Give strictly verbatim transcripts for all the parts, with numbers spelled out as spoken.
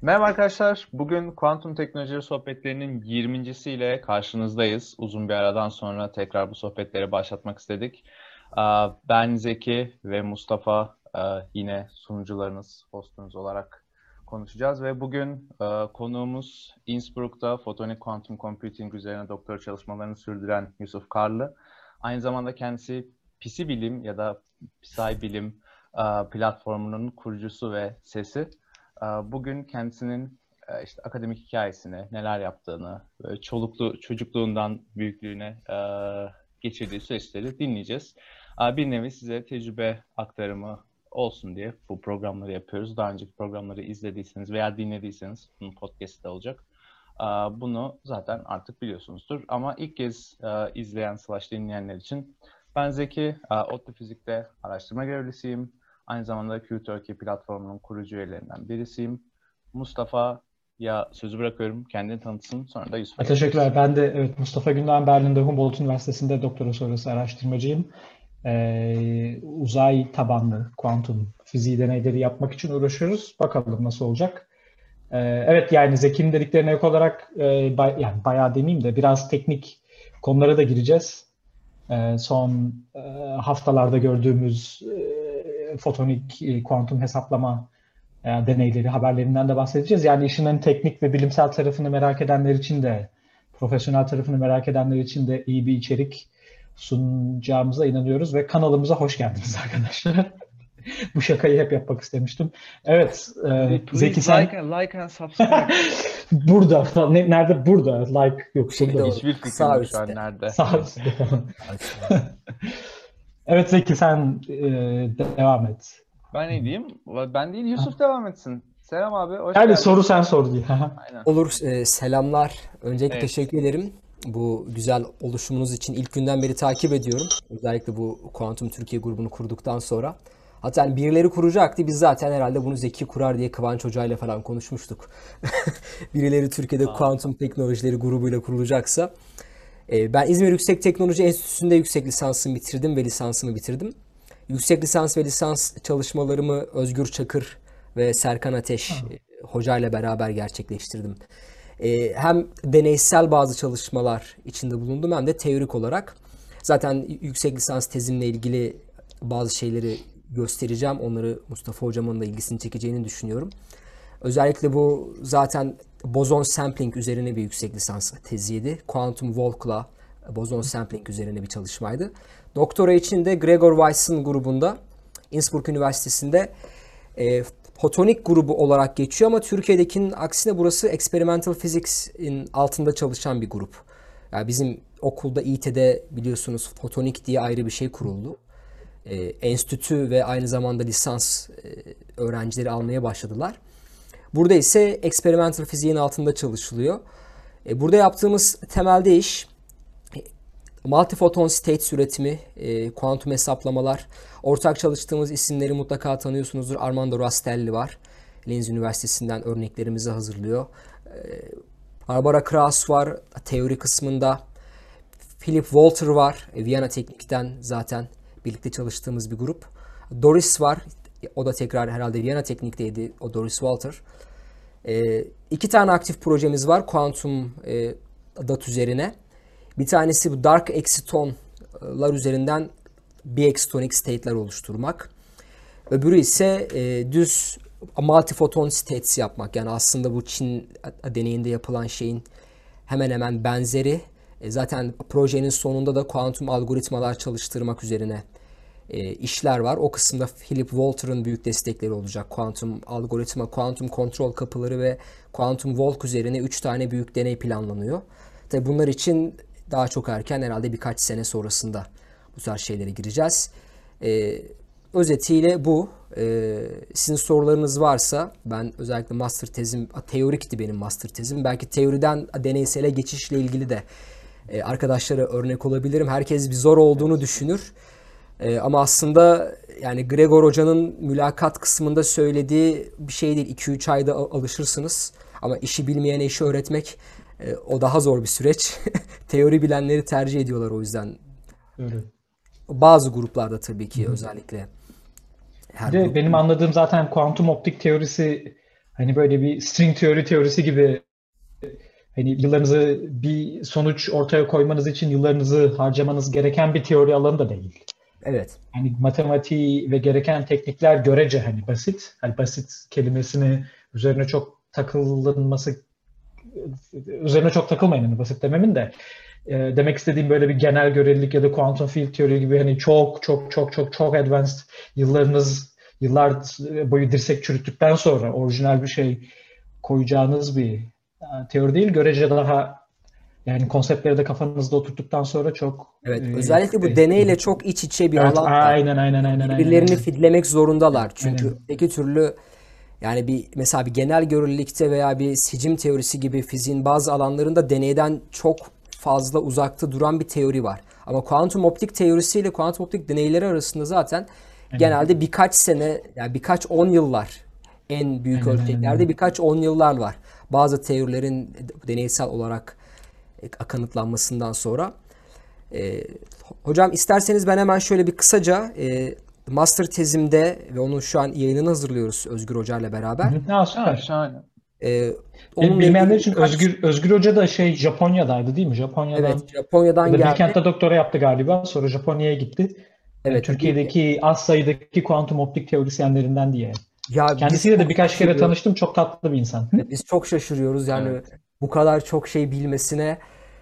Merhaba arkadaşlar. Bugün kuantum teknolojileri sohbetlerinin yirmincisiyle karşınızdayız. Uzun bir aradan sonra tekrar bu sohbetleri başlatmak istedik. Aa, Ben Zeki ve Mustafa e, yine sunucularınız, hostunuz olarak konuşacağız ve bugün e, konuğumuz Innsbruck'ta fotonik kuantum computing üzerine doktora çalışmalarını sürdüren Yusuf Karlı. Aynı zamanda kendisi PisiBilim ya da PsiBilim e, platformunun kurucusu ve sesi. Bugün kendisinin işte akademik hikayesini, neler yaptığını, çoluklu çocukluğundan büyüklüğüne geçirdiği süreçleri dinleyeceğiz. Bir nevi size tecrübe aktarımı olsun diye bu programları yapıyoruz. Daha önceki programları izlediyseniz veya dinlediyseniz bunun podcast'te olacak. Bunu zaten artık biliyorsunuzdur. Ama ilk kez izleyen slash dinleyenler için ben Zeki, ODTÜ Fizik'te araştırma görevlisiyim. Aynı zamanda Q-Turkey platformunun kurucu üyelerinden birisiyim. Mustafa'ya sözü bırakıyorum. Kendini tanıtsın. Sonra da Yusuf'a geçeceğiz. Teşekkürler. Ben de evet Mustafa Gündem Berlin'de Humboldt Üniversitesi'nde doktora sonrası araştırmacıyım. Ee, uzay tabanlı kuantum fiziği deneyleri yapmak için uğraşıyoruz. Bakalım nasıl olacak. Ee, evet yani Zeki'nin dediklerine ek olarak e, bay, yani bayağı demeyeyim de biraz teknik konulara da gireceğiz. Ee, son e, haftalarda gördüğümüz e, fotonik e, kuantum hesaplama e, deneyleri, haberlerinden de bahsedeceğiz. Yani işin en teknik ve bilimsel tarafını merak edenler için de, profesyonel tarafını merak edenler için de iyi bir içerik sunacağımıza inanıyoruz ve kanalımıza hoş geldiniz arkadaşlar. Bu şakayı hep yapmak istemiştim. Evet, e, Zeki Please sen like and, like and subscribe. burada falan. Ne, nerede? Burada. Like yok. Şey Burada. doğru. Hiçbir fikrim Sağ yok şu an üstte. nerede. Sağ üstte falan. Sağ üstte. Evet Zeki sen e, devam et. Ben ne diyeyim? Ben değil, Yusuf devam etsin. Selam abi, hoş Yani geldin. soru sen sor diye. Aynen. Olur. e, selamlar. Öncelikle Evet. teşekkür ederim. Bu güzel oluşumunuz için ilk günden beri takip ediyorum. Özellikle bu Kuantum Türkiye grubunu kurduktan sonra. Hatta hani birileri kuracaktı. Biz zaten herhalde bunu Zeki kurar diye Kıvanç Hoca ile falan konuşmuştuk. Birileri Türkiye'de kuantum teknolojileri grubuyla kurulacaksa. E, ben İzmir Yüksek Teknoloji Enstitüsü'nde yüksek lisansımı bitirdim ve lisansımı bitirdim. Yüksek lisans ve lisans çalışmalarımı Özgür Çakır ve Serkan Ateş e, Hoca ile beraber gerçekleştirdim. E, hem deneysel bazı çalışmalar içinde bulundum hem de teorik olarak. Zaten yüksek lisans tezimle ilgili bazı şeyleri göstereceğim. Onları Mustafa Hocam'ın da ilgisini çekeceğini düşünüyorum. Özellikle bu zaten bozon sampling üzerine bir yüksek lisans teziydi. Quantum Walk'la bozon sampling üzerine bir çalışmaydı. Doktora için de Gregor Weiss'in grubunda Innsbruck Üniversitesi'nde e, fotonik grubu olarak geçiyor ama Türkiye'dekinin aksine burası Experimental Physics'in altında çalışan bir grup. Yani bizim okulda İİTE'de biliyorsunuz fotonik diye ayrı bir şey kuruldu. E, enstitü ve aynı zamanda lisans e, öğrencileri almaya başladılar. Burada ise experimental fiziğin altında çalışılıyor. E, burada yaptığımız temelde iş multifoton states üretimi, e, kuantum hesaplamalar. Ortak çalıştığımız isimleri mutlaka tanıyorsunuzdur. Armando Rastelli var. Linz Üniversitesi'nden örneklerimizi hazırlıyor. E, Barbara Kraus var teori kısmında. Philip Walter var. E, Viyana Teknik'ten zaten birlikte çalıştığımız bir grup. Doris var. O da tekrar herhalde Viyana Teknik'teydi. O Doris Walter. E, iki tane aktif projemiz var kuantum e, dat üzerine. Bir tanesi bu dark excitonlar üzerinden biexitonic state'ler oluşturmak. Öbürü ise e, düz multifoton states yapmak. Yani aslında bu Çin deneyinde yapılan şeyin hemen hemen benzeri. E, zaten projenin sonunda da kuantum algoritmalar çalıştırmak üzerine e, işler var. O kısımda Philip Walter'ın büyük destekleri olacak. Kuantum algoritma, kuantum kontrol kapıları ve kuantum walk üzerine üç tane büyük deney planlanıyor. Tabii bunlar için daha çok erken, herhalde birkaç sene sonrasında bu tarz şeylere gireceğiz. Ee, özetiyle bu. Ee, sizin sorularınız varsa, ben özellikle master tezim, teorikti benim master tezim. Belki teoriden deneysele geçişle ilgili de e, arkadaşlara örnek olabilirim. Herkes bir zor olduğunu düşünür. E, ama aslında yani Gregor Hoca'nın mülakat kısmında söylediği bir şey değil. iki üç ayda alışırsınız. Ama işi bilmeyene işi öğretmek e, o daha zor bir süreç. Teori bilenleri tercih ediyorlar o yüzden. Öyle. Bazı gruplarda tabii ki özellikle. Her Bir de grup. benim anladığım zaten kuantum optik teorisi hani böyle bir string teori teorisi gibi, hani yıllarınızı bir sonuç ortaya koymanız için yıllarınızı harcamanız gereken bir teori alanı da değil. Evet. Hani matematiği ve gereken teknikler görece hani basit. Hani basit kelimesini üzerine çok takılınması, üzerine çok takılmayın hani basit dememin de. E, demek istediğim böyle bir genel görelilik ya da quantum field teori gibi hani çok çok çok çok çok advanced, yıllarınız yıllar boyu dirsek çürüttükten sonra orijinal bir şey koyacağınız bir e, teori değil. Görece daha, yani konseptleri de kafanızda oturttuktan sonra çok Evet. e, Özellikle bu e, deneyle çok iç içe bir evet, alan var. aynen aynen aynen aynen Birbirlerini aynen. fidlemek zorundalar. Çünkü Aynen. öteki türlü yani bir mesela bir genel görelilikte veya bir sicim teorisi gibi fiziğin bazı alanlarında deneyden çok fazla uzakta duran bir teori var. Ama kuantum optik teorisiyle kuantum optik deneyleri arasında zaten Aynen. genelde birkaç sene, yani birkaç on yıllar, en büyük Aynen, aynen, ölçeklerde aynen. birkaç on yıllar var. Bazı teorilerin deneysel olarak kanıtlanmasından sonra. E, hocam isterseniz ben hemen şöyle bir kısaca e, master tezimde ve onun şu an yayınını hazırlıyoruz Özgür Hoca ile beraber. Hı hı. Ha, Ha, süper. şahane. E, Bil- onunla Bilmeyenler ilgili için birkaç, Özgür Özgür Hoca da şey Japonya'daydı değil mi? evet, Japonya'dan ya Japonya'dan da geldi. Bilkent'te doktora yaptı galiba. Sonra Japonya'ya gitti. E, Evet, bir, Türkiye'deki az sayıdaki kuantum optik teorisyenlerinden diye. ya biz Kendisiyle de çok birkaç kere şaşırıyoruz. tanıştım. Çok tatlı bir insan. Hı? Evet, biz çok şaşırıyoruz yani Evet. bu kadar çok şey bilmesine.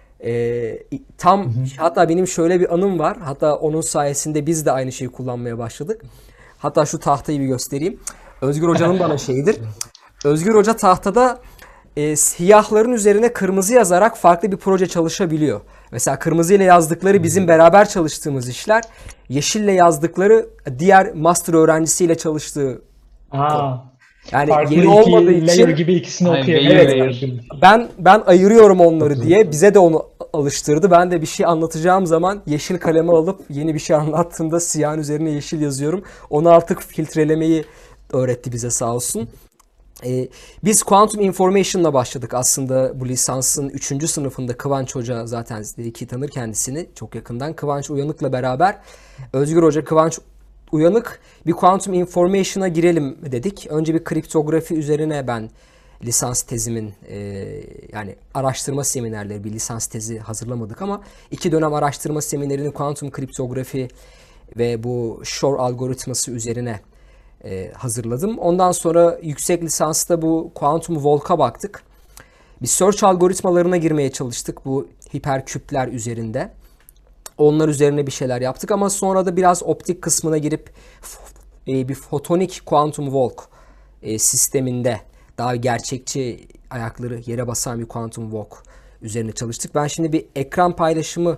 E, Hı tam hı. hatta benim şöyle bir anım var. Hatta onun sayesinde biz de aynı şeyi kullanmaya başladık. Hatta şu tahtayı bir göstereyim. Özgür Hoca'nın bana şeyidir. Özgür Hoca tahtada e, siyahların üzerine kırmızı yazarak farklı bir proje çalışabiliyor. Mesela kırmızı ile yazdıkları bizim beraber çalıştığımız işler, yeşille yazdıkları diğer master öğrencisiyle çalıştığı kod. Aa, Yani farklı yeri olmadığı iki layer için gibi ikisini Hani okuyabiliyor. layer evet, layer. ben ben ayırıyorum Çok onları güzel. diye bize de onu alıştırdı. Ben de bir şey anlatacağım zaman yeşil kalemi alıp yeni bir şey anlattığımda siyahın üzerine yeşil yazıyorum. Onu artık filtrelemeyi öğretti bize sağ olsun. Ee, biz Quantum Information'la başladık aslında bu lisansın üçüncü sınıfında. Kıvanç Hoca zaten ki tanır kendisini çok yakından. Kıvanç Uyanık'la beraber Özgür Hoca, Kıvanç Uyanık bir Quantum Information'a girelim dedik. Önce bir kriptografi üzerine ben lisans tezimin e, yani araştırma seminerleri, bir lisans tezi hazırlamadık ama iki dönem araştırma seminerini kuantum kriptografi ve bu Shor algoritması üzerine e, hazırladım. Ondan sonra yüksek lisansta bu Quantum Volk'a baktık. Bir search algoritmalarına girmeye çalıştık bu hiperküpler üzerinde. Onlar üzerine bir şeyler yaptık ama sonra da biraz optik kısmına girip e, bir fotonik Quantum Volk e, sisteminde daha gerçekçi ayakları yere basan bir Quantum Volk üzerine çalıştık. Ben şimdi bir ekran paylaşımı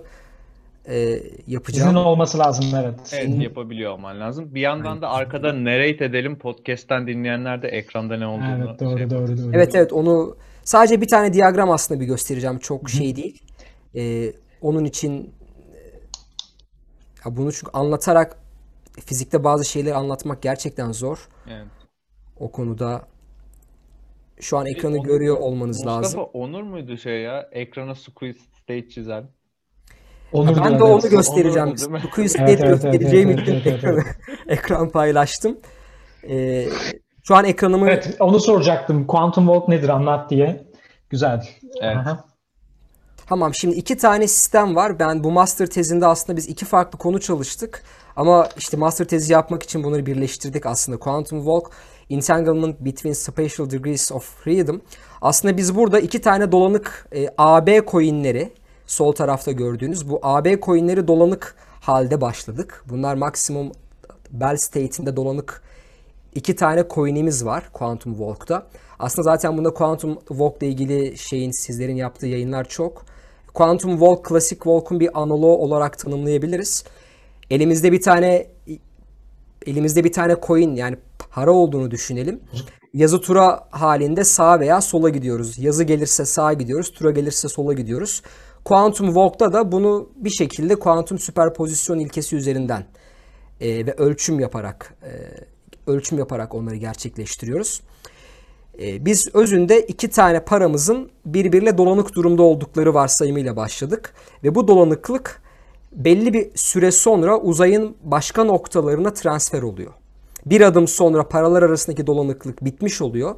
e, yapacağım. Sizin olması lazım, evet. Evet, yapabiliyor olman lazım. Bir yandan da arkada narrate edelim. Podcast'ten dinleyenler de ekranda ne olduğunu Evet, doğru şey doğru yapabilir. doğru. Evet evet, onu sadece bir tane diyagram aslında bir göstereceğim. Çok şey değil. Ee, onun için ya bunu çünkü anlatarak fizikte bazı şeyleri anlatmak gerçekten zor. Evet. O konuda şu an E, ekranı On- görüyor olmanız Mustafa lazım. Onur muydu şey ya? Ekrana squeeze state çizen. Ha, Onur ben diyor, de onu evet. göstereceğim. Onur mu, değil mi? Squeeze Evet State evet evet evet göstereceğim evet için evet evet. ekranı, evet. ekran paylaştım. Ee, şu an ekranımı Evet, onu soracaktım. Quantum Walk nedir, anlat diye. Güzel. Evet. Aha. Tamam, şimdi iki tane sistem var. Ben bu master tezinde aslında biz iki farklı konu çalıştık. Ama işte master tezi yapmak için bunları birleştirdik aslında. Quantum Walk, Entanglement Between Spatial Degrees of Freedom. Aslında biz burada iki tane dolanık e, A B coinleri, sol tarafta gördüğünüz bu A B coinleri dolanık halde başladık. Bunlar maksimum Bell state'inde dolanık iki tane coin'imiz var Quantum Walk'ta. Aslında zaten bunda Quantum Walk'la ilgili şeyin sizlerin yaptığı yayınlar çok. Quantum Walk, Classic Walk'un bir analoğu olarak tanımlayabiliriz. Elimizde bir tane elimizde bir tane coin, yani para olduğunu düşünelim. Yazı tura halinde sağa veya sola gidiyoruz. Yazı gelirse sağa gidiyoruz, tura gelirse sola gidiyoruz. Quantum Walk'ta da bunu bir şekilde kuantum süperpozisyon ilkesi üzerinden e, ve ölçüm yaparak e, ölçüm yaparak onları gerçekleştiriyoruz. E, biz özünde iki tane paramızın birbiriyle dolanık durumda oldukları varsayımıyla başladık ve bu dolanıklık belli bir süre sonra uzayın başka noktalarına transfer oluyor. Bir adım sonra paralar arasındaki dolanıklık bitmiş oluyor.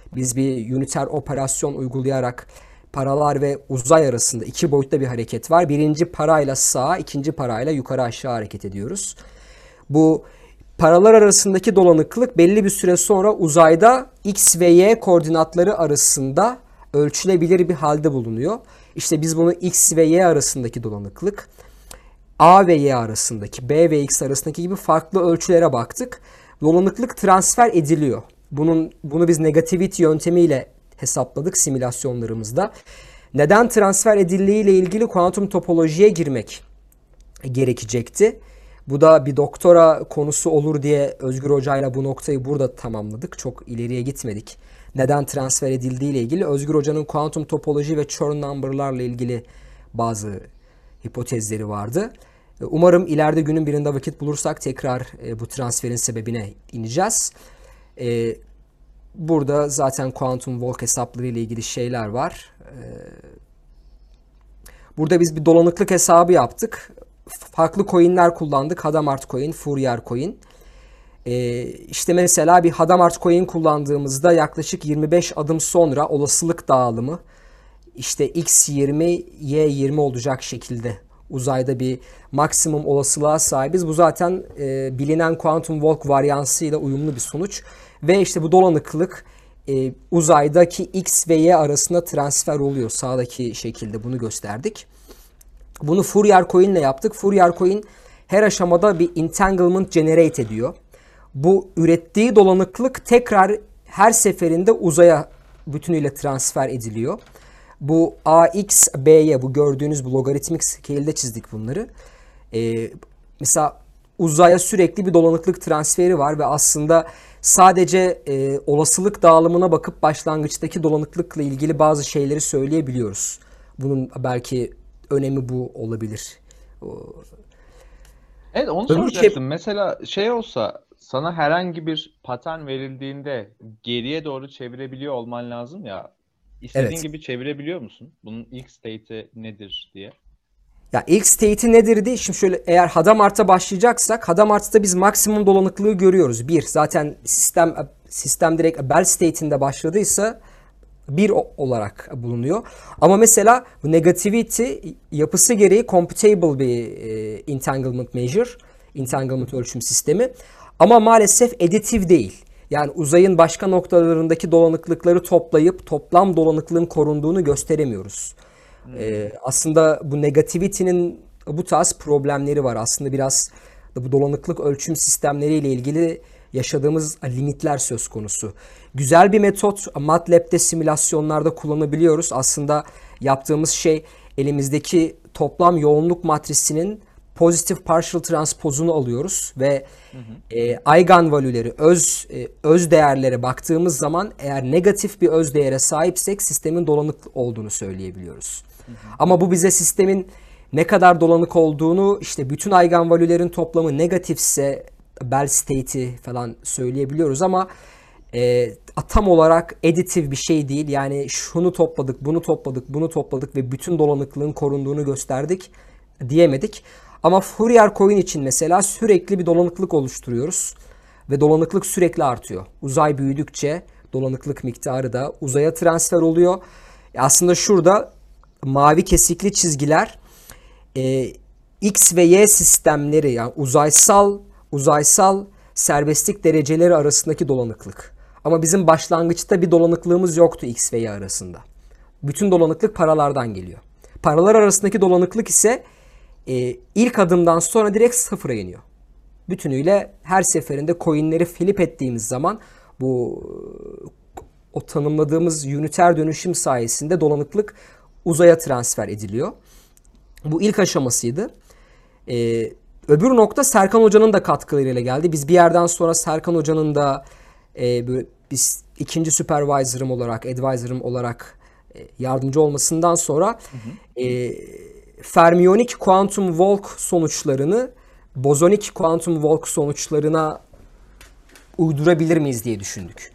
Biz bir üniter operasyon uygulayarak paralar ve uzay arasında iki boyutta bir hareket var. Birinci parayla sağa, ikinci parayla yukarı aşağı hareket ediyoruz. Bu paralar arasındaki dolanıklık belli bir süre sonra uzayda X ve Y koordinatları arasında ölçülebilir bir halde bulunuyor. İşte biz bunu X ve Y arasındaki dolanıklık, A ve Y arasındaki, B ve X arasındaki gibi farklı ölçülere baktık. Dolanıklık transfer ediliyor. Bunun bunu biz negativity yöntemiyle hesapladık simülasyonlarımızda. Neden transfer edildiği ile ilgili kuantum topolojiye girmek gerekecekti. Bu da bir doktora konusu olur diye Özgür Hoca'yla bu noktayı burada tamamladık. Çok ileriye gitmedik. Neden transfer edildiği ile ilgili Özgür Hoca'nın kuantum topoloji ve Chern number'larla ilgili bazı hipotezleri vardı. Umarım ileride günün birinde vakit bulursak tekrar bu transferin sebebine ineceğiz. Burada zaten kuantum Walk hesapları ile ilgili şeyler var. Burada biz bir dolanıklık hesabı yaptık. Farklı coinler kullandık. Hadamard coin, Fourier coin. İşte mesela bir Hadamard coin kullandığımızda yaklaşık yirmi beş adım sonra olasılık dağılımı işte X yirmi, Y yirmi olacak şekilde uzayda bir maksimum olasılığa sahibiz. Bu zaten e, bilinen kuantum Walk varyansıyla uyumlu bir sonuç. Ve işte bu dolanıklık e, uzaydaki X ve Y arasında transfer oluyor. Sağdaki şekilde bunu gösterdik. Bunu Fourier coin ile yaptık. Fourier coin her aşamada bir entanglement generate ediyor. Bu ürettiği dolanıklık tekrar her seferinde uzaya bütünüyle transfer ediliyor. Bu A X, B Y, bu gördüğünüz bu logaritmik scale'de çizdik bunları. Ee, mesela uzaya sürekli bir dolanıklık transferi var ve aslında sadece e, olasılık dağılımına bakıp başlangıçtaki dolanıklıkla ilgili bazı şeyleri söyleyebiliyoruz. Bunun belki önemi bu olabilir. Evet, onu Öbür soracaktım. şey- Mesela şey olsa sana herhangi bir patern verildiğinde geriye doğru çevirebiliyor olman lazım ya. İstediğin Evet. gibi çevirebiliyor musun? Bunun ilk state'i nedir diye. Ya ilk state'i nedir diye şimdi şöyle eğer Hadamard'a başlayacaksak Hadamard'da biz maksimum dolanıklığı görüyoruz. Bir, zaten sistem sistem direkt Bell state'inde başladıysa bir olarak bulunuyor. Ama mesela bu negativity yapısı gereği computable bir e, entanglement measure, entanglement ölçüm sistemi. Ama maalesef additive değil. Yani uzayın başka noktalarındaki dolanıklıkları toplayıp toplam dolanıklığın korunduğunu gösteremiyoruz. Hmm. Ee, aslında bu negativity'nin bu tarz problemleri var. Aslında biraz bu dolanıklık ölçüm sistemleriyle ilgili yaşadığımız limitler söz konusu. Güzel bir metot, MATLAB'de simülasyonlarda kullanabiliyoruz. Aslında yaptığımız şey elimizdeki toplam yoğunluk matrisinin pozitif partial transpozunu alıyoruz ve hı hı. E, eigenvalüleri, öz e, öz değerlere baktığımız zaman eğer negatif bir öz değere sahipsek sistemin dolanık olduğunu söyleyebiliyoruz. Hı hı. Ama bu bize sistemin ne kadar dolanık olduğunu, işte bütün eigenvalülerin toplamı negatifse Bell state'i falan söyleyebiliyoruz ama e, tam olarak additive bir şey değil. Yani şunu topladık, bunu topladık, bunu topladık ve bütün dolanıklığın korunduğunu gösterdik diyemedik. Ama Fourier coin için mesela sürekli bir dolanıklık oluşturuyoruz ve dolanıklık sürekli artıyor. Uzay büyüdükçe dolanıklık miktarı da uzaya transfer oluyor. Aslında şurada mavi kesikli çizgiler e, X ve Y sistemleri, yani uzaysal uzaysal serbestlik dereceleri arasındaki dolanıklık. Ama bizim başlangıçta bir dolanıklığımız yoktu X ve Y arasında. Bütün dolanıklık paralardan geliyor. Paralar arasındaki dolanıklık ise e, ilk adımdan sonra direkt sıfıra iniyor. Bütünüyle her seferinde coinleri flip ettiğimiz zaman bu o tanımladığımız üniter dönüşüm sayesinde dolanıklık uzaya transfer ediliyor. Bu ilk aşamasıydı. Ee, öbür nokta Serkan Hoca'nın da katkılarıyla geldi. Biz bir yerden sonra Serkan Hoca'nın da e, böyle biz ikinci supervisor'ım olarak, advisor'ım olarak e, yardımcı olmasından sonra hı hı. E, fermiyonik kuantum Walk sonuçlarını bozonik kuantum Walk sonuçlarına uydurabilir miyiz diye düşündük.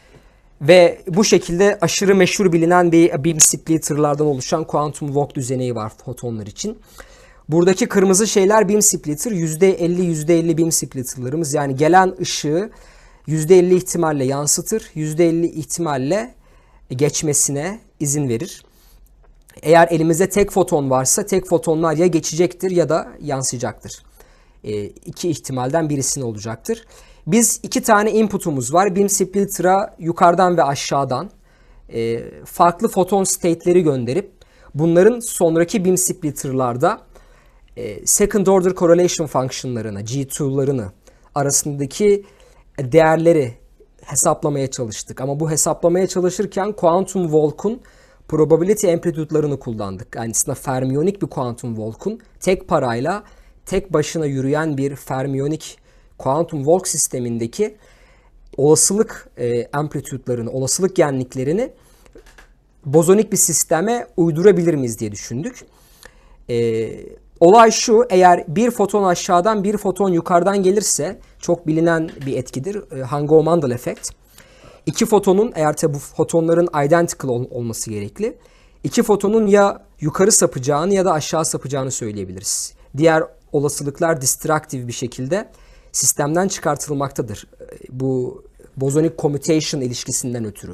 Ve bu şekilde aşırı meşhur bilinen bir beam splitter'lardan oluşan kuantum Walk düzeneği var fotonlar için. Buradaki kırmızı şeyler beam splitter, yüzde elli yüzde elli beam splitter'larımız. Yani gelen ışığı yüzde elli ihtimalle yansıtır, yüzde elli ihtimalle geçmesine izin verir. Eğer elimizde tek foton varsa tek fotonlar ya geçecektir ya da yansıyacaktır. E, iki ihtimalden birisini olacaktır. Biz iki tane inputumuz var. Beam splitter'a yukarıdan ve aşağıdan e, farklı foton state'leri gönderip bunların sonraki beam splitter'larda e, second order correlation function'larını, G iki'larını arasındaki değerleri hesaplamaya çalıştık. Ama bu hesaplamaya çalışırken quantum walk'un probability amplitude'larını kullandık. Yani aslında fermiyonik bir quantum walk'un tek parayla tek başına yürüyen bir fermiyonik quantum walk sistemindeki olasılık e, amplitude'larını, olasılık genliklerini bozonik bir sisteme uydurabilir miyiz diye düşündük. E, olay şu, eğer bir foton aşağıdan bir foton yukarıdan gelirse çok bilinen bir etkidir. E, Hangouw-Mandel efekt. İki fotonun, eğer tabi bu fotonların identical ol, olması gerekli. İki fotonun ya yukarı sapacağını ya da aşağı sapacağını söyleyebiliriz. Diğer olasılıklar distractive bir şekilde sistemden çıkartılmaktadır. Bu bozonik commutation ilişkisinden ötürü.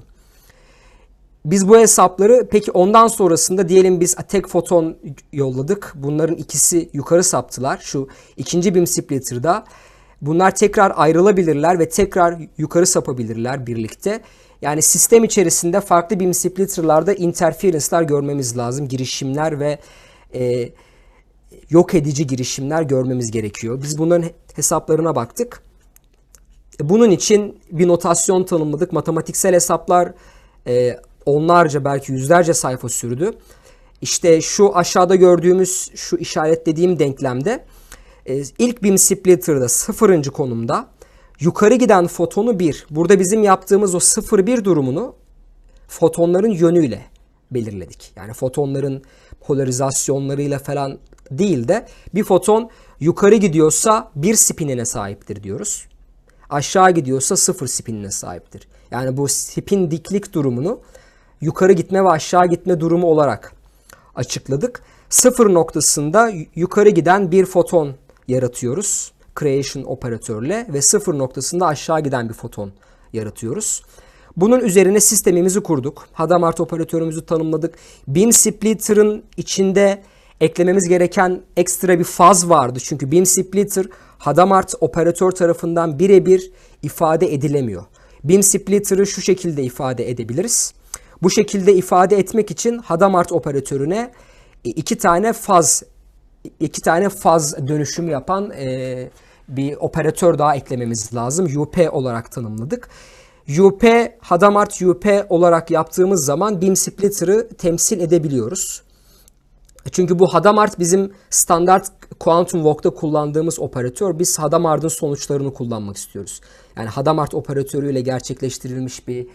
Biz bu hesapları peki ondan sonrasında diyelim biz tek foton yolladık. Bunların ikisi yukarı saptılar. Şu ikinci beam splitter'da bunlar tekrar ayrılabilirler ve tekrar yukarı sapabilirler birlikte. Yani sistem içerisinde farklı beam splitter'larda interference'lar görmemiz lazım. Girişimler ve e, yok edici girişimler görmemiz gerekiyor. Biz bunların hesaplarına baktık. Bunun için bir notasyon tanımladık. Matematiksel hesaplar e, onlarca belki yüzlerce sayfa sürdü. İşte şu aşağıda gördüğümüz şu işaretlediğim denklemde e, ilk beam splitter'da sıfırıncı konumda yukarı giden fotonu bir. Burada bizim yaptığımız o sıfır bir durumunu fotonların yönüyle belirledik. Yani fotonların polarizasyonlarıyla falan değil de bir foton yukarı gidiyorsa bir spinine sahiptir diyoruz. Aşağı gidiyorsa sıfır spinine sahiptir. Yani bu spin diklik durumunu yukarı gitme ve aşağı gitme durumu olarak açıkladık. Sıfır noktasında yukarı giden bir foton yaratıyoruz. Creation operatörle ve sıfır noktasında aşağı giden bir foton yaratıyoruz. Bunun üzerine sistemimizi kurduk. Hadamard operatörümüzü tanımladık. Beam splitter'ın içinde eklememiz gereken ekstra bir faz vardı. Çünkü beam splitter Hadamard operatör tarafından birebir ifade edilemiyor. Beam splitter'ı şu şekilde ifade edebiliriz. Bu şekilde ifade etmek için Hadamard operatörüne iki tane faz iki tane faz dönüşüm yapan e, bir operatör daha eklememiz lazım. U P olarak tanımladık. U P, Hadamard U P olarak yaptığımız zaman beam splitter'ı temsil edebiliyoruz. Çünkü bu Hadamard bizim standart quantum walk'ta kullandığımız operatör. Biz Hadamard'ın sonuçlarını kullanmak istiyoruz. Yani Hadamard operatörüyle gerçekleştirilmiş bir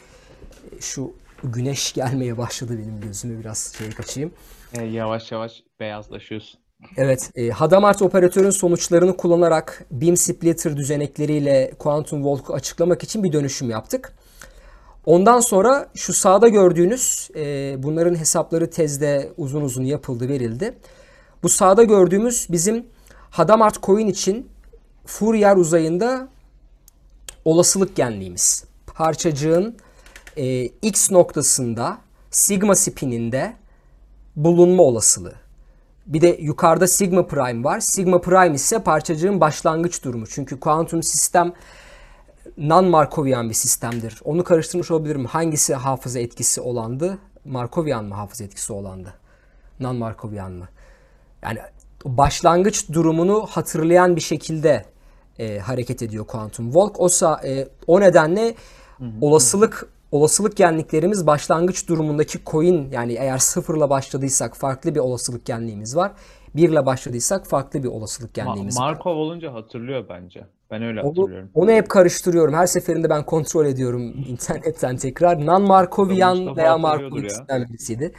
şu güneş gelmeye başladı benim gözüme biraz şey kaçayım. E, yavaş yavaş beyazlaşıyorsun. Evet, e, Hadamard operatörün sonuçlarını kullanarak beam splitter düzenekleriyle quantum walk'u açıklamak için bir dönüşüm yaptık. Ondan sonra şu sağda gördüğünüz, e, bunların hesapları tezde uzun uzun yapıldı, verildi. Bu sağda gördüğümüz bizim Hadamard coin için Fourier uzayında olasılık genliğimiz. Parçacığın e, X noktasında sigma spininde bulunma olasılığı. Bir de yukarıda sigma prime var. Sigma prime ise parçacığın başlangıç durumu. Çünkü kuantum sistem non-Markovian bir sistemdir. Onu karıştırmış olabilirim. Hangisi hafıza etkisi olandı? Markovian mı hafıza etkisi olandı? Non-Markovian mı? Yani başlangıç durumunu hatırlayan bir şekilde e, hareket ediyor quantum walk. Oysa e, o nedenle hı hı. olasılık olasılık genliklerimiz başlangıç durumundaki coin, yani eğer sıfırla başladıysak farklı bir olasılık genliğimiz var. birle başladıysak farklı bir olasılık genliğimiz Ma- var. Markov olunca hatırlıyor bence. Ben öyle Onu, hatırlıyorum. onu hep karıştırıyorum. Her seferinde ben kontrol ediyorum internetten tekrar. Non-Markovian veya Markovian sistem birisiydi.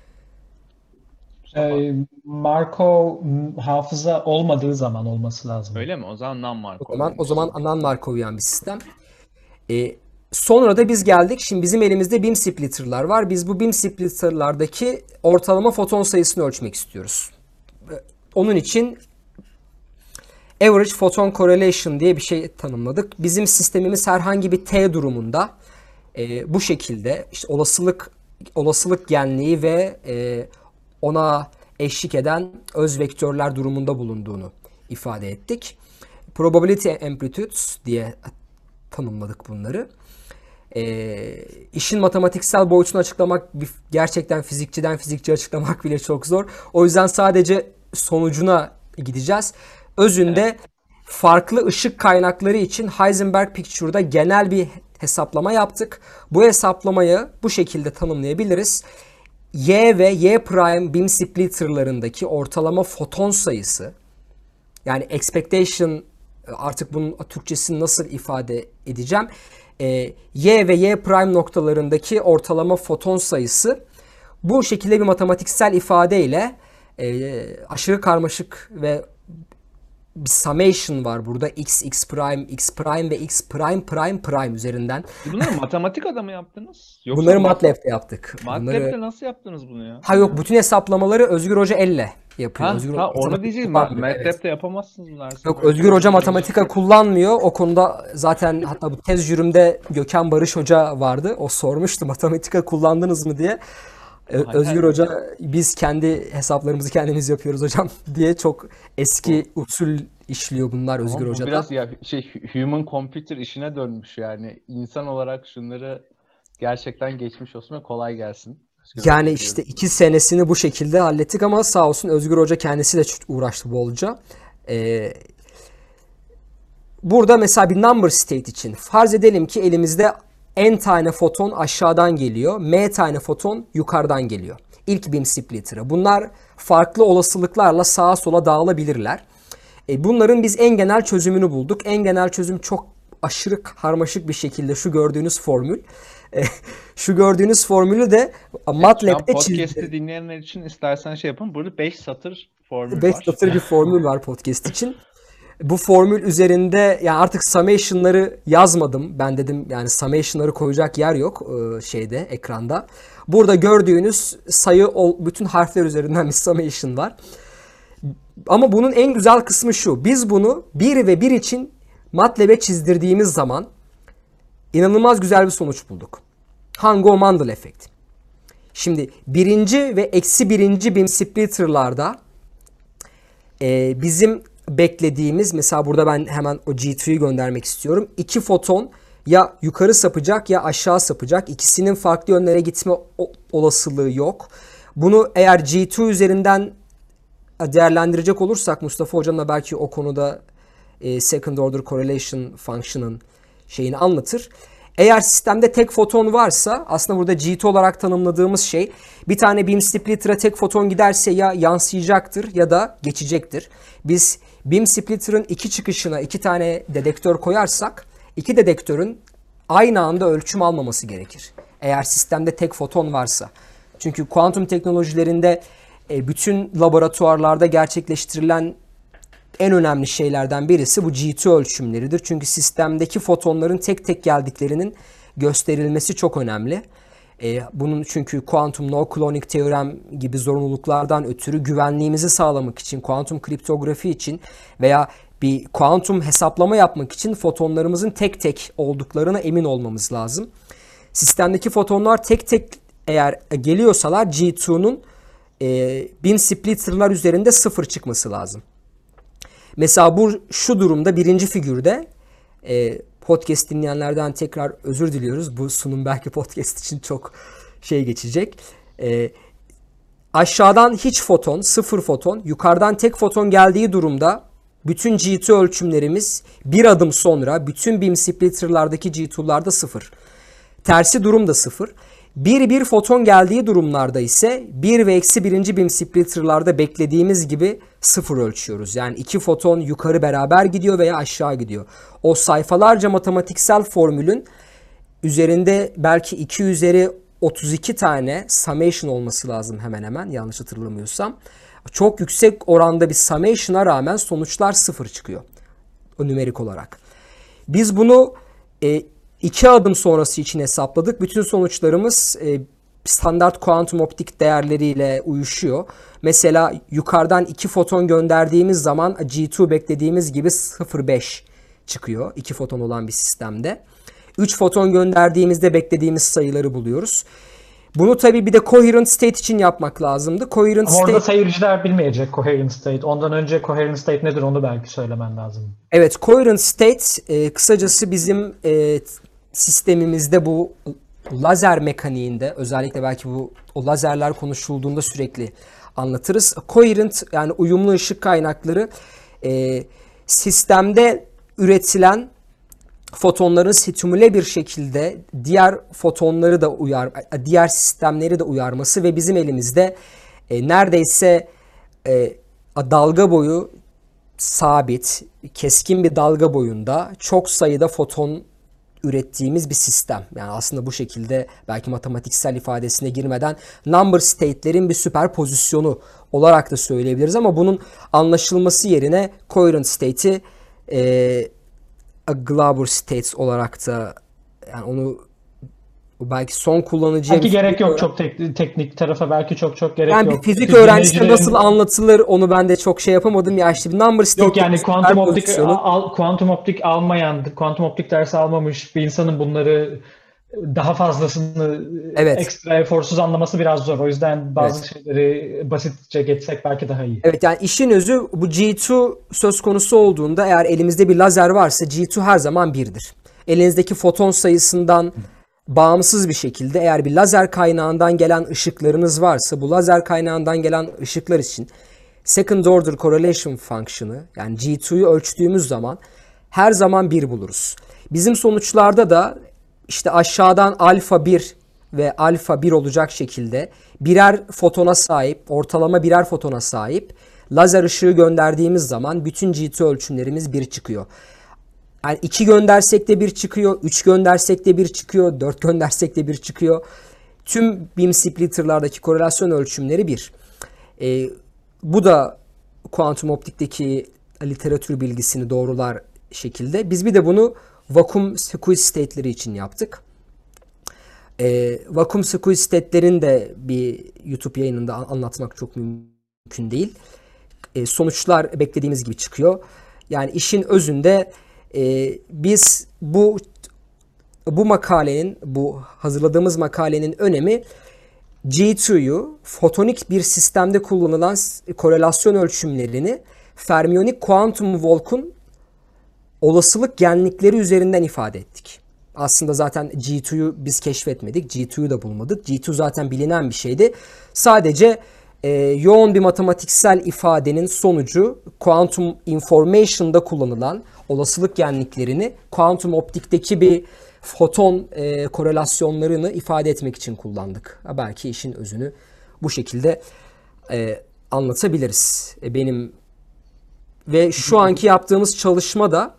Ee, Markov hafıza olmadığı zaman olması lazım. Öyle mi? O zaman non-Markov. O zaman, o zaman non-Markovian bir sistem. Ee, sonra da biz geldik. Şimdi bizim elimizde beam splitter'lar var. Biz bu beam splitter'lardaki ortalama foton sayısını ölçmek istiyoruz. Onun için Average Photon Correlation diye bir şey tanımladık. Bizim sistemimiz herhangi bir T durumunda e, bu şekilde işte olasılık olasılık genliği ve e, ona eşlik eden öz vektörler durumunda bulunduğunu ifade ettik. Probability amplitudes diye tanımladık bunları. E, işin matematiksel boyutunu açıklamak gerçekten fizikçiden fizikçi açıklamak bile çok zor. O yüzden sadece sonucuna gideceğiz. Özünde evet. farklı ışık kaynakları için Heisenberg Picture'da genel bir hesaplama yaptık. Bu hesaplamayı bu şekilde tanımlayabiliriz. Y ve Y prime beam splitter'larındaki ortalama foton sayısı, yani expectation, artık bunun Türkçesini nasıl ifade edeceğim? Ee, Y ve Y prime noktalarındaki ortalama foton sayısı bu şekilde bir matematiksel ifadeyle e, aşırı karmaşık ve bir summation var burada. X, X prime, X prime ve X prime prime prime üzerinden. Bunları matematik adamı yaptınız? Yoksa bunları MATLAB'de yaptık. MATLAB'de bunları... nasıl yaptınız bunu ya? Ha yok, bütün hesaplamaları Özgür Hoca elle yapıyor. Ha, Özgür ha Hoca onu diyeceğim. MATLAB'de evet. yapamazsınız bunlar. Yok, Özgür Hoca matematika kullanmıyor. O konuda zaten hatta bu tez jürimde Gökhan Barış Hoca vardı. O sormuştu matematika kullandınız mı diye. Özgür Hoca biz kendi hesaplarımızı kendimiz yapıyoruz hocam diye çok eski usul işliyor bunlar Özgür Hoca'da. Biraz ya şey human computer işine dönmüş yani. İnsan olarak şunları gerçekten geçmiş olsun ve kolay gelsin. Özgür yani Hoca işte diyorum. iki senesini bu şekilde hallettik ama sağ olsun Özgür Hoca kendisi de uğraştı bolca. Ee, burada mesela bir number state için farz edelim ki elimizde N tane foton aşağıdan geliyor. M tane foton yukarıdan geliyor. İlk beam splitter'a. Bunlar farklı olasılıklarla sağa sola dağılabilirler. E bunların biz en genel çözümünü bulduk. En genel çözüm çok aşırı karmaşık bir şekilde şu gördüğünüz formül. E, şu gördüğünüz formülü de MATLAB'de çizdik. Podcast'i dinleyenler için istersen şey yapın. Burada beş satır formül beş var. beş satır bir formül var podcast için. Bu formül üzerinde yani artık summation'ları yazmadım. Ben dedim yani summation'ları koyacak yer yok şeyde, ekranda. Burada gördüğünüz sayı bütün harfler üzerinden bir summation var. Ama bunun en güzel kısmı şu. Biz bunu bir ve bir için MATLAB'e çizdirdiğimiz zaman inanılmaz güzel bir sonuç bulduk. Hango-Mandel efekti. Şimdi birinci ve eksi birinci beam splitter'larda e, bizim beklediğimiz, mesela burada ben hemen o G iki'yi göndermek istiyorum. İki foton ya yukarı sapacak ya aşağı sapacak. İkisinin farklı yönlere gitme olasılığı yok. Bunu eğer G iki üzerinden değerlendirecek olursak Mustafa Hocam da belki o konuda e, second order correlation function'ın şeyini anlatır. Eğer sistemde tek foton varsa aslında burada G iki olarak tanımladığımız şey, bir tane beam splitter'a tek foton giderse ya yansıyacaktır ya da geçecektir. Biz beam splitter'ın iki çıkışına iki tane dedektör koyarsak iki dedektörün aynı anda ölçüm almaması gerekir. Eğer sistemde tek foton varsa. Çünkü kuantum teknolojilerinde bütün laboratuvarlarda gerçekleştirilen en önemli şeylerden birisi bu G iki ölçümleridir. Çünkü sistemdeki fotonların tek tek geldiklerinin gösterilmesi çok önemli. Bunun çünkü kuantum no cloning teorem gibi zorunluluklardan ötürü güvenliğimizi sağlamak için, kuantum kriptografi için veya bir kuantum hesaplama yapmak için fotonlarımızın tek tek olduklarına emin olmamız lazım. Sistemdeki fotonlar tek tek eğer geliyorsalar G iki'nin e, beam splitter'lar üzerinde sıfır çıkması lazım. Mesela bu şu durumda birinci figürde e, podcast dinleyenlerden tekrar özür diliyoruz. Bu sunum belki podcast için çok şey geçecek. E, aşağıdan hiç foton, sıfır foton, yukarıdan tek foton geldiği durumda bütün G iki ölçümlerimiz bir adım sonra bütün beam splitter'lardaki G iki'larda sıfır. Tersi durum da sıfır. Bir bir foton geldiği durumlarda ise bir ve eksi birinci beam splitter'larda beklediğimiz gibi sıfır ölçüyoruz. Yani iki foton yukarı beraber gidiyor veya aşağı gidiyor. O sayfalarca matematiksel formülün üzerinde belki iki üzeri otuz iki tane summation olması lazım hemen hemen, yanlış hatırlamıyorsam. Çok yüksek oranda bir summation'a rağmen sonuçlar sıfır çıkıyor. O nümerik olarak. Biz bunu e, iki adım sonrası için hesapladık. Bütün sonuçlarımız e, standart kuantum optik değerleriyle uyuşuyor. Mesela yukarıdan iki foton gönderdiğimiz zaman G iki beklediğimiz gibi sıfır virgül beş çıkıyor. iki foton olan bir sistemde. üç foton gönderdiğimizde beklediğimiz sayıları buluyoruz. Bunu tabii bir de coherent state için yapmak lazımdı. Coherent Ama orada state, seyirciler bilmeyecek coherent state. Ondan önce coherent state nedir onu belki söylemen lazım. evet, coherent state e, kısacası bizim e, sistemimizde bu lazer mekaniğinde, özellikle belki bu o lazerler konuşulduğunda sürekli anlatırız. Coherent, yani uyumlu ışık kaynakları e, sistemde üretilen fotonların stimüle bir şekilde diğer fotonları da uyar, diğer sistemleri de uyarması ve bizim elimizde e, neredeyse e, dalga boyu sabit, keskin bir dalga boyunda çok sayıda foton ürettiğimiz bir sistem. Yani aslında bu şekilde belki matematiksel ifadesine girmeden number state'lerin bir süperpozisyonu olarak da söyleyebiliriz ama bunun anlaşılması yerine coherent state'i e, Glauber states olarak da, yani onu belki son kullanıcıya Belki bir gerek fizik yok öğren- çok tek- teknik tarafa belki çok çok gerek yani bir yok. fizik Siz öğrencisine dinleyicilerin- nasıl anlatılır onu ben de çok şey yapamadım ya, işte bir number state Yok yani kuantum optik süperpozisyonu. al, kuantum optik almayan, kuantum optik dersi almamış bir insanın bunları daha fazlasını Evet. ekstra eforsuz anlaması biraz zor. O yüzden bazı Evet. şeyleri basitçe geçsek belki daha iyi. Evet, yani işin özü bu G iki söz konusu olduğunda eğer elimizde bir lazer varsa G iki her zaman birdir. Elinizdeki foton sayısından bağımsız bir şekilde eğer bir lazer kaynağından gelen ışıklarınız varsa bu lazer kaynağından gelen ışıklar için second order correlation function'ı, yani G iki'yi ölçtüğümüz zaman her zaman bir buluruz. Bizim sonuçlarda da işte aşağıdan alfa bir ve alfa bir olacak şekilde birer fotona sahip, ortalama birer fotona sahip lazer ışığı gönderdiğimiz zaman bütün G iki ölçümlerimiz bir çıkıyor. Yani iki göndersek de bir çıkıyor, üç göndersek de bir çıkıyor, dört göndersek de bir çıkıyor. Tüm beam splitter'lardaki korelasyon ölçümleri bir. Ee, bu da kuantum optikteki literatür bilgisini doğrular şekilde. Biz bir de bunu vakum squeeze state'leri için yaptık. Ee, vakum squeeze state'lerin de bir YouTube yayınında anlatmak çok mümkün değil. Ee, sonuçlar beklediğimiz gibi çıkıyor. Yani işin özünde e, biz bu bu makalenin, bu hazırladığımız makalenin önemi G iki'yi fotonik bir sistemde kullanılan korelasyon ölçümlerini fermiyonik kuantum Walk'un olasılık genlikleri üzerinden ifade ettik. Aslında zaten G iki'yi biz keşfetmedik. G iki'yi de bulmadık. G iki zaten bilinen bir şeydi. Sadece e, yoğun bir matematiksel ifadenin sonucu quantum information'da kullanılan olasılık genliklerini kuantum optikteki bir foton e, korelasyonlarını ifade etmek için kullandık. Ha, belki işin özünü bu şekilde e, anlatabiliriz. E, benim ve şu anki yaptığımız çalışma da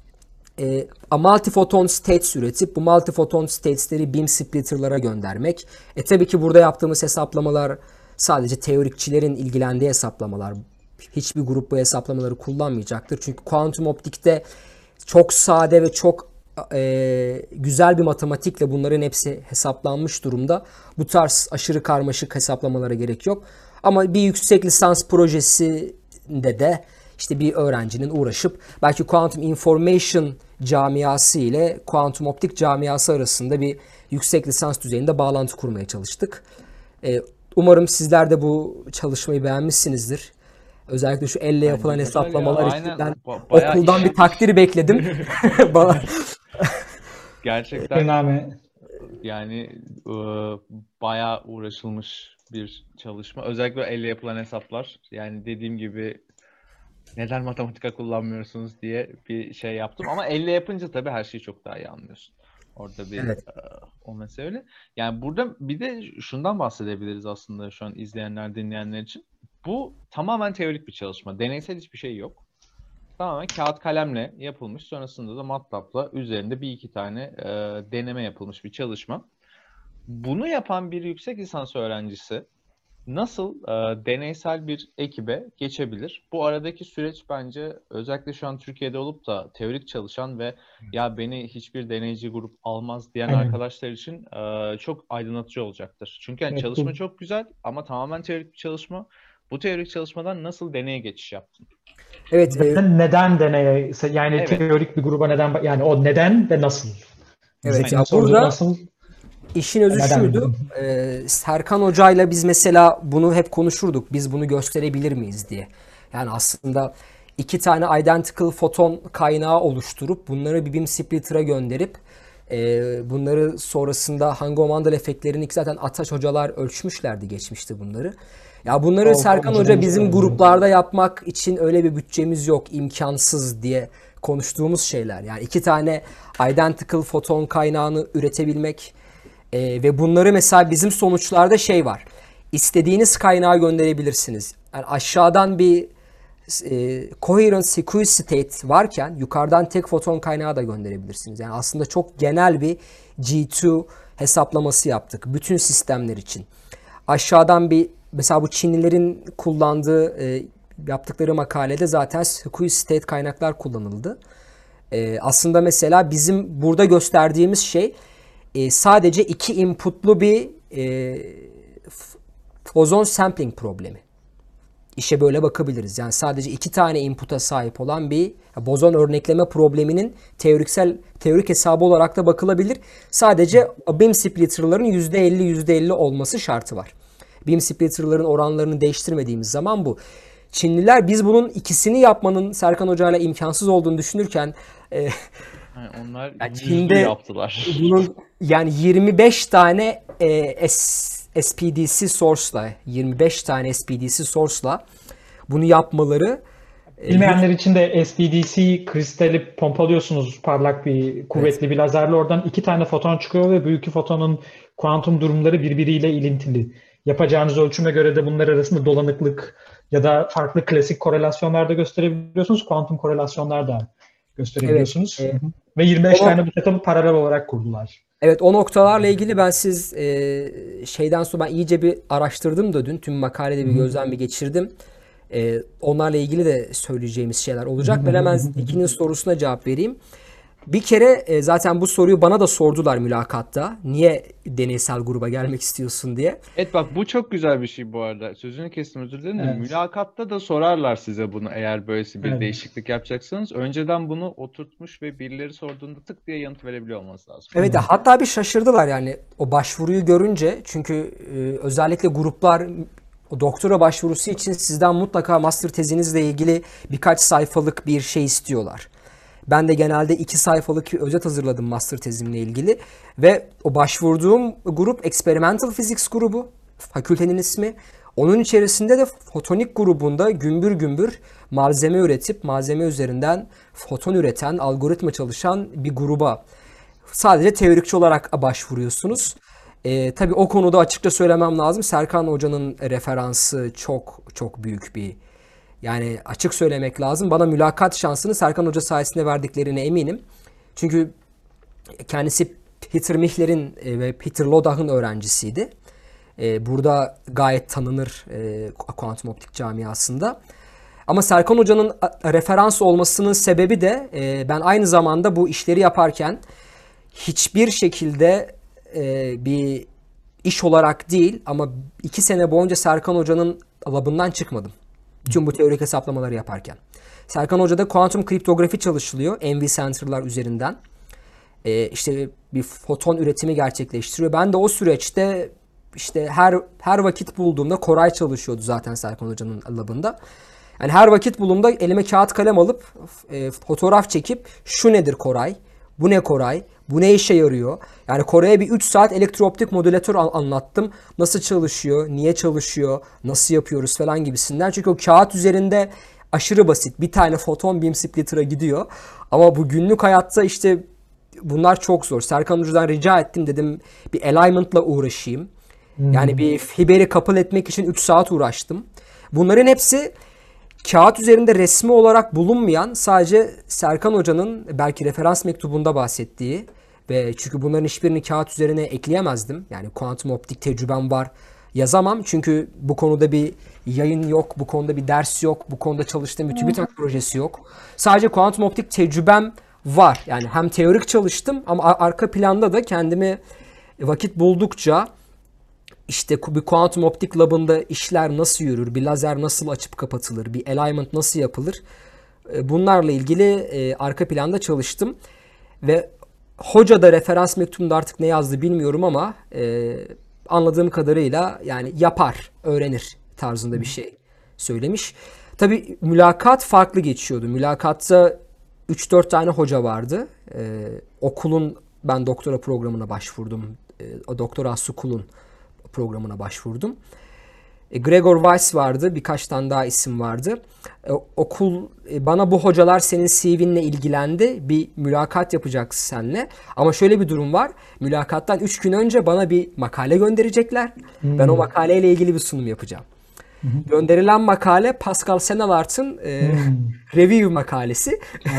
e, multifoton states üretip bu multifoton states'leri beam splitter'lara göndermek. E tabii ki burada yaptığımız hesaplamalar sadece teorikçilerin ilgilendiği hesaplamalar. Hiçbir grup bu hesaplamaları kullanmayacaktır. Çünkü kuantum optikte çok sade ve çok e, güzel bir matematikle bunların hepsi hesaplanmış durumda. Bu tarz aşırı karmaşık hesaplamalara gerek yok. Ama bir yüksek lisans projesinde de işte bir öğrencinin uğraşıp belki quantum information camiası ile kuantum optik camiası arasında bir yüksek lisans düzeyinde bağlantı kurmaya çalıştık. Ee, umarım sizler de bu çalışmayı beğenmişsinizdir. Özellikle şu elle yapılan güzel hesaplamalar ya, için aynen. ben Ba- bayağı okuldan iş bir takdir bekledim. Ba- Gerçekten Önemli. yani e, bayağı uğraşılmış bir çalışma. Özellikle elle yapılan hesaplar. Yani dediğim gibi neden matematika kullanmıyorsunuz diye bir şey yaptım. Ama elle yapınca tabii her şeyi çok daha iyi anlıyorsun. Orada bir Evet. e, o mesele. Yani burada bir de şundan bahsedebiliriz aslında şu an izleyenler, dinleyenler için. Bu tamamen teorik bir çalışma. Deneysel hiçbir şey yok. Tamamen kağıt kalemle yapılmış. Sonrasında da MATLAB'la üzerinde bir iki tane e, deneme yapılmış bir çalışma. Bunu yapan bir yüksek lisans öğrencisi nasıl e, deneysel bir ekibe geçebilir? Bu aradaki süreç bence özellikle şu an Türkiye'de olup da teorik çalışan ve ya beni hiçbir deneyici grup almaz diyen Aynen. arkadaşlar için e, çok aydınlatıcı olacaktır. Çünkü yani Evet, çalışma bu çok güzel ama tamamen teorik bir çalışma. Bu teorik çalışmadan nasıl deneye geçiş yaptın? Evet, e, neden, neden deneye yani Evet, teorik bir gruba neden yani o neden ve nasıl? evet aynen. Zeki'nin ya sorduğu burada nasıl işin özü neden şuydu. bilmiyorum. e, Serkan Hoca'yla biz mesela bunu hep konuşurduk. Biz bunu gösterebilir miyiz diye. Yani aslında iki tane identical foton kaynağı oluşturup bunları bir beam splitter'a gönderip e, bunları sonrasında Hango-Mandel efektlerini ki zaten Ataş hocalar ölçmüşlerdi geçmişte bunları. Ya bunları O, Serkan Hoca amacımız bizim öyle. gruplarda yapmak için öyle bir bütçemiz yok, imkansız diye konuştuğumuz şeyler. Yani iki tane identical foton kaynağını üretebilmek e, ve bunları mesela bizim sonuçlarda şey var. İstediğiniz kaynağı gönderebilirsiniz. Yani aşağıdan bir e, coherent sequence state varken yukarıdan tek foton kaynağı da gönderebilirsiniz. Yani aslında çok genel bir G iki hesaplaması yaptık bütün sistemler için. Aşağıdan bir mesela bu Çinlilerin kullandığı e, yaptıkları makalede zaten sequence state kaynaklar kullanıldı. E, aslında mesela bizim burada gösterdiğimiz şey e, sadece iki inputlu bir e, fozon sampling problemi. İşe böyle bakabiliriz. Yani sadece iki tane input'a sahip olan bir bozon örnekleme probleminin teoriksel teorik hesabı olarak da bakılabilir. Sadece beam splitter'ların yüzde elli yüzde elli olması şartı var. Beam splitter'ların oranlarını değiştirmediğimiz zaman bu. Çinliler biz bunun ikisini yapmanın Serkan Hoca ile imkansız olduğunu düşünürken e, Yani onlar yani yüzlü Çin'de yaptılar. bunun yani yirmi beş tane e, S, SPDC source'la yirmi beş tane SPDC source'la bunu yapmaları e, Bilmeyenler için de S P D C kristali pompalıyorsunuz parlak bir kuvvetli evet. bir lazerle oradan iki tane foton çıkıyor ve bu iki fotonun kuantum durumları birbiriyle ilintili. Yapacağınız ölçüme göre de bunlar arasında dolanıklık ya da farklı klasik korelasyonlar da gösterebiliyorsunuz. Kuantum korelasyonlar da Evet. gösterebiliyorsunuz. E, Hı hı. Ve yirmi beş o tane bu setup paralel olarak kurdular. Evet, o noktalarla ilgili ben siz e, şeyden sonra ben iyice bir araştırdım da dün tüm makalede Hı bir hı. gözden bir geçirdim. E, onlarla ilgili de söyleyeceğimiz şeyler Hı hı olacak. hı Ben hemen hı hı. ikinin sorusuna cevap vereyim. Bir kere e, zaten bu soruyu bana da sordular mülakatta. Niye deneysel gruba gelmek istiyorsun diye. Evet bak bu çok güzel bir şey bu arada. Sözünü kestim özür dilerim de Evet. mülakatta da sorarlar size bunu eğer böylesi bir Evet. değişiklik yapacaksanız. Önceden bunu oturtmuş ve birileri sorduğunda tık diye yanıt verebiliyor olması lazım. Evet, Evet. hatta bir şaşırdılar yani o başvuruyu görünce. Çünkü e, özellikle gruplar o doktora başvurusu için sizden mutlaka master tezinizle ilgili birkaç sayfalık bir şey istiyorlar. Ben de genelde iki sayfalık bir özet hazırladım master tezimle ilgili. Ve o başvurduğum grup Experimental Physics grubu. Fakültenin ismi. Onun içerisinde de fotonik grubunda gümbür gümbür malzeme üretip malzeme üzerinden foton üreten, algoritma çalışan bir gruba sadece teorikçi olarak başvuruyorsunuz. Ee, tabii o konuda açıkça söylemem lazım. Serkan Hoca'nın referansı çok çok büyük bir, yani açık söylemek lazım. Bana mülakat şansını Serkan Hoca sayesinde verdiklerine eminim. Çünkü kendisi Peter Michler'in e, ve Peter Lodach'ın öğrencisiydi. E, Burada gayet tanınır e, kuantum optik camiasında. Ama Serkan Hoca'nın referans olmasının sebebi de e, ben aynı zamanda bu işleri yaparken hiçbir şekilde e, bir iş olarak değil ama iki sene boyunca Serkan Hoca'nın labından çıkmadım. Tüm bu teorik hesaplamaları yaparken. Serkan Hoca'da kuantum kriptografi çalışılıyor N V Center'lar üzerinden. Ee, işte bir foton üretimi gerçekleştiriyor. Ben de o süreçte işte her her vakit bulduğumda Koray çalışıyordu zaten Serkan Hoca'nın labında. Yani her vakit bulduğumda elime kağıt kalem alıp e, fotoğraf çekip şu nedir Koray? Bu ne Koray? Bu ne işe yarıyor? Yani Koray'a bir üç saat elektrooptik modülatör anlattım. Nasıl çalışıyor? Niye çalışıyor? Nasıl yapıyoruz falan gibisinden. Çünkü o kağıt üzerinde aşırı basit. Bir tane foton beam splitter'a gidiyor. Ama bu günlük hayatta işte bunlar çok zor. Serkan Hoca'dan rica ettim, dedim bir alignment'la uğraşayım. Yani bir fiberi couple etmek için üç saat uğraştım. Bunların hepsi kağıt üzerinde resmi olarak bulunmayan, sadece Serkan Hoca'nın belki referans mektubunda bahsettiği ve çünkü bunların hiçbirini kağıt üzerine ekleyemezdim. Yani kuantum optik tecrübem var. yazamam. Çünkü bu konuda bir yayın yok, bu konuda bir ders yok, bu konuda çalıştığım bir TÜBİTAK projesi yok. Sadece kuantum optik tecrübem var. Yani hem teorik çalıştım ama arka planda da kendimi vakit buldukça işte bir kuantum optik labında işler nasıl yürür, bir lazer nasıl açıp kapatılır, bir alignment nasıl yapılır, bunlarla ilgili arka planda çalıştım. Ve hoca da referans mektubunda artık ne yazdı bilmiyorum ama e, anladığım kadarıyla yani yapar, öğrenir tarzında bir şey söylemiş. Tabii mülakat farklı geçiyordu. Mülakatta üç dört tane hoca vardı. E, okulun ben doktora programına başvurdum. E, Doktor Aslı Kul'un programına başvurdum. E, Gregor Weiss vardı. Birkaç tane daha isim vardı. E, okul e, bana bu hocalar senin C V'nle ilgilendi. Bir mülakat yapacak seninle. Ama şöyle bir durum var. Mülakattan üç gün önce bana bir makale gönderecekler. Hmm. Ben o makaleyle ilgili bir sunum yapacağım. Hmm. Gönderilen makale Pascal Senalart'ın e, hmm. review makalesi.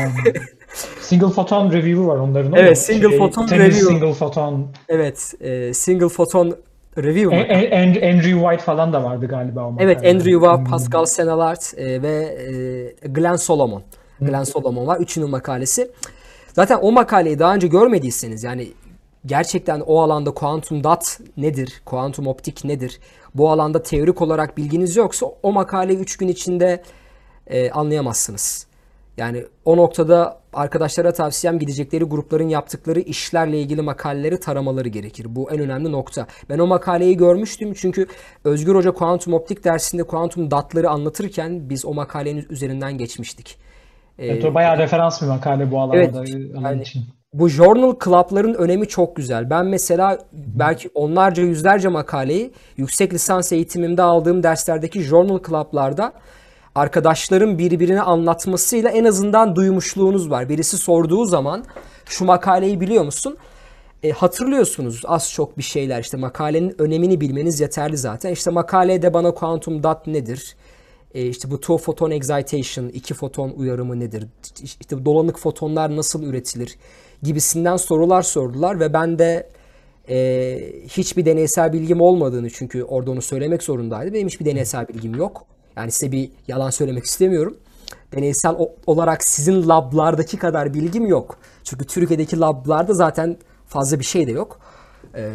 Single Photon Review'u var onların. Evet, Single şey, Photon Review. Single Photon. Evet, e, Single Photon Review. En, en, Andrew White falan da vardı galiba o makalede. Evet, Andrew White, hmm. Pascal Senalart e, ve e, Glenn Solomon. Hmm. Glenn Solomon var. Üçünün makalesi. Zaten o makaleyi daha önce görmediyseniz yani gerçekten o alanda kuantum dot nedir, kuantum optik nedir, bu alanda teorik olarak bilginiz yoksa o makaleyi üç gün içinde e, anlayamazsınız. Yani o noktada arkadaşlara tavsiyem gidecekleri grupların yaptıkları işlerle ilgili makaleleri taramaları gerekir. Bu en önemli nokta. Ben o makaleyi görmüştüm çünkü Özgür Hoca kuantum optik dersinde kuantum dotları anlatırken biz o makalenin üzerinden geçmiştik. Evet, o bayağı referans bir makale bu alanda. Evet, yani için. Bu journal club'ların önemi çok güzel. Ben mesela belki onlarca yüzlerce makaleyi yüksek lisans eğitimimde aldığım derslerdeki journal club'larda arkadaşların birbirine anlatmasıyla en azından duymuşluğunuz var. Birisi sorduğu zaman şu makaleyi biliyor musun? E, hatırlıyorsunuz az çok bir şeyler. İşte makalenin önemini bilmeniz yeterli zaten. İşte makalede bana quantum dot nedir? E, işte bu two photon excitation, iki foton uyarımı nedir? İşte dolanık fotonlar nasıl üretilir? Gibisinden sorular sordular ve ben de e, hiçbir deneysel bilgim olmadığını, çünkü orada onu söylemek zorundaydı. Benim hiçbir deneysel bilgim yok. Yani size bir yalan söylemek istemiyorum. Deneysel olarak sizin lablardaki kadar bilgim yok. Çünkü Türkiye'deki lablarda zaten fazla bir şey de yok. Ee,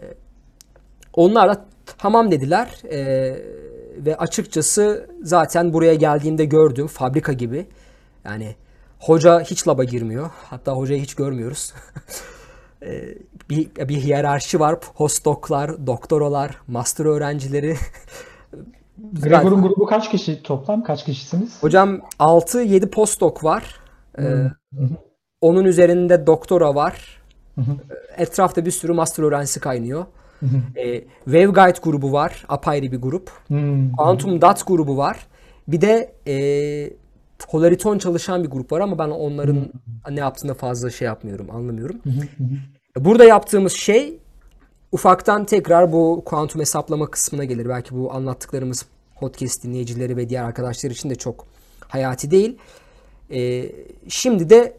onlar da tamam dediler. Ee, ve açıkçası zaten buraya geldiğimde gördüğüm fabrika gibi. Yani hoca hiç laba girmiyor. Hatta hocayı hiç görmüyoruz. ee, bir, bir hiyerarşi var. Postdoc'lar, doktoralar, master öğrencileri. Gregor'un grubu kaç kişi toplam? Kaç kişisiniz? Hocam altı yedi postdoc var. Ee, onun üzerinde doktora var. Etrafta bir sürü master öğrencisi kaynıyor. Ee, Waveguide grubu var. Apayrı bir grup. Quantum Dot grubu var. Bir de e, polariton çalışan bir grup var ama ben onların ne yaptığında fazla şey yapmıyorum, anlamıyorum. Burada yaptığımız şey ufaktan tekrar bu kuantum hesaplama kısmına gelir. Belki bu anlattıklarımız podcast dinleyicileri ve diğer arkadaşlar için de çok hayati değil. Ee, şimdi de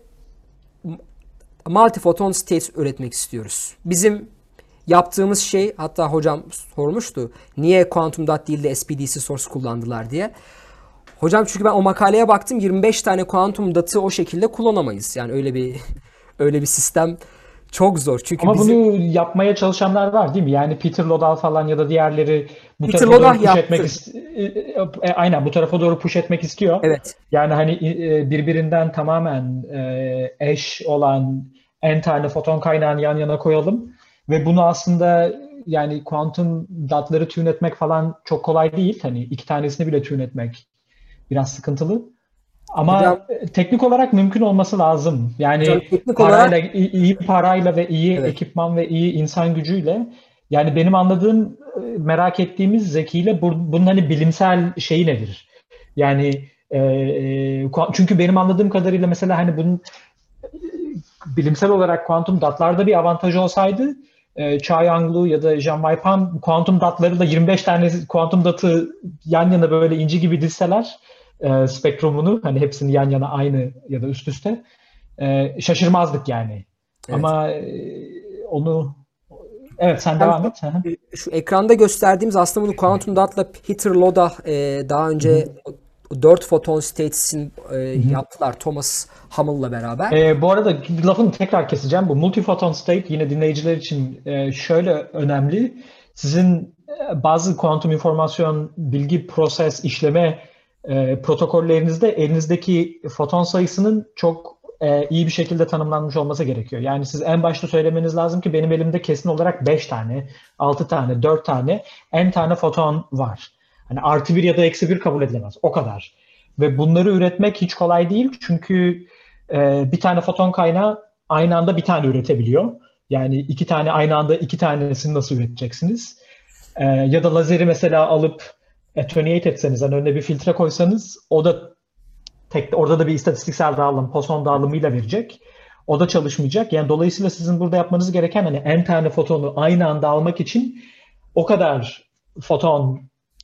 multiphoton states üretmek istiyoruz. Bizim yaptığımız şey, hatta hocam sormuştu niye quantum dot değil de S P D C source kullandılar diye. Hocam çünkü ben o makaleye baktım, yirmi beş tane quantum dot'ı o şekilde kullanamayız. Yani öyle bir öyle bir sistem çok zor. Çünkü ama bizim... bunu yapmaya çalışanlar var değil mi? Yani Peter Lodal falan ya da diğerleri bu Peter tarafa Lodal doğru push yaptı. etmek ist- aynen bu tarafa doğru push etmek istiyor. Evet. Yani hani birbirinden tamamen eş olan n tane foton kaynağını yan yana koyalım ve bunu aslında yani kuantum dotları tune etmek falan çok kolay değil. Hani iki tanesini bile tune etmek biraz sıkıntılı. Ama hocam, teknik olarak mümkün olması lazım. Yani hocam, parayla, olarak... iyi parayla ve iyi evet. ekipman ve iyi insan gücüyle. Yani benim anladığım, merak ettiğimiz Zeki'yle bunun hani bilimsel şeyi nedir? Yani e, çünkü benim anladığım kadarıyla mesela hani bunun bilimsel olarak kuantum dotlarda bir avantajı olsaydı e, Chia-Yang ya da Jean Wei-Pan kuantum dotları da yirmi beş tane kuantum dot'ı yan yana böyle inci gibi dizseler E, spektrumunu, hani hepsini yan yana aynı ya da üst üste e, şaşırmazdık yani. Evet. Ama e, onu Evet, sen devam et. Hı hı. Şu ekranda gösterdiğimiz aslında bunu Quantum Dot'la Peter Loda e, daha önce dört foton states'in e, yaptılar Thomas Hamill'la beraber. Ee, bu arada lafını tekrar keseceğim. Bu multifoton state yine dinleyiciler için e, şöyle önemli. Sizin e, bazı kuantum informasyon, bilgi, proses, işleme e, protokollerinizde elinizdeki foton sayısının çok e, iyi bir şekilde tanımlanmış olması gerekiyor. Yani siz en başta söylemeniz lazım ki benim elimde kesin olarak beş tane, altı tane, dört tane, n tane foton var. Hani artı bir ya da eksi bir kabul edilemez. O kadar. Ve bunları üretmek hiç kolay değil. Çünkü e, bir tane foton kaynağı aynı anda bir tane üretebiliyor. Yani iki tane aynı anda iki tanesini nasıl üreteceksiniz? E, ya da lazeri mesela alıp attenuate etseniz, hani önüne bir filtre koysanız o da tek, orada da bir istatistiksel dağılım, Poisson dağılımıyla verecek. O da çalışmayacak. Yani dolayısıyla sizin burada yapmanız gereken hani n tane fotonu aynı anda almak için o kadar foton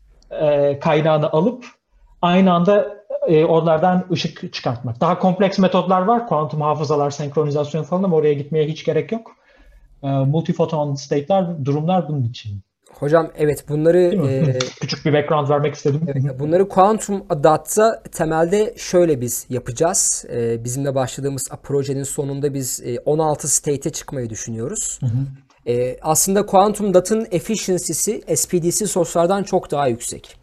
e, kaynağını alıp aynı anda e, oralardan ışık çıkartmak. Daha kompleks metotlar var. Kuantum hafızalar, senkronizasyon falan ama oraya gitmeye hiç gerek yok. E, multifoton state'ler, durumlar bunun için. Hocam evet bunları e, küçük bir background vermek istedim. evet, bunları Quantum Dot'ta temelde şöyle biz yapacağız. E, bizimle başladığımız projenin sonunda biz e, on altı state'e çıkmayı düşünüyoruz. Hı hı. E, aslında Quantum Dot'ın efficiency'si S P D C source'lardan çok daha yüksek.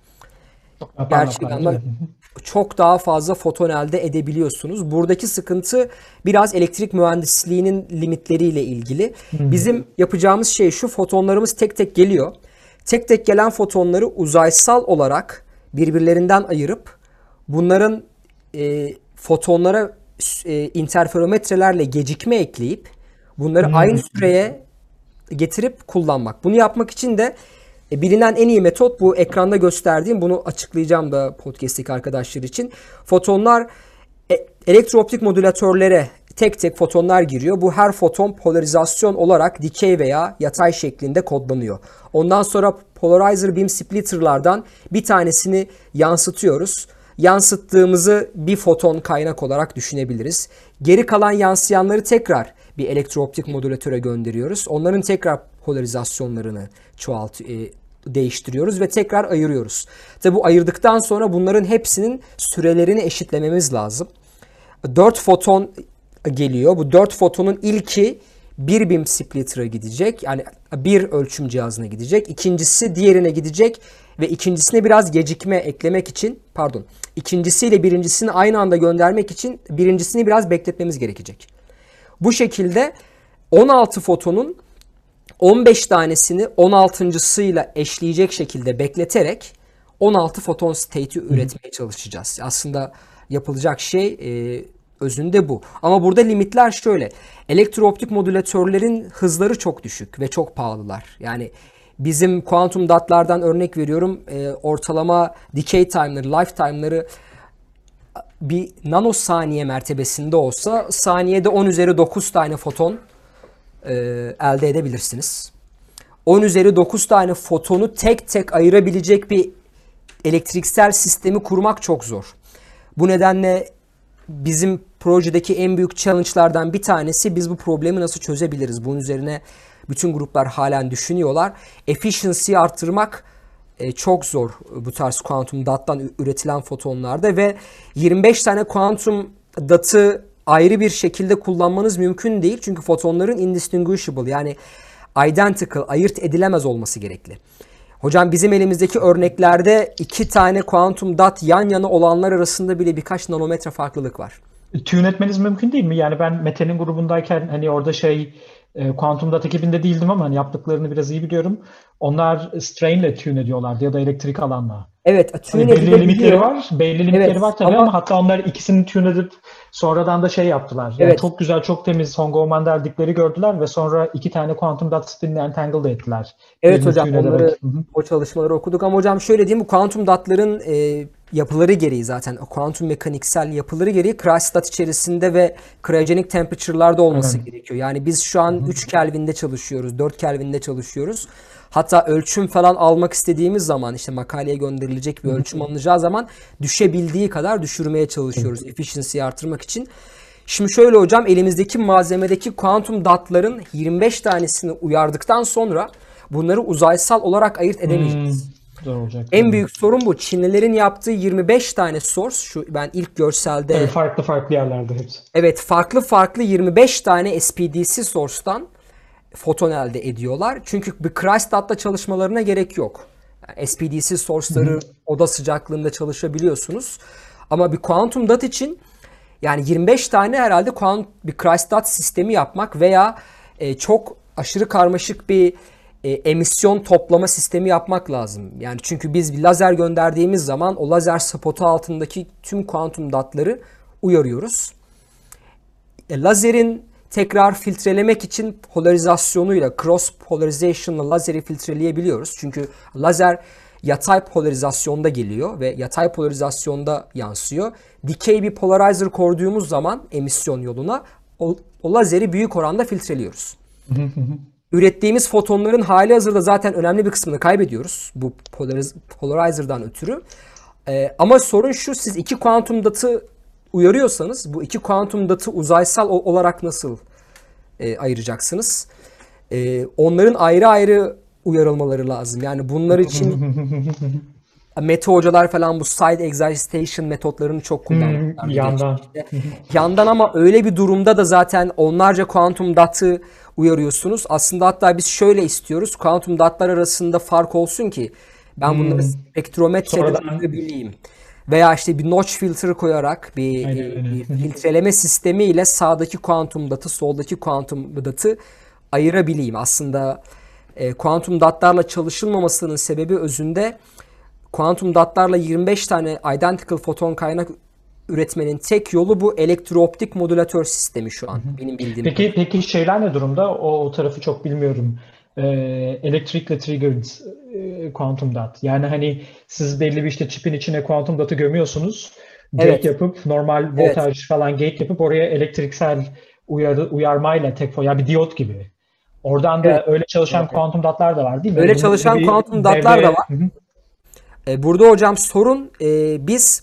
Gerçekten ama çok daha fazla foton elde edebiliyorsunuz. Buradaki sıkıntı biraz elektrik mühendisliğinin limitleriyle ilgili. Hmm. Bizim yapacağımız şey şu: fotonlarımız tek tek geliyor. Tek tek gelen fotonları uzaysal olarak birbirlerinden ayırıp bunların e, fotonlara e, interferometrelerle gecikme ekleyip bunları hmm. aynı süreye getirip kullanmak. Bunu yapmak için de E, bilinen en iyi metot bu ekranda gösterdiğim, bunu açıklayacağım da podcast'teki arkadaşlar için. Fotonlar e, elektrooptik modülatörlere tek tek fotonlar giriyor. Bu her foton polarizasyon olarak dikey veya yatay şeklinde kodlanıyor. Ondan sonra polarizer beam splitter'lardan bir tanesini yansıtıyoruz. Yansıttığımızı bir foton kaynak olarak düşünebiliriz. Geri kalan yansıyanları tekrar bir elektrooptik modülatöre gönderiyoruz. Onların tekrar polarizasyonlarını çoğalt e, değiştiriyoruz ve tekrar ayırıyoruz. Tabi bu ayırdıktan sonra bunların hepsinin sürelerini eşitlememiz lazım. dört foton geliyor. Bu dört fotonun ilki bir beam splitter'a gidecek. Yani bir ölçüm cihazına gidecek. İkincisi diğerine gidecek ve ikincisine biraz gecikme eklemek için, pardon, ikincisiyle birincisini aynı anda göndermek için birincisini biraz bekletmemiz gerekecek. Bu şekilde on altı fotonun on beş tanesini on altıncısıyla eşleyecek şekilde bekleterek on altı foton state'i üretmeye çalışacağız. Aslında yapılacak şey e, özünde bu. Ama burada limitler şöyle: elektrooptik modülatörlerin hızları çok düşük ve çok pahalılar. Yani bizim Quantum Dot'lardan örnek veriyorum, e, ortalama decay time'ları, life time'ları bir nanosaniye mertebesinde olsa saniyede on üzeri dokuz tane foton e, elde edebilirsiniz. on üzeri dokuz tane fotonu tek tek ayırabilecek bir elektriksel sistemi kurmak çok zor. Bu nedenle bizim projedeki en büyük challenge'lardan bir tanesi, biz bu problemi nasıl çözebiliriz? Bunun üzerine bütün gruplar halen düşünüyorlar. Efficiency'yi arttırmak e, çok zor bu tarz Quantum Dot'tan üretilen fotonlarda ve yirmi beş tane Quantum Dot'ı ayrı bir şekilde kullanmanız mümkün değil. Çünkü fotonların indistinguishable, yani identical, ayırt edilemez olması gerekli. Hocam bizim elimizdeki örneklerde iki tane Quantum Dot yan yana olanlar arasında bile birkaç nanometre farklılık var. Tune etmeniz mümkün değil mi? Yani ben Mete'nin grubundayken hani orada şey e, Quantum Dot ekibinde değildim ama hani yaptıklarını biraz iyi biliyorum. Onlar strain'le tune ediyorlardı ya da elektrik alanla. Evet, tune hani belli limitleri var. Belli limitleri evet, var tabii ama, ama hatta onlar ikisini tune edip sonradan da şey yaptılar. Yani evet, çok güzel, çok temiz Von Neumann derdikleri gördüler ve sonra iki tane Quantum Dot spin'le entangle ettiler. Evet hocam, onları, o çalışmaları okuduk ama hocam şöyle diyeyim, bu Quantum Dot'ların e, yapıları gereği, zaten kuantum mekaniksel yapıları gereği cryostat içerisinde ve cryogenic temperature'larda olması evet. gerekiyor. Yani biz şu an üç Kelvin'de çalışıyoruz, dört Kelvin'de çalışıyoruz. Hatta ölçüm falan almak istediğimiz zaman, işte makaleye gönderilecek bir ölçüm alınacağı zaman düşebildiği kadar düşürmeye çalışıyoruz efficiency'yi artırmak için. Şimdi şöyle hocam, elimizdeki malzemedeki kuantum datların yirmi beş tanesini uyardıktan sonra bunları uzaysal olarak ayırt edemeyeceğiz. Hmm, zor olacak. En büyük sorun bu. Çinlilerin yaptığı yirmi beş tane source, şu ben ilk görselde Tabii farklı farklı yerlerde hepsi. evet, farklı farklı yirmi beş tane S P D C source'tan foton elde ediyorlar. Çünkü bir Kreisdatt'la çalışmalarına gerek yok. Yani S P D C source'ları oda sıcaklığında çalışabiliyorsunuz. Ama bir kuantum dot için yani yirmi beş tane herhalde kuant bir Kreisdatt sistemi yapmak veya e, çok aşırı karmaşık bir e, emisyon toplama sistemi yapmak lazım. Yani çünkü biz bir lazer gönderdiğimiz zaman o lazer spotu altındaki tüm kuantum datları uyarıyoruz. E, lazerin tekrar filtrelemek için polarizasyonuyla, cross polarization'la lazeri filtreleyebiliyoruz. Çünkü lazer yatay polarizasyonda geliyor ve yatay polarizasyonda yansıyor. Dikey bir polarizer koyduğumuz zaman emisyon yoluna o, o lazeri büyük oranda filtreliyoruz. Ürettiğimiz fotonların hali hazırda zaten önemli bir kısmını kaybediyoruz bu polariz- polarizer'dan ötürü. Ee, ama sorun şu, siz iki kuantum datı uyarıyorsanız bu iki kuantum datı uzaysal olarak nasıl e, ayıracaksınız? E, onların ayrı ayrı uyarılmaları lazım. Yani bunlar için Mete hocalar falan bu side excitation metotlarını çok kullanıyorlar. Hmm, yandan. Yandan ama öyle bir durumda da zaten onlarca kuantum datı uyarıyorsunuz. Aslında hatta biz şöyle istiyoruz. Kuantum datlar arasında fark olsun ki ben bunları Hmm. spektrometrede Sonradan- görebileyim. Veya işte bir notch filter koyarak bir, Aynen, e, aynen. bir filtreleme sistemiyle sağdaki kuantum datı, soldaki kuantum datı ayırabileyim. Aslında e, kuantum datlarla çalışılmamasının sebebi özünde kuantum datlarla yirmi beş tane identical foton kaynak üretmenin tek yolu bu elektrooptik modülatör sistemi şu an benim bildiğim. Peki peki şeyler ne durumda? O, o tarafı çok bilmiyorum. Ee, electrically triggered e, quantum dot. Yani hani siz belli bir işte çipin içine quantum dot'ı gömüyorsunuz. Gate Evet. yapıp normal Evet. voltaj falan gate yapıp oraya elektriksel uyarı, uyarmayla tek fo ya bir diyot gibi. Oradan da Evet. öyle çalışan kuantum dotlar da var değil mi? Öyle Bunun çalışan bir kuantum dotlar da devre- var. Hı hı. E, burada hocam sorun e, biz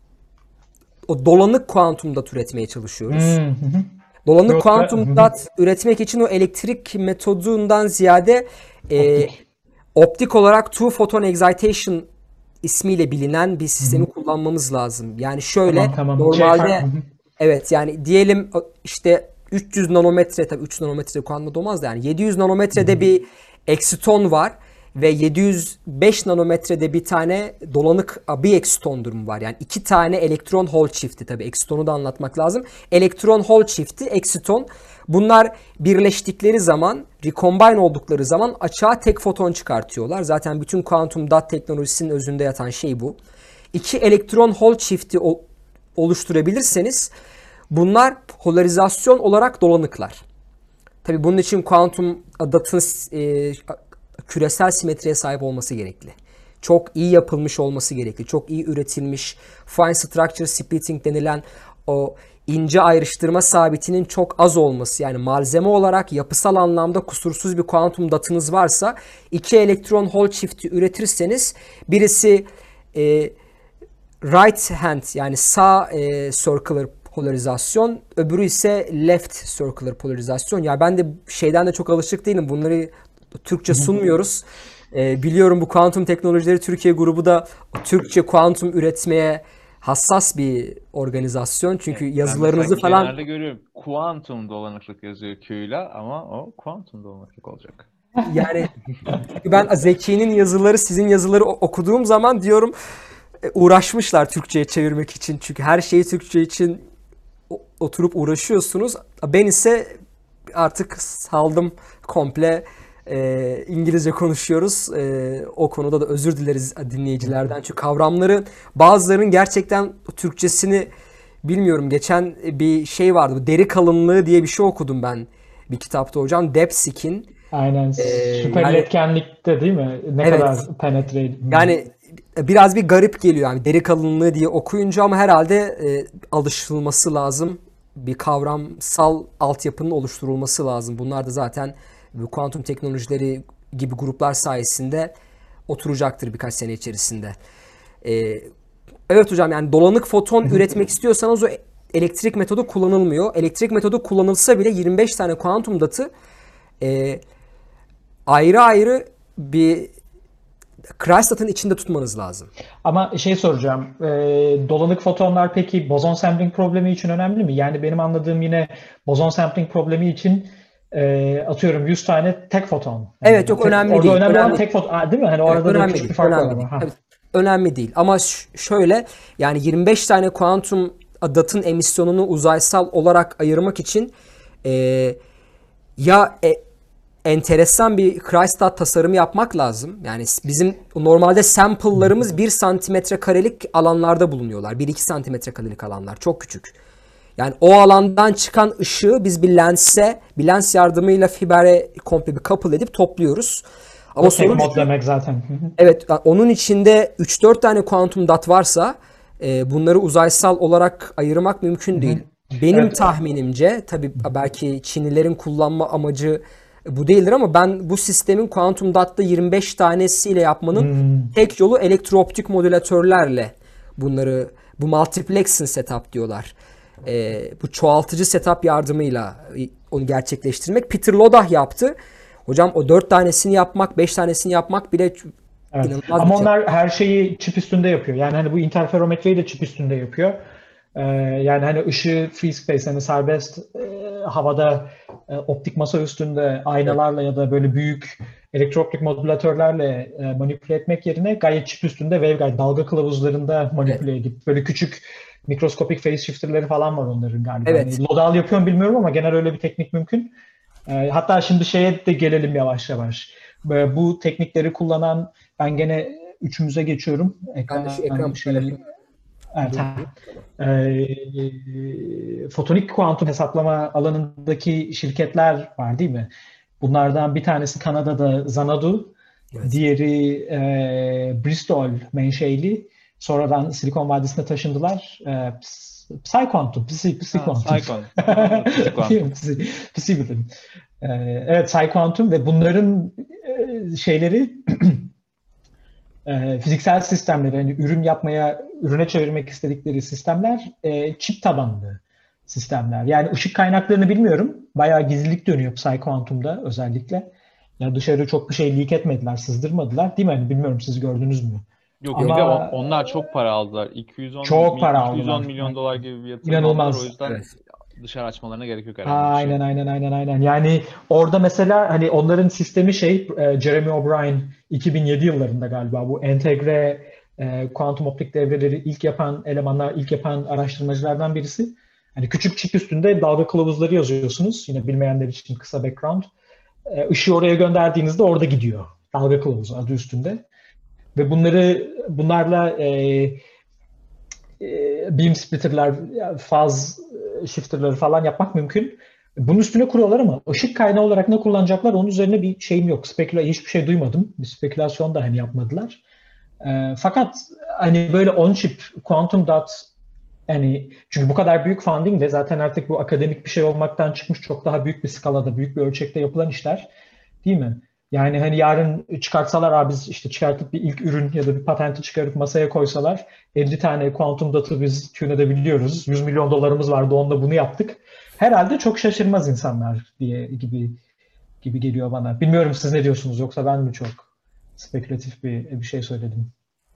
o dolanık kuantum dat üretmeye çalışıyoruz. Hı hı. Dolanık Yoksa- Hı kuantum hı. dat üretmek için o elektrik metodundan ziyade e, Optik. optik olarak two photon excitation ismiyle bilinen bir sistemi kullanmamız lazım. Yani şöyle Tamam, tamam. normalde Şey, hı hı. evet yani diyelim o- işte üç yüz nanometre, tabii üç nanometre kuantumda olmaz da yani yedi yüz nanometrede bir eksiton var ve yedi yüz beş nanometrede bir tane dolanık bir eksiton durumu var. Yani iki tane elektron hole çifti, tabii eksitonu da anlatmak lazım. Elektron hole çifti, eksiton, bunlar birleştikleri zaman, recombine oldukları zaman açığa tek foton çıkartıyorlar. Zaten bütün kuantum dot teknolojisinin özünde yatan şey bu. İki elektron hole çifti o- oluşturabilirseniz bunlar polarizasyon olarak dolanıklar. Tabii bunun için kuantum datın e, küresel simetriye sahip olması gerekli. Çok iyi yapılmış olması gerekli. Çok iyi üretilmiş, fine structure splitting denilen o ince ayrıştırma sabitinin çok az olması, yani malzeme olarak yapısal anlamda kusursuz bir kuantum datınız varsa iki elektron hole çifti üretirseniz birisi e, right hand yani sağ e, circular polarizasyon, öbürü ise left circular polarizasyon. Ya ben de şeyden de çok alışık değilim. Bunları Türkçe sunmuyoruz. E, biliyorum bu kuantum teknolojileri Türkiye grubu da Türkçe kuantum üretmeye hassas bir organizasyon. Çünkü yazılarınızı Ben falan genelde görüyorum. Kuantum dolanıklık yazıyor Q'yla ama o kuantum dolanıklık olacak. yani çünkü ben Zeki'nin yazıları, sizin yazıları o- okuduğum zaman diyorum e, uğraşmışlar Türkçe'ye çevirmek için. Çünkü her şeyi Türkçe için o- oturup uğraşıyorsunuz. Ben ise artık saldım komple. E, İngilizce konuşuyoruz. E, o konuda da özür dileriz dinleyicilerden. Çünkü kavramları, bazılarının gerçekten Türkçesini bilmiyorum. Geçen bir şey vardı. Bu deri kalınlığı diye bir şey okudum ben bir kitapta hocam. Depth skin. Aynen. Ee, Süper yani- iletkenlikte değil mi? Ne Evet. kadar penetre. Yani biraz bir garip geliyor yani deri kalınlığı diye okuyunca, ama herhalde e, alışılması lazım. Bir kavramsal altyapının oluşturulması lazım. Bunlar da zaten bu kuantum teknolojileri gibi gruplar sayesinde oturacaktır birkaç sene içerisinde. E, evet hocam, yani dolanık foton üretmek istiyorsanız o elektrik metodu kullanılmıyor. Elektrik metodu kullanılsa bile yirmi beş tane kuantum datı e, ayrı ayrı bir Kreisdat'ın içinde tutmanız lazım. Ama şey soracağım. E, dolanık fotonlar peki bozon sampling problemi için önemli mi? Yani benim anladığım yine bozon sampling problemi için e, atıyorum yüz tane tek foton. Yani Evet, yok tek, önemli orada değil. önemli Önemli olan tek foton. Değil mi? Hani Evet, orada da önemli küçük değil. bir fark var Önemli ama. değil. Ha. Tabii, önemli değil. Ama ş- şöyle yani yirmi beş tane kuantum datın emisyonunu uzaysal olarak ayırmak için e, ya e, enteresan bir Kreistat tasarımı yapmak lazım. Yani bizim normalde sample'larımız bir santimetre karelik alanlarda bulunuyorlar. bir iki santimetre karelik alanlar. Çok küçük. Yani o alandan çıkan ışığı biz bir lense, bir lens yardımıyla fibere komple bir couple edip topluyoruz. Ama O tek sorun mod şu, demek zaten. evet, onun içinde üç dört tane kuantum dat varsa e, bunları uzaysal olarak ayırmak mümkün değil. Benim Evet. tahminimce tabii belki Çinlilerin kullanma amacı bu değildir ama ben bu sistemin kuantum datta yirmi beş tanesiyle yapmanın tek yolu elektrooptik modülatörlerle bunları bu multiplexing setup diyorlar. E, bu çoğaltıcı setup yardımıyla onu gerçekleştirmek. Peter Lodah yaptı. Hocam o dört tanesini yapmak, beş tanesini yapmak bile Evet. inanılmaz Ama bir şey. onlar her şeyi çip üstünde yapıyor. Yani hani bu interferometreyi de çip üstünde yapıyor. Ee, yani hani ışığı free space, hani serbest e, havada e, optik masa üstünde aynalarla ya da böyle büyük elektrooptik modülatörlerle e, manipüle etmek yerine gayet çip üstünde waveguide dalga kılavuzlarında manipüle edip böyle küçük mikroskopik phase shifter'ları falan var onların galiba. Evet. Hani Lodal yapıyor mu bilmiyorum ama genel öyle bir teknik mümkün. E, hatta şimdi şeye de gelelim yavaş yavaş. E, bu teknikleri kullanan, ben gene üçümüze geçiyorum. Ben de şu ekran Ekran paylaşayım. Evet. E, fotonik kuantum hesaplama alanındaki şirketler var değil mi? Bunlardan bir tanesi Kanada'da Xanadu, Evet. diğeri e, Bristol menşeli. Sonradan Silikon Vadisi'ne taşındılar. E, PsiQuantum, Psi, PsiQuantum. PsiQuantum. PsiQuantum. Psi, Psi bilim. E, evet, PsiQuantum ve bunların e, şeyleri e, fiziksel sistemleri, hani ürün yapmaya, ürüne çevirmek istedikleri sistemler e, çip tabanlı sistemler. Yani ışık kaynaklarını bilmiyorum. Bayağı gizlilik dönüyor PsiQuantum'da özellikle. Yani dışarı çok bir şey leak etmediler, sızdırmadılar. Değil mi? Hani bilmiyorum, siz gördünüz mü? Yok, Ama bir de on- onlar çok para aldılar. iki yüz on, çok para iki yüz on aldılar. milyon dolar gibi bir yatırım aldılar. İnanılmaz. O yüzden Evet. dışarı açmalarına gerek yok herhangi bir şey. Aynen aynen aynen aynen. Yani orada mesela hani onların sistemi şey, e, Jeremy O'Brien iki bin yedi yıllarında galiba bu entegre e, kuantum optik devreleri ilk yapan elemanlar, ilk yapan araştırmacılardan birisi. Hani küçük çip üstünde dalga kılavuzları yazıyorsunuz. Yine bilmeyenler için kısa background. E, ışığı oraya gönderdiğinizde orada gidiyor. Dalga kılavuzu adı üstünde. Ve bunları bunlarla e, e, beam splitter'lar, faz shifter'ları falan yapmak mümkün. Bunun üstüne kuruyorlar ama ışık kaynağı olarak ne kullanacaklar onun üzerine bir şeyim yok. Speküla hiçbir şey duymadım. Bir spekülasyon da hani yapmadılar. E, fakat hani böyle on chip quantum dot, yani çünkü bu kadar büyük funding de zaten artık bu akademik bir şey olmaktan çıkmış, çok daha büyük bir skalada, büyük bir ölçekte yapılan işler, değil mi? Yani hani yarın çıkartsalar, abi biz işte çıkartıp bir ilk ürün ya da bir patenti çıkarıp masaya koysalar, elli tane kuantum datı biz tune edebiliyoruz, yüz milyon dolarımız vardı onunla bunu yaptık, herhalde çok şaşırmaz insanlar diye gibi gibi geliyor bana. Bilmiyorum, siz ne diyorsunuz, yoksa ben mi çok spekülatif bir bir şey söyledim?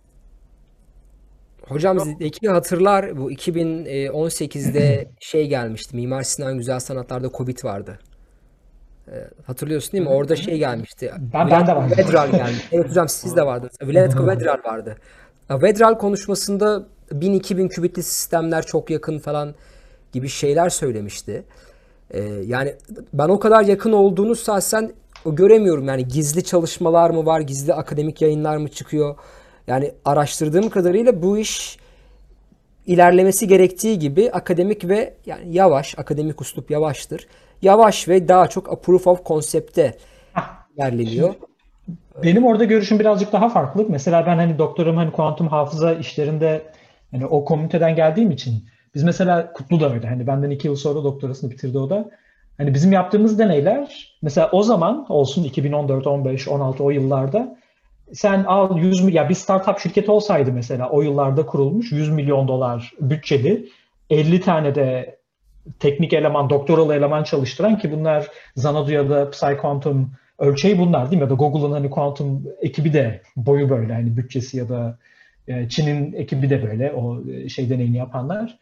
Hocam Zeki hatırlar, bu iki bin on sekizde şey gelmişti. Mimar Sinan Güzel Sanatlar'da Covid vardı. Ee, Hatırlıyorsun değil mi? Orada şey gelmişti. Ben, ben de vardım. Vedral gelmiş. Evet hocam, siz de vardınız. Vlad Vedral vardı. Vedral konuşmasında bin iki bin kübitli sistemler çok yakın falan gibi şeyler söylemişti. Ee, yani ben o kadar yakın olduğunu şahsen göremiyorum. Yani gizli çalışmalar mı var, gizli akademik yayınlar mı çıkıyor? Yani araştırdığım kadarıyla bu iş ilerlemesi gerektiği gibi akademik ve yani yavaş, akademik üslup yavaştır. Yavaş ve daha çok a proof of concept'te ilerleniyor. Benim orada görüşüm birazcık daha farklı. Mesela ben hani doktorum hani kuantum hafıza işlerinde, hani o komüniteden geldiğim için, biz mesela Kutlu da öyle. Hani benden iki yıl sonra doktorasını bitirdi o da. Hani bizim yaptığımız deneyler mesela o zaman olsun, iki bin on dört, on beş, on altı o yıllarda, sen al yüz, ya bir startup şirketi olsaydı mesela o yıllarda kurulmuş, yüz milyon dolar bütçeli elli tane de teknik eleman, doktoralı eleman çalıştıran, ki bunlar Xanadu ya da PsyQuantum ölçeği bunlar değil mi? Ya da Google'ın hani kuantum ekibi de boyu böyle, hani bütçesi, ya da Çin'in ekibi de böyle, o şey deneyini yapanlar.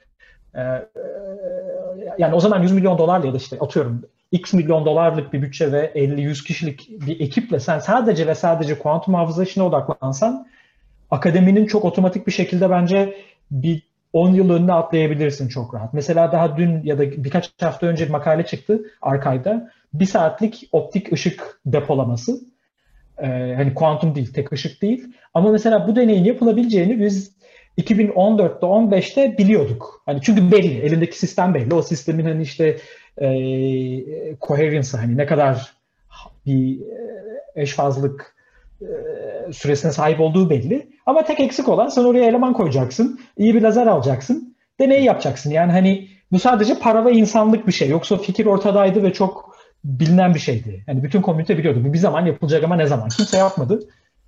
Yani o zaman yüz milyon dolarla ya da işte atıyorum X milyon dolarlık bir bütçe ve elli yüz kişilik bir ekiple sen sadece ve sadece kuantum hafıza işine odaklansan, akademinin çok otomatik bir şekilde bence bir on yıl önüne atlayabilirsin çok rahat. Mesela daha dün ya da birkaç hafta önce bir makale çıktı Archive'da. Bir saatlik optik ışık depolaması. Ee, hani kuantum değil, tek ışık değil. Ama mesela bu deneyin yapılabileceğini biz iki bin on dörtte on beşte biliyorduk. Hani çünkü belli, elindeki sistem belli. O sistemin hani işte e, coherence'ı, hani ne kadar bir eşfazlık e, süresine sahip olduğu belli. Ama tek eksik olan, sen oraya eleman koyacaksın, iyi bir lazer alacaksın, deneyi yapacaksın. Yani hani bu sadece para ve insanlık bir şey. Yoksa fikir ortadaydı ve çok bilinen bir şeydi. Yani bütün komünite biliyordu. Bu bir zaman yapılacak ama ne zaman? Kimse yapmadı.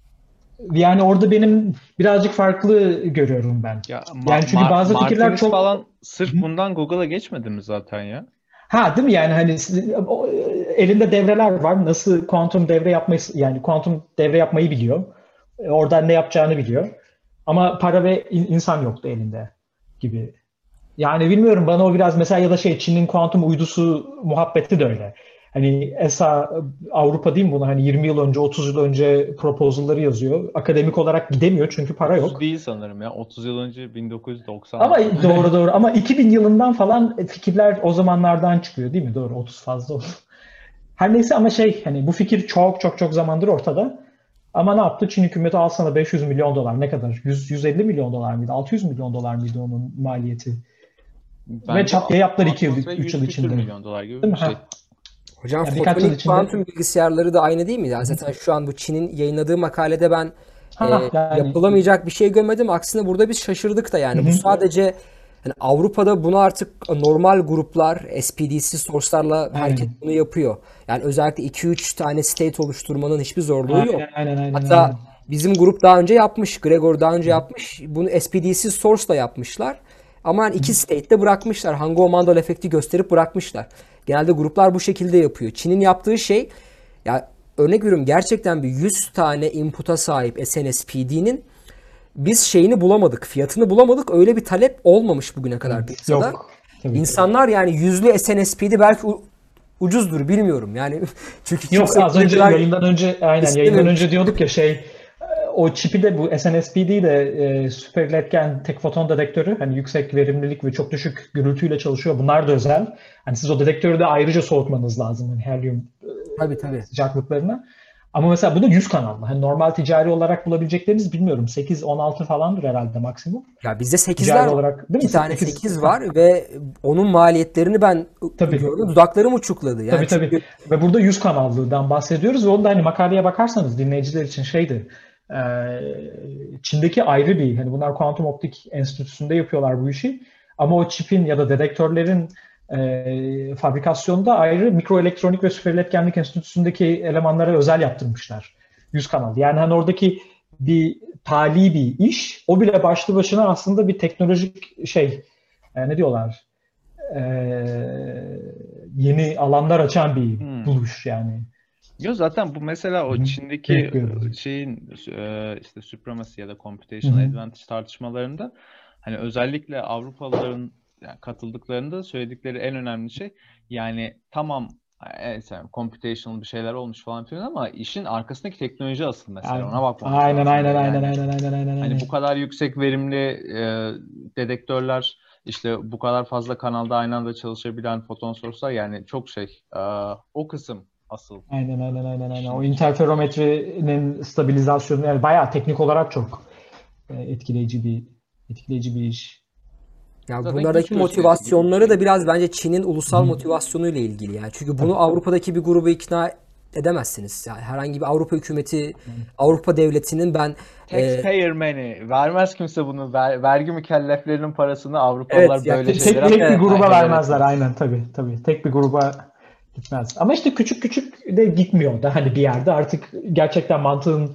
Yani orada benim birazcık farklı görüyorum ben. Ya, yani çünkü Ma- bazı fikirler Martinis çok... falan sırf bundan Google'a geçmedi mi zaten ya? Ha değil mi? Yani hani elinde devreler var. Nasıl kuantum devre yapmayı, yani kuantum devre yapmayı biliyor. Oradan ne yapacağını biliyor. Ama para ve insan yoktu elinde gibi. Yani bilmiyorum, bana o biraz mesela, ya da şey Çin'in kuantum uydusu muhabbeti de öyle. Hani E S A Avrupa değil mi bunu, hani yirmi yıl önce, otuz yıl önce proposal'ları yazıyor. Akademik olarak gidemiyor çünkü para yok. otuz değil sanırım ya. otuz yıl önce bin dokuz yüz doksan. Ama doğru doğru ama iki bin yılından falan fikirler o zamanlardan çıkıyor değil mi? Doğru, otuz fazla oldu. Her neyse, ama şey hani bu fikir çok çok çok zamandır ortada. Ama ne yaptı? Çin hükümeti al sana beş yüz milyon dolar, ne kadar? yüz yüz elli milyon dolar mıydı? altı yüz milyon dolar mıydı onun maliyeti? Ve çat diye yaptılar iki yıl, üç yıl içinde. milyon dolar gibi değil bir mi? şey. Ha. Hocam Yani birkaç yıl fotonik içinde. kuantum bilgisayarları da aynı değil mi? Yani zaten şu an bu Çin'in yayınladığı makalede ben Ha, e, yani. yapılamayacak bir şey görmedim. Aksine burada biz şaşırdık da yani. Hı Bu hı. sadece hani Avrupa'da bunu artık normal gruplar S P D C source'larla herkes Aynen. bunu yapıyor. Yani özellikle iki üç tane state oluşturmanın hiçbir zorluğu yok. Aynen aynen aynen. Hatta aynen. bizim grup daha önce yapmış. Gregor daha önce yapmış. Bunu S P D C source'la yapmışlar. Ama yani iki state'de bırakmışlar. Hangouw-Mandel efekti gösterip bırakmışlar. Genelde gruplar bu şekilde yapıyor. Çin'in yaptığı şey, ya örnek veriyorum, gerçekten bir yüz tane input'a sahip S N S P D'nin biz şeyini bulamadık, fiyatını bulamadık. Öyle bir talep olmamış bugüne kadar piyasada. Yok. Tabii. İnsanlar yani yüzlü S N S P D belki u- ucuzdur, bilmiyorum. Yani çünkü Yok, kimse az önce krediler yayından önce aynen istemiyor. yayından önce diyorduk ya şey, o çipi de, bu S N S P D de e, süper iletken tek foton dedektörü, hani yüksek verimlilik ve çok düşük gürültüyle çalışıyor. Bunlar da özel. Hani siz o dedektörü de ayrıca soğutmanız lazım, hani helyum Tabii tabii. sıcaklıklarına. Ama mesela bu da yüz kanallı. Hani normal ticari olarak bulabilecekleriniz bilmiyorum, sekiz on altı falandır herhalde maksimum. Ya bizde Ticari sekizler var. olarak değil mi? İki tane sekiz. sekiz var ve onun maliyetlerini ben Tabii. gördüm. Dudaklarım uçukladı. Yani Tabii tabii. çünkü Ve burada yüz kanallılıdan bahsediyoruz ve onda hani makaleye bakarsanız dinleyiciler için şeydi. e, Çin'deki ayrı bir, hani bunlar kuantum optik enstitüsünde yapıyorlar bu işi. Ama o çipin ya da dedektörlerin e, fabrikasyonda ayrı mikroelektronik ve süperiletkenlik enstitüsündeki elemanlara özel yaptırmışlar. Yüz kanallı. Yani hani oradaki bir tali bir iş, o bile başlı başına aslında bir teknolojik şey, e, ne diyorlar? E, yeni alanlar açan bir Hmm. buluş yani. Yo, zaten bu mesela o Hı hı. Çin'deki Bekliyorum. şeyin e, işte supremacy ya da computational Hı hı. advantage tartışmalarında, hani özellikle Avrupalıların yani katıldıklarında söyledikleri en önemli şey, yani tamam, evet, yani computational bir şeyler olmuş falan filan ama işin arkasındaki teknoloji asıl mesele. Aynen. Ona bakmamız Aynen lazım. aynen aynen Yani aynen aynen aynen hani aynen. bu kadar yüksek verimli e, dedektörler, işte bu kadar fazla kanalda aynı anda çalışabilen foton source'lar, yani çok şey, e, o kısım asıl. Aynen aynen aynen aynen. O İşin- interferometrenin stabilizasyonu yani bayağı teknik olarak çok e, etkileyici bir etkileyici bir iş. ya Zaten bunlardaki güç gösterisi gibi bir motivasyonları şey. da biraz bence Çin'in ulusal Hı. motivasyonuyla ilgili yani. Çünkü bunu Avrupa'daki bir grubu ikna edemezsiniz. Yani herhangi bir Avrupa hükümeti, Avrupa devletinin ben e, Taxpayer money. Vermez kimse bunu. Ver- vergi mükelleflerinin parasını Avrupalılar Evet, ya böyle Tek, şeylere tek bir gruba helal vermezler etmez. aynen tabii tabii. Tek bir gruba gitmez. Ama işte küçük küçük de gitmiyor da hani bir yerde artık gerçekten mantığın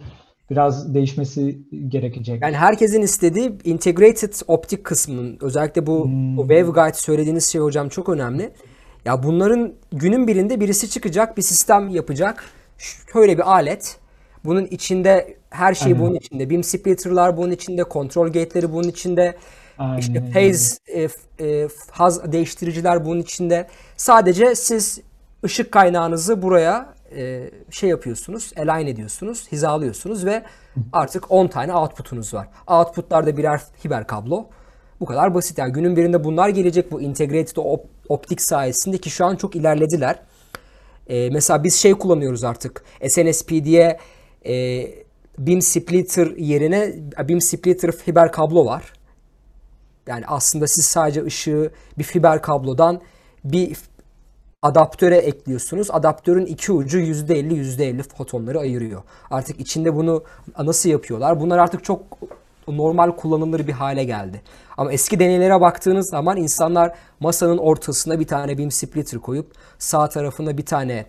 biraz değişmesi gerekecek. Yani herkesin istediği integrated optik kısmının, özellikle bu, Hmm. bu waveguide söylediğiniz şey hocam çok önemli. Ya bunların günün birinde birisi çıkacak, bir sistem yapacak. Şöyle bir alet. Bunun içinde her şey Aynen. bunun içinde. Beam splitter'lar bunun içinde, kontrol gate'leri bunun içinde. İşte Aynen. phase, e, f- e, haz değiştiriciler bunun içinde. Sadece siz ışık kaynağınızı buraya e, şey yapıyorsunuz, align ediyorsunuz, hizalıyorsunuz ve artık on tane output'unuz var. Output'lar da birer fiber kablo. Bu kadar basit. Yani günün birinde bunlar gelecek bu integrated op- optik sayesinde ki şu an çok ilerlediler. E, mesela biz şey kullanıyoruz artık. S N S P diye e, beam splitter yerine beam splitter fiber kablo var. Yani aslında siz sadece ışığı bir fiber kablodan bir adaptöre ekliyorsunuz. Adaptörün iki ucu yüzde elli yüzde elli fotonları ayırıyor. Artık içinde bunu nasıl yapıyorlar? Bunlar artık çok normal kullanılır bir hale geldi. Ama eski deneylere baktığınız zaman insanlar masanın ortasına bir tane beam splitter koyup sağ tarafına bir tane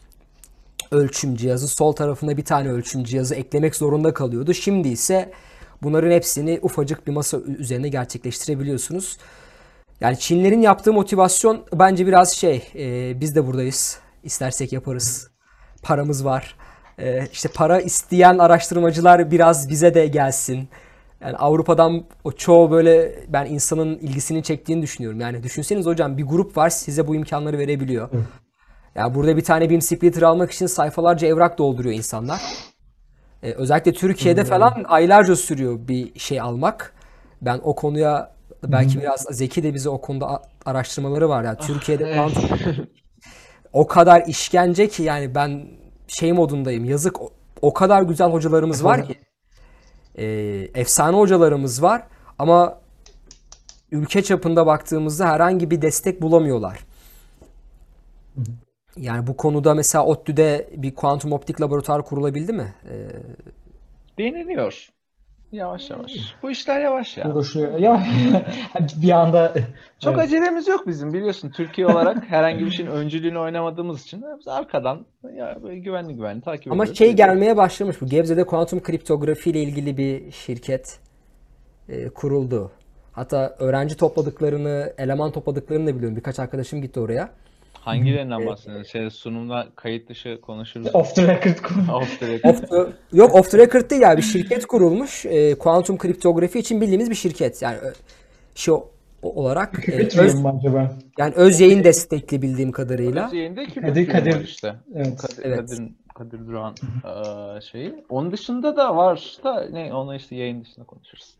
ölçüm cihazı, sol tarafına bir tane ölçüm cihazı eklemek zorunda kalıyordu. Şimdi ise bunların hepsini ufacık bir masa üzerine gerçekleştirebiliyorsunuz. Yani Çinlerin yaptığı motivasyon bence biraz şey, e, biz de buradayız, İstersek yaparız, paramız var. E, işte para isteyen araştırmacılar biraz bize de gelsin. Yani Avrupa'dan o çoğu böyle ben insanın ilgisini çektiğini düşünüyorum. Yani düşünseniz hocam bir grup var size bu imkanları verebiliyor. Evet. Yani burada bir tane beam splitter almak için sayfalarca evrak dolduruyor insanlar. Ee, özellikle Türkiye'de falan aylarca sürüyor bir şey almak. Ben o konuya belki biraz Zeki de bize o konuda a- araştırmaları var. Yani Türkiye'de Evet. kuantum o kadar işkence ki yani ben şey modundayım. Yazık o, o kadar güzel hocalarımız var ki. Ee, efsane hocalarımız var ama ülke çapında baktığımızda herhangi bir destek bulamıyorlar. Yani bu konuda mesela ODTÜ'de bir kuantum optik laboratuvar kurulabildi mi? Ee, Deniliyor. Yavaş yavaş. Bu işler yavaş ya. Uğraşıyor. Ya bir anda Çok evet. acelemiz yok bizim, biliyorsun. Türkiye olarak herhangi bir şeyin öncülüğünü oynamadığımız için biz arkadan ya böyle güvenli güvenli takip Ama ediyoruz. şey gelmeye başlamış bu. Gebze'de kuantum kriptografi ile ilgili bir şirket e, kuruldu. Hatta öğrenci topladıklarını, eleman topladıklarını da biliyorum. Birkaç arkadaşım gitti oraya. Hangilerinden bahsediyorsun? Şey, sunumda kayıt dışı konuşuruz. Off the record konu. Off the record. Off the- yok off the record değil ya bir şirket kurulmuş. E, kuantum kriptografi için bildiğimiz bir şirket. Yani ö- şey o- olarak e, öz, Bitmiyor mu acaba? yani öz yayın destekli bildiğim kadarıyla. Öz yayında Kadir- Kadir, Kadir- var işte. Evet. Kadir, Evet. Kadir, Kadir Duran eee, şeyi. Onun dışında da var da ne, onu işte yayın dışında konuşuruz.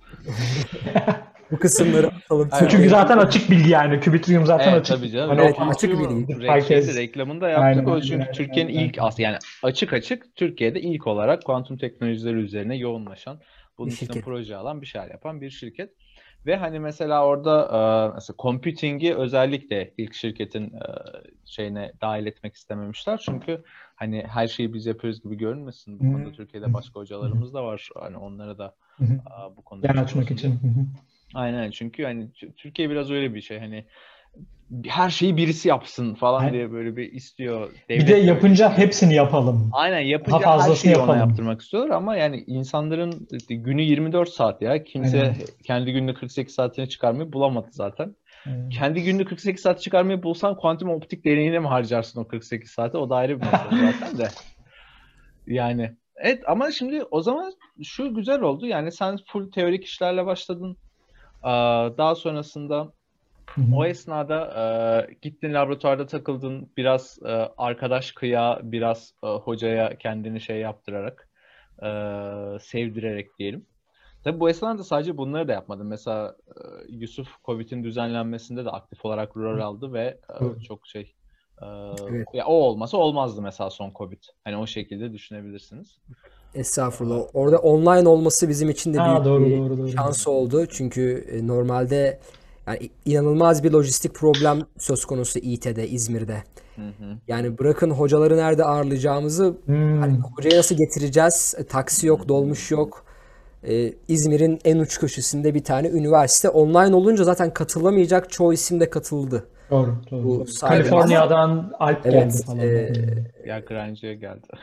Bu kısımları atalım. Aynen. Çünkü zaten açık bilgi yani. Kübitrium zaten Evet açık. tabii canım. Hani Evet, o- açık Kuantum bilgi. re- Herkes- şeydi, reklamını da yaptık. Aynen, O aynen, çünkü aynen, Türkiye'nin aynen. ilk as yani açık açık Türkiye'de ilk olarak kuantum teknolojileri üzerine yoğunlaşan, bunun Bir için şirket. proje alan, bir şeyler yapan bir şirket. Ve hani mesela orada e, mesela computing'i özellikle ilk şirketin e, şeyine dahil etmek istememişler. Çünkü hani her şeyi biz yapıyoruz gibi görünmesin. Bu Hı. konuda Türkiye'de başka hocalarımız da var. Hani onlara da Hı hı. e, bu konuda Yer şey açmak olsun için. diye. Hı hı. Aynen, çünkü hani T- Türkiye biraz öyle bir şey, hani her şeyi birisi yapsın falan Aynen. diye böyle bir istiyor. Bir Devlet de öyle yapınca istiyor. hepsini yapalım. Aynen, Daha yapınca her fazlasını şeyi ona yapalım. yaptırmak istiyorlar ama yani insanların işte günü yirmi dört saat ya. Kimse Aynen. kendi gününü kırk sekiz saatini çıkarmayı bulamadı zaten. Aynen. Kendi gününü kırk sekiz saat çıkarmayı bulsan kuantum optik deneyine mi harcarsın o kırk sekiz saati? O da ayrı bir mesele zaten de. Yani evet, ama şimdi o zaman şu güzel oldu. Yani sen full teorik işlerle başladın. Aa, Daha sonrasında Hı hı. o esnada e, gittin laboratuvarda takıldın, biraz e, arkadaş kıya, biraz e, hocaya kendini şey yaptırarak, e, sevdirerek diyelim. Tabii bu esnada sadece bunları da yapmadın. Mesela e, Yusuf COVID'in düzenlenmesinde de aktif olarak rol aldı ve e, Evet. çok şey, e, Evet. ya o olmasa olmazdı mesela son Covid. Hani o şekilde düşünebilirsiniz. Estağfurullah. Orada online olması bizim için de Ha, büyük doğru, bir doğru, doğru. şans oldu. Çünkü e, normalde yani inanılmaz bir lojistik problem söz konusu İİTE'de, İzmir'de. Hı hı. Yani bırakın hocaları nerede ağırlayacağımızı, hani Hmm. hocayı nasıl getireceğiz? E, Taksi yok, dolmuş yok. E, İzmir'in en uç köşesinde bir tane üniversite. Online olunca zaten katılamayacak çoğu isim de katıldı. Doğru, doğru. Bu sayede- Kaliforniya'dan Alp geldi Evet, falan. e, Hmm. Ya Granger geldi.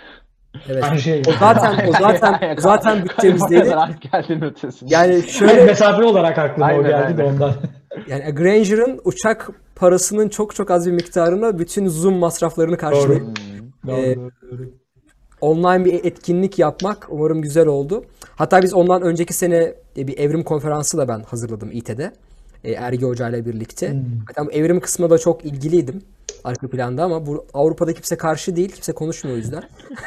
Evet. Aynı şey. O zaten o zaten o zaten bütçemizdeydi. Geldin ötesinde. Yani Şöyle şöyle mesafe olarak aklıma Aynen, o geldi de aynen. ondan. yani Granger'ın uçak parasının çok çok az bir miktarına bütün Zoom masraflarını karşılayıp Hmm. Doğru, Ee, doğru, doğru. online bir etkinlik yapmak umarım güzel oldu. Hatta biz ondan önceki sene bir evrim konferansı da ben hazırladım İT'de. E, Ergi Hoca ile birlikte. Hmm. Hatta bu evrim kısmına da çok ilgiliydim arka planda ama bu Avrupa'da kimse karşı değil. Kimse konuşmuyor o yüzden.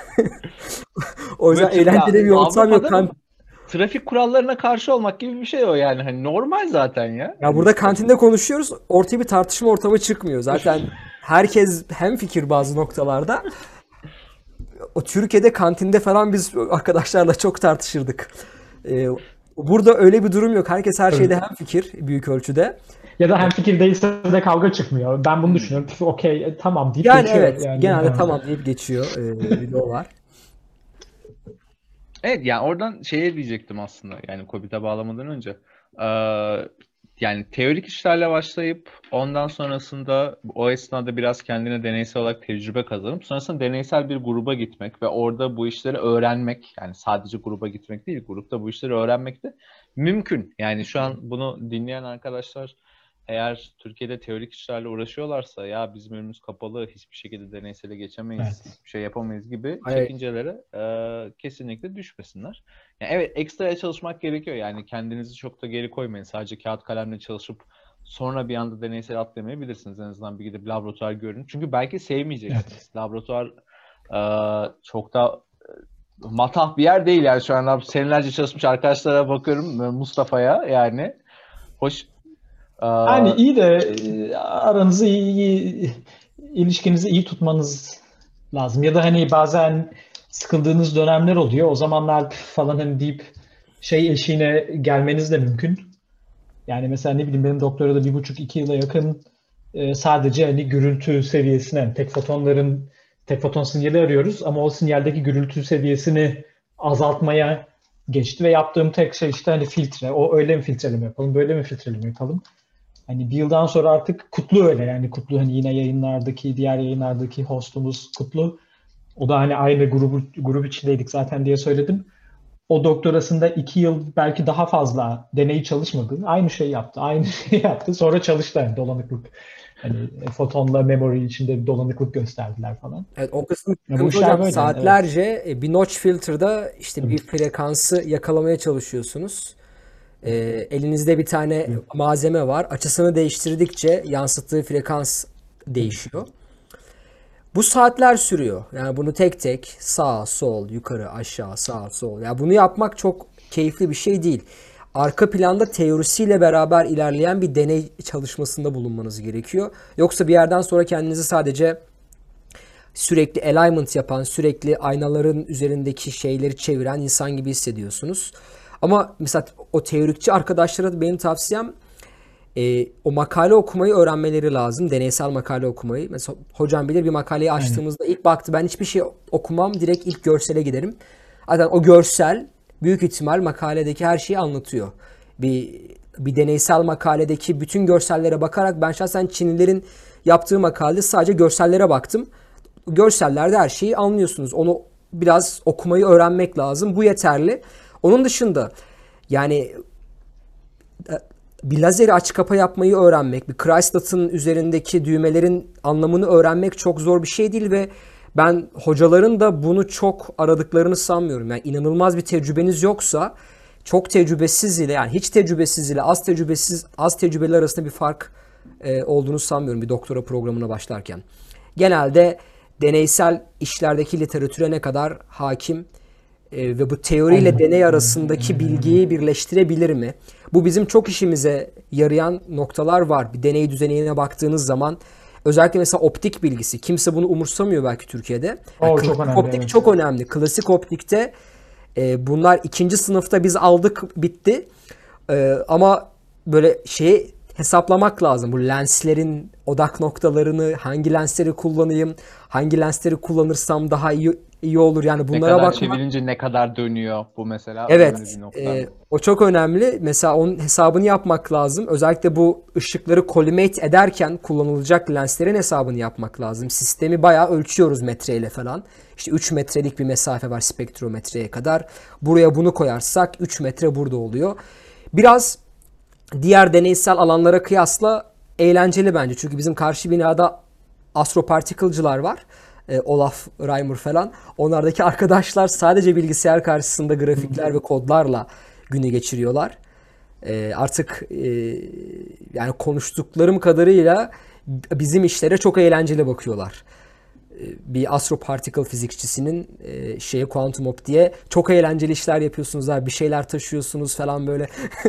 O yüzden Ve eğlenceli bir ortam yok. Avrupa'da Kan- trafik kurallarına karşı olmak gibi bir şey o yani. Hani normal zaten ya. Ya burada kantinde konuşuyoruz. Ortaya bir tartışma ortamı çıkmıyor. Zaten herkes hemfikir bazı noktalarda. O Türkiye'de kantinde falan biz arkadaşlarla çok tartışırdık. Ee, burada öyle bir durum yok. Herkes her şeyde hemfikir büyük ölçüde. Ya da hemfikir değilse de kavga çıkmıyor. Ben bunu düşünüyorum. Okey, e, tamam deyip Yani geçiyor. evet, Yani, genelde ha. tamam deyip geçiyor. Ee, bir de o var. Evet, yani oradan şeye diyecektim aslında, yani COVID'e bağlamadan önce. Ee, yani teorik işlerle başlayıp ondan sonrasında o esnada biraz kendine deneysel olarak tecrübe kazanıp sonrasında deneysel bir gruba gitmek ve orada bu işleri öğrenmek, yani sadece gruba gitmek değil, grupta bu işleri öğrenmek de mümkün. Yani şu an bunu dinleyen arkadaşlar eğer Türkiye'de teorik işlerle uğraşıyorlarsa, ya bizim önümüz kapalı, hiçbir şekilde deneysele geçemeyiz, Evet. hiçbir şey yapamayız gibi Hayır. çekincelere e, kesinlikle düşmesinler. Yani evet, ekstraya çalışmak gerekiyor. Yani kendinizi çok da geri koymayın. Sadece kağıt kalemle çalışıp sonra bir anda deneysel atlamayabilirsiniz. En azından bir gidip laboratuvar görün. Çünkü belki sevmeyeceksiniz. Evet. Laboratuvar e, çok da e, matah bir yer değil yani. Şu an senelerce çalışmış arkadaşlara bakıyorum, e, Mustafa'ya yani. Hoş. e, Yani iyi de e, aranızı iyi, iyi ilişkinizi iyi tutmanız lazım. Ya da hani bazen sıkıldığınız dönemler oluyor. O zamanlar falan hani deyip şey eşiğine gelmeniz de mümkün. Yani mesela ne bileyim benim doktora da bir buçuk iki yıla yakın e, sadece hani gürültü seviyesine, yani tek fotonların tek foton sinyali arıyoruz ama o sinyaldeki gürültü seviyesini azaltmaya geçti ve yaptığım tek şey işte hani filtre. O öyle mi filtreleme yapalım, böyle mi filtreleme yapalım? Hani bir yıldan sonra artık Kutlu öyle, yani Kutlu hani yine yayınlardaki, diğer yayınlardaki hostumuz Kutlu. O da hani aynı grubu, grup içindeydik zaten diye söyledim. O doktorasında iki yıl belki daha fazla deneyi çalışmadı. Aynı şey yaptı. Aynı şey yaptı. Sonra çalıştı yani dolanıklık. Hani fotonla memory içinde bir dolanıklık gösterdiler falan. Evet, o kısmı Ya bu sıkıntı işler hocam. böyle, evet. Saatlerce e, bir notch filter'da işte Tabii. bir frekansı yakalamaya çalışıyorsunuz. Ee, elinizde bir tane malzeme var. Açısını değiştirdikçe yansıttığı frekans değişiyor. Bu saatler sürüyor. Yani bunu tek tek sağ, sol, yukarı, aşağı, sağ, sol. Yani bunu yapmak çok keyifli bir şey değil. Arka planda teorisiyle beraber ilerleyen bir deney çalışmasında bulunmanız gerekiyor. Yoksa bir yerden sonra kendinizi sadece sürekli alignment yapan, sürekli aynaların üzerindeki şeyleri çeviren insan gibi hissediyorsunuz. Ama mesela o teorikçi arkadaşlara benim tavsiyem e, o makale okumayı öğrenmeleri lazım. Deneysel makale okumayı. Mesela hocam bilir, bir makaleyi açtığımızda ilk baktı, ben hiçbir şey okumam, direkt ilk görsele giderim. Zaten o görsel büyük ihtimal makaledeki her şeyi anlatıyor. Bir bir deneysel makaledeki bütün görsellere bakarak ben şahsen Çinlilerin yaptığı makalede sadece görsellere baktım. Görsellerde her şeyi anlıyorsunuz. Onu biraz okumayı öğrenmek lazım. Bu yeterli. Onun dışında yani bir lazeri aç kapa yapmayı öğrenmek, bir Kreislat'ın üzerindeki düğmelerin anlamını öğrenmek çok zor bir şey değil ve ben hocaların da bunu çok aradıklarını sanmıyorum. Yani inanılmaz bir tecrübeniz yoksa çok tecrübesiz ile, yani hiç tecrübesiz ile az tecrübesiz az tecrübeli arasında bir fark e, olduğunu sanmıyorum bir doktora programına başlarken. Genelde deneysel işlerdeki literatüre ne kadar hakim e, ve bu teoriyle Aynen. deney arasındaki bilgiyi birleştirebilir mi? Bu bizim çok işimize yarayan noktalar var. Bir deney düzenine baktığınız zaman özellikle mesela optik bilgisi. Kimse bunu umursamıyor belki Türkiye'de. O Yani çok klasik önemli, optik evet. çok önemli. Klasik optikte e, bunlar ikinci sınıfta biz aldık, bitti. E, ama böyle şeyi hesaplamak lazım. Bu lenslerin odak noktalarını, hangi lensleri kullanayım, hangi lensleri kullanırsam daha iyi iyi olur. Yani Ne bunlara kadar bakmak. çevirince ne kadar dönüyor bu mesela Evet, önemli bir nokta. e, o çok önemli. Mesela onun hesabını yapmak lazım. Özellikle bu ışıkları collimate ederken kullanılacak lenslerin hesabını yapmak lazım. Sistemi bayağı ölçüyoruz metreyle falan. İşte üç metrelik bir mesafe var spektrometreye kadar. Buraya bunu koyarsak üç metre burada oluyor. Biraz diğer deneysel alanlara kıyasla eğlenceli bence. Çünkü bizim karşı binada astroparticle'cılar var. E, Olaf Reimer falan. Onlardaki arkadaşlar sadece bilgisayar karşısında grafikler ve kodlarla günü geçiriyorlar. E, artık e, yani konuştuklarım kadarıyla bizim işlere çok eğlenceli bakıyorlar. E, bir astroparticle fizikçisinin e, şeye kuantum optiğe çok eğlenceli işler yapıyorsunuz abi. Bir şeyler taşıyorsunuz falan böyle.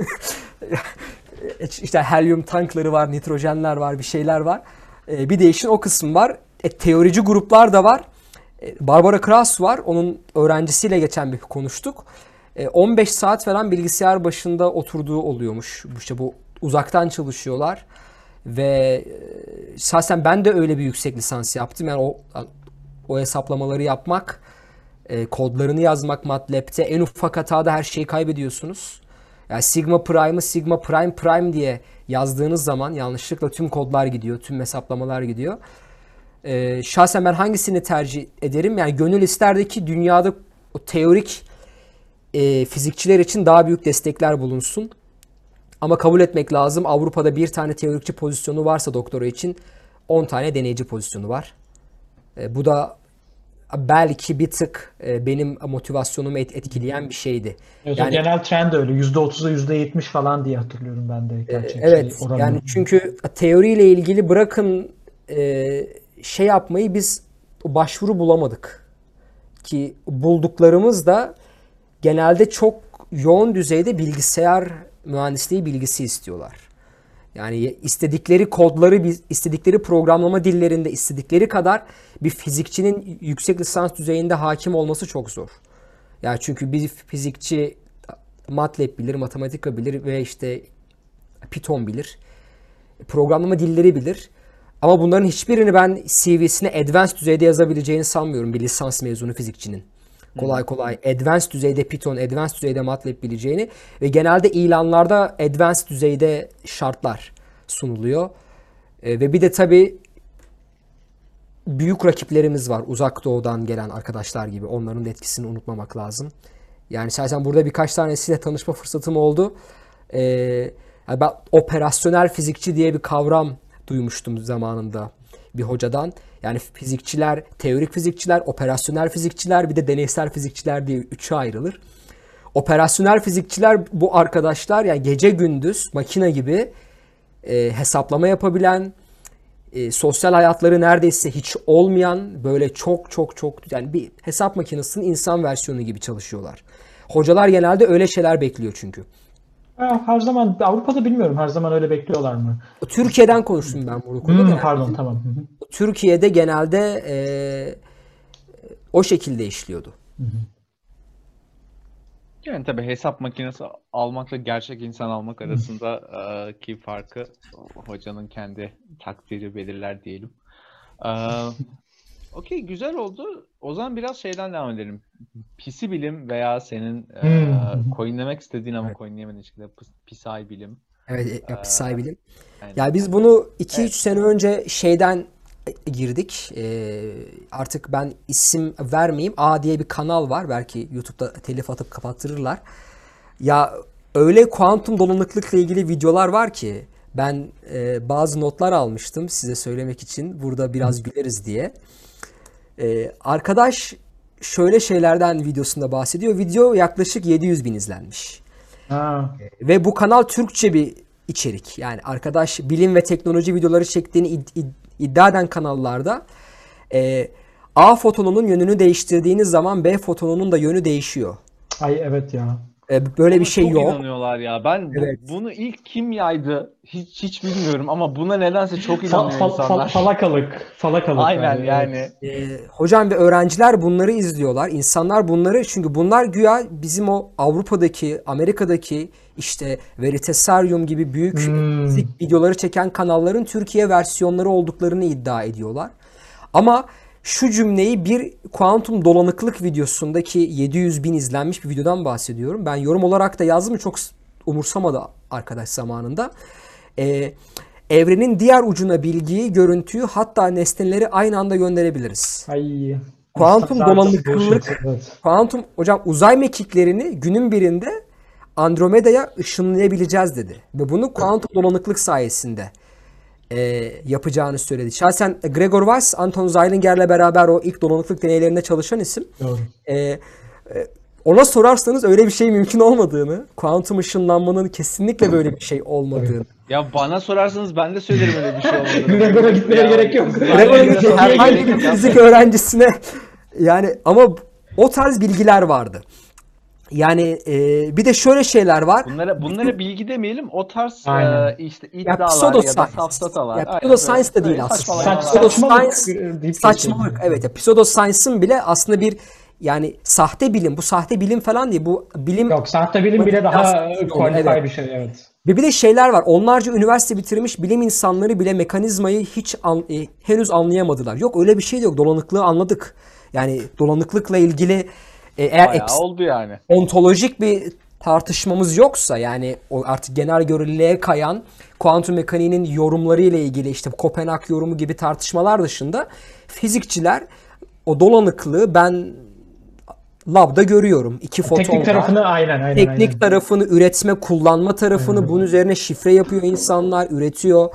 İşte helyum tankları var, nitrojenler var, bir şeyler var. E, bir de işin o kısmı var. E, teorici gruplar da var. E, Barbara Krauss var. Onun öğrencisiyle geçen bir konuştuk. E, on beş saat falan bilgisayar başında oturduğu oluyormuş. İşte bu uzaktan çalışıyorlar. Ve e, şahsen ben de öyle bir yüksek lisans yaptım. Yani o o hesaplamaları yapmak, e, kodlarını yazmak MATLAB'te en ufak hatada her şeyi kaybediyorsunuz. Yani sigma prime'ı sigma prime prime diye yazdığınız zaman yanlışlıkla tüm kodlar gidiyor, tüm hesaplamalar gidiyor. Ee, şahsen ben hangisini tercih ederim? Yani gönül isterdi ki dünyada o teorik e, fizikçiler için daha büyük destekler bulunsun. Ama kabul etmek lazım. Avrupa'da bir tane teorikçi pozisyonu varsa doktora için on tane deneyici pozisyonu var. E, bu da belki bir tık e, benim motivasyonumu et, etkileyen bir şeydi. Evet, Yani genel trend öyle. yüzde otuza yüzde yetmiş falan diye hatırlıyorum ben de gerçek evet, şey oranı. yani çünkü teoriyle ilgili bırakın e, şey yapmayı biz başvuru bulamadık. Ki bulduklarımız da genelde çok yoğun düzeyde bilgisayar mühendisliği bilgisi istiyorlar. Yani istedikleri kodları, istedikleri programlama dillerinde istedikleri kadar bir fizikçinin yüksek lisans düzeyinde hakim olması çok zor. Yani çünkü bir fizikçi MATLAB bilir, matematika bilir ve işte Python bilir. Programlama dilleri bilir. Ama bunların hiçbirini ben C V'sine advanced düzeyde yazabileceğini sanmıyorum bir lisans mezunu fizikçinin. Kolay kolay advanced düzeyde Python, advanced düzeyde MATLAB bileceğini ve genelde ilanlarda advanced düzeyde şartlar sunuluyor. E, ve bir de tabii büyük rakiplerimiz var. Uzak Doğu'dan gelen arkadaşlar gibi. Onların da etkisini unutmamak lazım. Yani şahsen burada birkaç tanesiyle tanışma fırsatım oldu. Ee, yani ben operasyonel fizikçi diye bir kavram duymuştum zamanında bir hocadan. Yani fizikçiler, teorik fizikçiler, operasyonel fizikçiler, bir de deneysel fizikçiler diye üçe ayrılır. Operasyonel fizikçiler bu arkadaşlar yani gece gündüz makine gibi e, hesaplama yapabilen, e, sosyal hayatları neredeyse hiç olmayan böyle çok çok çok yani bir hesap makinesinin insan versiyonu gibi çalışıyorlar. Hocalar genelde öyle şeyler bekliyor çünkü. Ha, her zaman Avrupa'da bilmiyorum her zaman öyle bekliyorlar mı? Türkiye'den konuştum ben bu konuda. Hmm, Yani pardon tamam. Hı hı. Türkiye'de genelde e, o şekilde işliyordu. Yani tabii hesap makinesi almakla gerçek insan almak arasında e, ki farkı hocanın kendi takdiri belirler diyelim. E, Okey, güzel oldu. O zaman biraz şeyden devam edelim. P C bilim veya senin e, Hmm. coinlemek istediğin ama Evet. coinleyemediğin şekilde P S I bilim. Evet, E, yapısal bilim. aynen. Ya biz bunu iki üç Evet. sene önce şeyden girdik. Ee, artık ben isim vermeyeyim. A diye bir kanal var. Belki YouTube'da telif atıp kapattırırlar. Ya öyle kuantum dolanıklıkla ilgili videolar var ki ben e, bazı notlar almıştım size söylemek için. Burada biraz güleriz diye. Ee, arkadaş şöyle şeylerden videosunda bahsediyor. Video yaklaşık yedi yüz bin izlenmiş. Ha. Ve bu kanal Türkçe bir içerik. Yani arkadaş bilim ve teknoloji videoları çektiğini id- id- iddia eden kanallarda e, A fotonunun yönünü değiştirdiğiniz zaman B fotonunun da yönü değişiyor. Ay evet ya. E, böyle bir Buna şey çok yok. inanıyorlar ya. Ben bu- Evet. bunu ilk kim yaydı hiç hiç bilmiyorum ama buna nedense çok Fa- inanıyor fa- fa- insanlar. falakalık. Falakalık. Aynen evet. yani. E, hocam ve öğrenciler bunları izliyorlar. İnsanlar bunları çünkü bunlar güya bizim o Avrupa'daki, Amerika'daki işte Veritasium gibi büyük Hmm. fizik videoları çeken kanalların Türkiye versiyonları olduklarını iddia ediyorlar. Ama şu cümleyi bir kuantum dolanıklık videosundaki yedi yüz bin izlenmiş bir videodan bahsediyorum. Ben yorum olarak da yazdım, çok umursamadı arkadaş zamanında. Ee, evrenin diğer ucuna bilgiyi, görüntüyü, hatta nesneleri aynı anda gönderebiliriz. Ay. Kuantum Aslında dolanıklılık, evet. kuantum hocam uzay mekiklerini günün birinde Andromeda'ya ışınlayabileceğiz dedi. Ve bunu kuantum dolanıklık sayesinde e, yapacağını söyledi. Şahsen Gregor Weiss, Anton Zeilinger'le beraber o ilk dolanıklık deneylerinde çalışan isim. Doğru. E, e, ona sorarsanız öyle bir şey mümkün olmadığını, kuantum ışınlanmanın kesinlikle böyle bir şey olmadığını. Ya bana sorarsanız ben de söylerim öyle bir şey olmadığını. Gregor'a gitmeye Ya, gerek yok. Gregor'a Gregor'a gitmeye sormaya herhangi gerek bir yok. fizik öğrencisine yani, ama o tarz bilgiler vardı. Yani e, bir de şöyle şeyler var. Bunlara, bunlara bilgi demeyelim, o tarz Aynen. e, işte Ya iddialar ya, pseudoscience. da safsatalar. Ya Aynen pseudoscience böyle- da değil böyle aslında. saçmalamalar. Saç- saçmalık Pseudoscience, deyip saçmalık. geçelim. Evet ya, pseudoscience'ın bile aslında bir, yani sahte bilim. Bu sahte bilim falan değil. Bu bilim. Yok, sahte bilim bile daha Evet. qualified bir şey, evet. Ve bir de şeyler var. Onlarca üniversite bitirmiş bilim insanları bile mekanizmayı hiç an- e, henüz anlayamadılar. Yok, öyle bir şey de yok. Dolanıklığı anladık. Yani dolanıklıkla ilgili e, eğer Bayağı eps- oldu yani. ontolojik bir tartışmamız yoksa, yani o artık genel göreliliğe kayan kuantum mekaniğinin yorumları ile ilgili işte Kopenhag yorumu gibi tartışmalar dışında fizikçiler o dolanıklığı ben labda görüyorum. İki foton Teknik var. tarafını aynen aynen. Teknik aynen. tarafını, üretme, kullanma tarafını, bunun üzerine şifre yapıyor insanlar, üretiyor.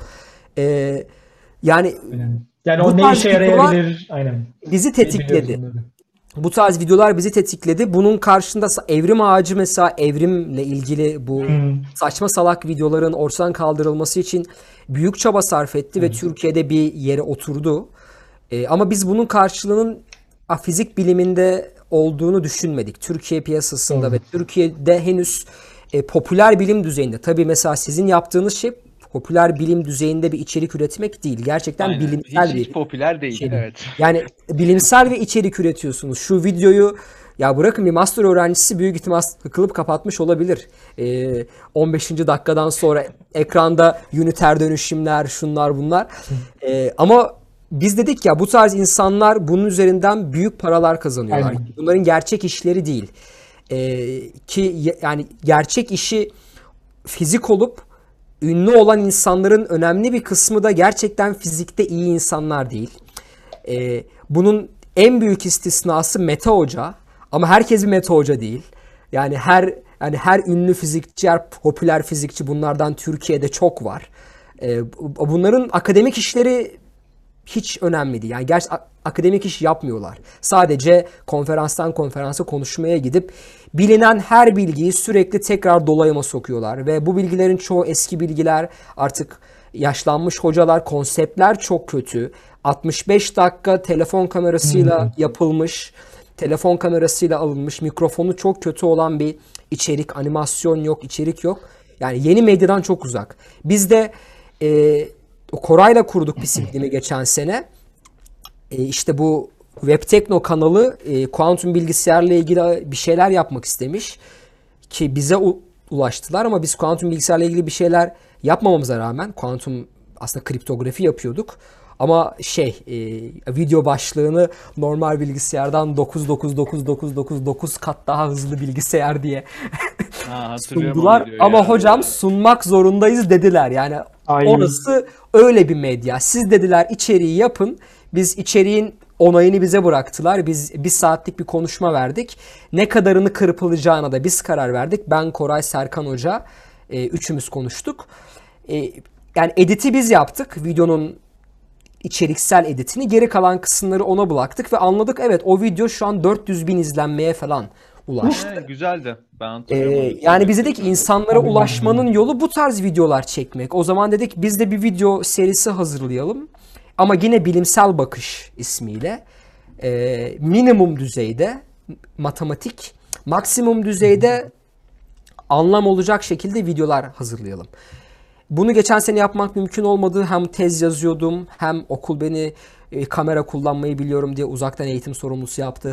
Ee, yani Aynen. Yani bu o ne tarz işe videolar yarayabilir? Aynen. bizi tetikledi. Biliyoruz bunları. Bu tarz videolar bizi tetikledi. Bunun karşında sa- evrim ağacı, mesela evrimle ilgili bu Hmm. saçma salak videoların ortadan kaldırılması için büyük çaba sarf etti ve Türkiye'de bir yere oturdu. Ee, ama biz bunun karşılığının a, fizik biliminde olduğunu düşünmedik. Türkiye piyasasında Doğru. ve Türkiye'de henüz e, popüler bilim düzeyinde. Tabii mesela sizin yaptığınız şey popüler bilim düzeyinde bir içerik üretmek değil. Gerçekten Aynen. bilimsel Hiç, bir hiç popüler değil. içerik. Evet. Yani bilimsel ve içerik üretiyorsunuz. Şu videoyu ya bırakın, bir master öğrencisi büyük ihtimal sıkılıp kapatmış olabilir. Ee, on beşinci dakikadan sonra ekranda üniter dönüşümler, şunlar bunlar. Ee, ama biz dedik ya, bu tarz insanlar bunun üzerinden büyük paralar kazanıyorlar. Aynen. Bunların gerçek işleri değil. Ee, ki ye- yani gerçek işi fizik olup ünlü olan insanların önemli bir kısmı da gerçekten fizikte iyi insanlar değil. Ee, bunun en büyük istisnası Mete Hoca, ama herkes bir Mete Hoca değil. Yani her yani her ünlü fizikçi, her popüler fizikçi, bunlardan Türkiye'de çok var. Ee, bu- bunların akademik işleri hiç önemli değil. Yani gerçi a- akademik iş yapmıyorlar. Sadece konferanstan konferansa konuşmaya gidip bilinen her bilgiyi sürekli tekrar dolayıma sokuyorlar. Ve bu bilgilerin çoğu eski bilgiler, artık yaşlanmış hocalar, konseptler çok kötü. altmış beş dakika telefon kamerasıyla yapılmış, telefon kamerasıyla alınmış, mikrofonu çok kötü olan bir içerik, animasyon yok, içerik yok. Yani yeni medyadan çok uzak. Biz de e, Koray'la kurduk Pisiklimi geçen sene. E, işte bu Web Tekno kanalı e, kuantum bilgisayarla ilgili bir şeyler yapmak istemiş. Ki bize u- ulaştılar, ama biz kuantum bilgisayarla ilgili bir şeyler yapmamamıza rağmen, kuantum aslında kriptografi yapıyorduk. Ama şey e, video başlığını normal bilgisayardan dokuz dokuz dokuz dokuz dokuz dokuz kat daha hızlı bilgisayar diye Ha, hatırlıyorum o sundular. videoyu Ama ya. hocam sunmak zorundayız dediler. Yani Aynen. orası öyle bir medya. Siz dediler içeriği yapın. Biz içeriğin onayını bize bıraktılar. Biz bir saatlik bir konuşma verdik. Ne kadarını kırpılacağına da biz karar verdik. Ben, Koray, Serkan Hoca e, üçümüz konuştuk. E, yani editi biz yaptık. Videonun içeriksel editini, geri kalan kısımları ona bıraktık ve anladık, evet o video şu an dört yüz bin izlenmeye falan ulaştı. He, güzeldi. Ben Ee, hatırlıyorum. onu. yani biz dedik insanlara ulaşmanın yolu bu tarz videolar çekmek. O zaman dedik biz de bir video serisi hazırlayalım. Ama yine bilimsel bakış ismiyle. Ee, minimum düzeyde matematik, maksimum düzeyde anlam olacak şekilde videolar hazırlayalım. Bunu geçen sene yapmak mümkün olmadı. Hem tez yazıyordum, hem okul beni e, kamera kullanmayı biliyorum diye uzaktan eğitim sorumlusu yaptı.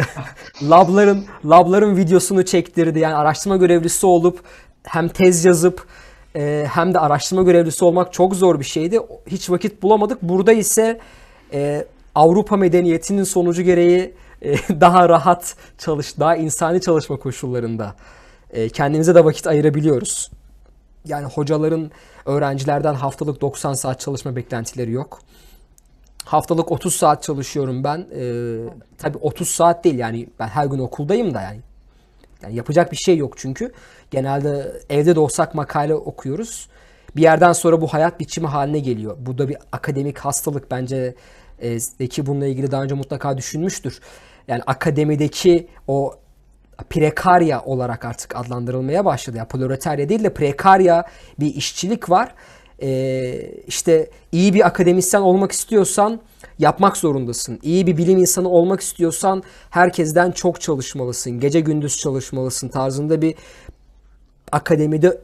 Labların labların videosunu çektirdi. Yani araştırma görevlisi olup hem tez yazıp e, hem de araştırma görevlisi olmak çok zor bir şeydi. Hiç vakit bulamadık. Burada ise e, Avrupa medeniyetinin sonucu gereği e, daha rahat çalış, daha insani çalışma koşullarında e, kendimize de vakit ayırabiliyoruz. Yani hocaların öğrencilerden haftalık doksan saat çalışma beklentileri yok. Haftalık otuz saat çalışıyorum ben. Ee, tabii otuz saat değil, yani ben her gün okuldayım da yani. Yani yapacak bir şey yok çünkü. Genelde evde de olsak makale okuyoruz. Bir yerden sonra bu hayat biçimi haline geliyor. Bu da bir akademik hastalık bence. E, Zeki bununla ilgili daha önce mutlaka düşünmüştür. Yani akademideki o prekarya olarak artık adlandırılmaya başladı. Yani proletarya değil de prekarya bir işçilik var. Ee, işte iyi bir akademisyen olmak istiyorsan yapmak zorundasın. İyi bir bilim insanı olmak istiyorsan herkesten çok çalışmalısın. Gece gündüz çalışmalısın tarzında bir akademide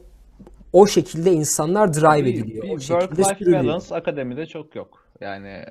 o şekilde insanlar drive Bir, ediliyor. bir O şekilde work-life sürülüyor. balance akademide çok yok. Yani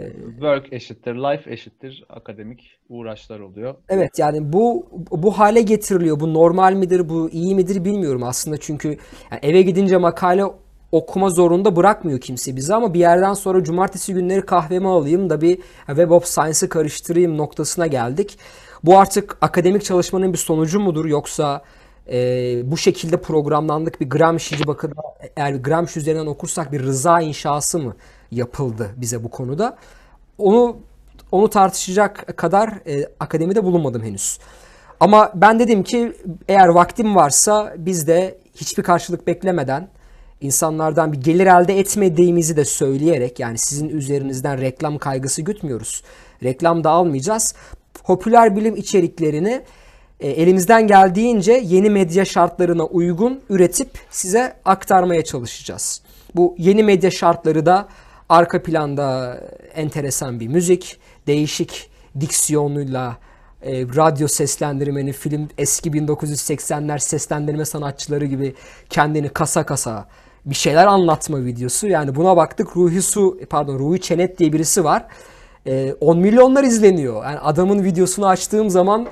work eşittir, life eşittir akademik uğraşlar oluyor. Evet, yani bu bu hale getiriliyor. Bu normal midir, bu iyi midir bilmiyorum aslında, çünkü yani eve gidince makale okuma zorunda bırakmıyor kimse bizi, ama bir yerden sonra cumartesi günleri kahvemi alayım da bir Web of Science'ı karıştırayım noktasına geldik. Bu artık akademik çalışmanın bir sonucu mudur, yoksa e, bu şekilde programlandık bir Gramsci'ci bakıda, eğer bir Gramsci üzerinden okursak bir rıza inşası mı yapıldı bize bu konuda? Onu onu tartışacak kadar e, akademide bulunmadım henüz. Ama ben dedim ki eğer vaktim varsa biz de hiçbir karşılık beklemeden, insanlardan bir gelir elde etmediğimizi de söyleyerek, yani sizin üzerinizden reklam kaygısı gütmüyoruz. Reklam da almayacağız. Popüler bilim içeriklerini e, elimizden geldiğince yeni medya şartlarına uygun üretip size aktarmaya çalışacağız. Bu yeni medya şartları da arka planda enteresan bir müzik, değişik diksiyonuyla e, radyo seslendirmeni, film, eski bin dokuz yüz seksenler seslendirme sanatçıları gibi kendini kasa kasa bir şeyler anlatma videosu. Yani buna baktık, Ruhi Su, pardon Ruhi Çenet diye birisi var. E, on milyonlar izleniyor. Yani adamın videosunu açtığım zaman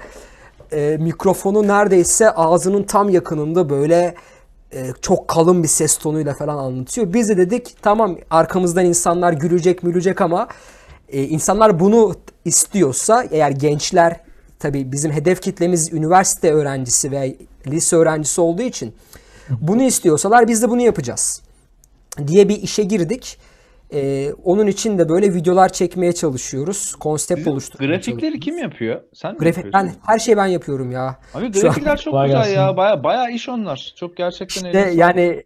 e, mikrofonu neredeyse ağzının tam yakınında böyle e, çok kalın bir ses tonuyla falan anlatıyor. Biz de dedik tamam, arkamızdan insanlar gülecek mülecek ama e, insanlar bunu istiyorsa, eğer gençler, tabii bizim hedef kitlemiz üniversite öğrencisi ve lise öğrencisi olduğu için bunu istiyorsalar biz de bunu yapacağız diye bir işe girdik. Ee, onun için de böyle videolar çekmeye çalışıyoruz. Konsept Sizin oluşturmaya grafikleri çalışıyoruz. kim yapıyor? Sen mi Grafik, yapıyorsun? ben her şeyi ben yapıyorum ya. Abi Şu an grafikler çok Kolay güzel gelsin. ya. Baya baya iş onlar. Çok gerçekten işte eline sağlık. yani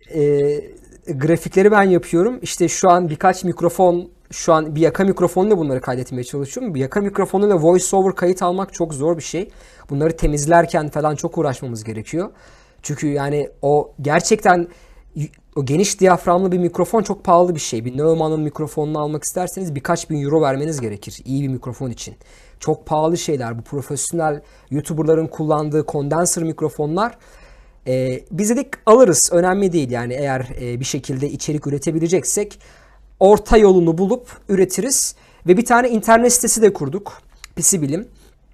e, grafikleri ben yapıyorum. İşte şu an birkaç mikrofon, şu an bir yaka mikrofonuyla bunları kaydetmeye çalışıyorum. Bir yaka mikrofonuyla voice over kayıt almak çok zor bir şey. Bunları temizlerken falan çok uğraşmamız gerekiyor. Çünkü yani o gerçekten o geniş diyaframlı bir mikrofon çok pahalı bir şey. Bir Neumann'ın mikrofonunu almak isterseniz birkaç bin euro vermeniz gerekir iyi bir mikrofon için. Çok pahalı şeyler. Bu profesyonel YouTuber'ların kullandığı kondenser mikrofonlar. Ee, biz dedik alırız. Önemli değil. Yani eğer e, bir şekilde içerik üretebileceksek orta yolunu bulup üretiriz. Ve bir tane internet sitesi de kurduk. Pisi Bilim.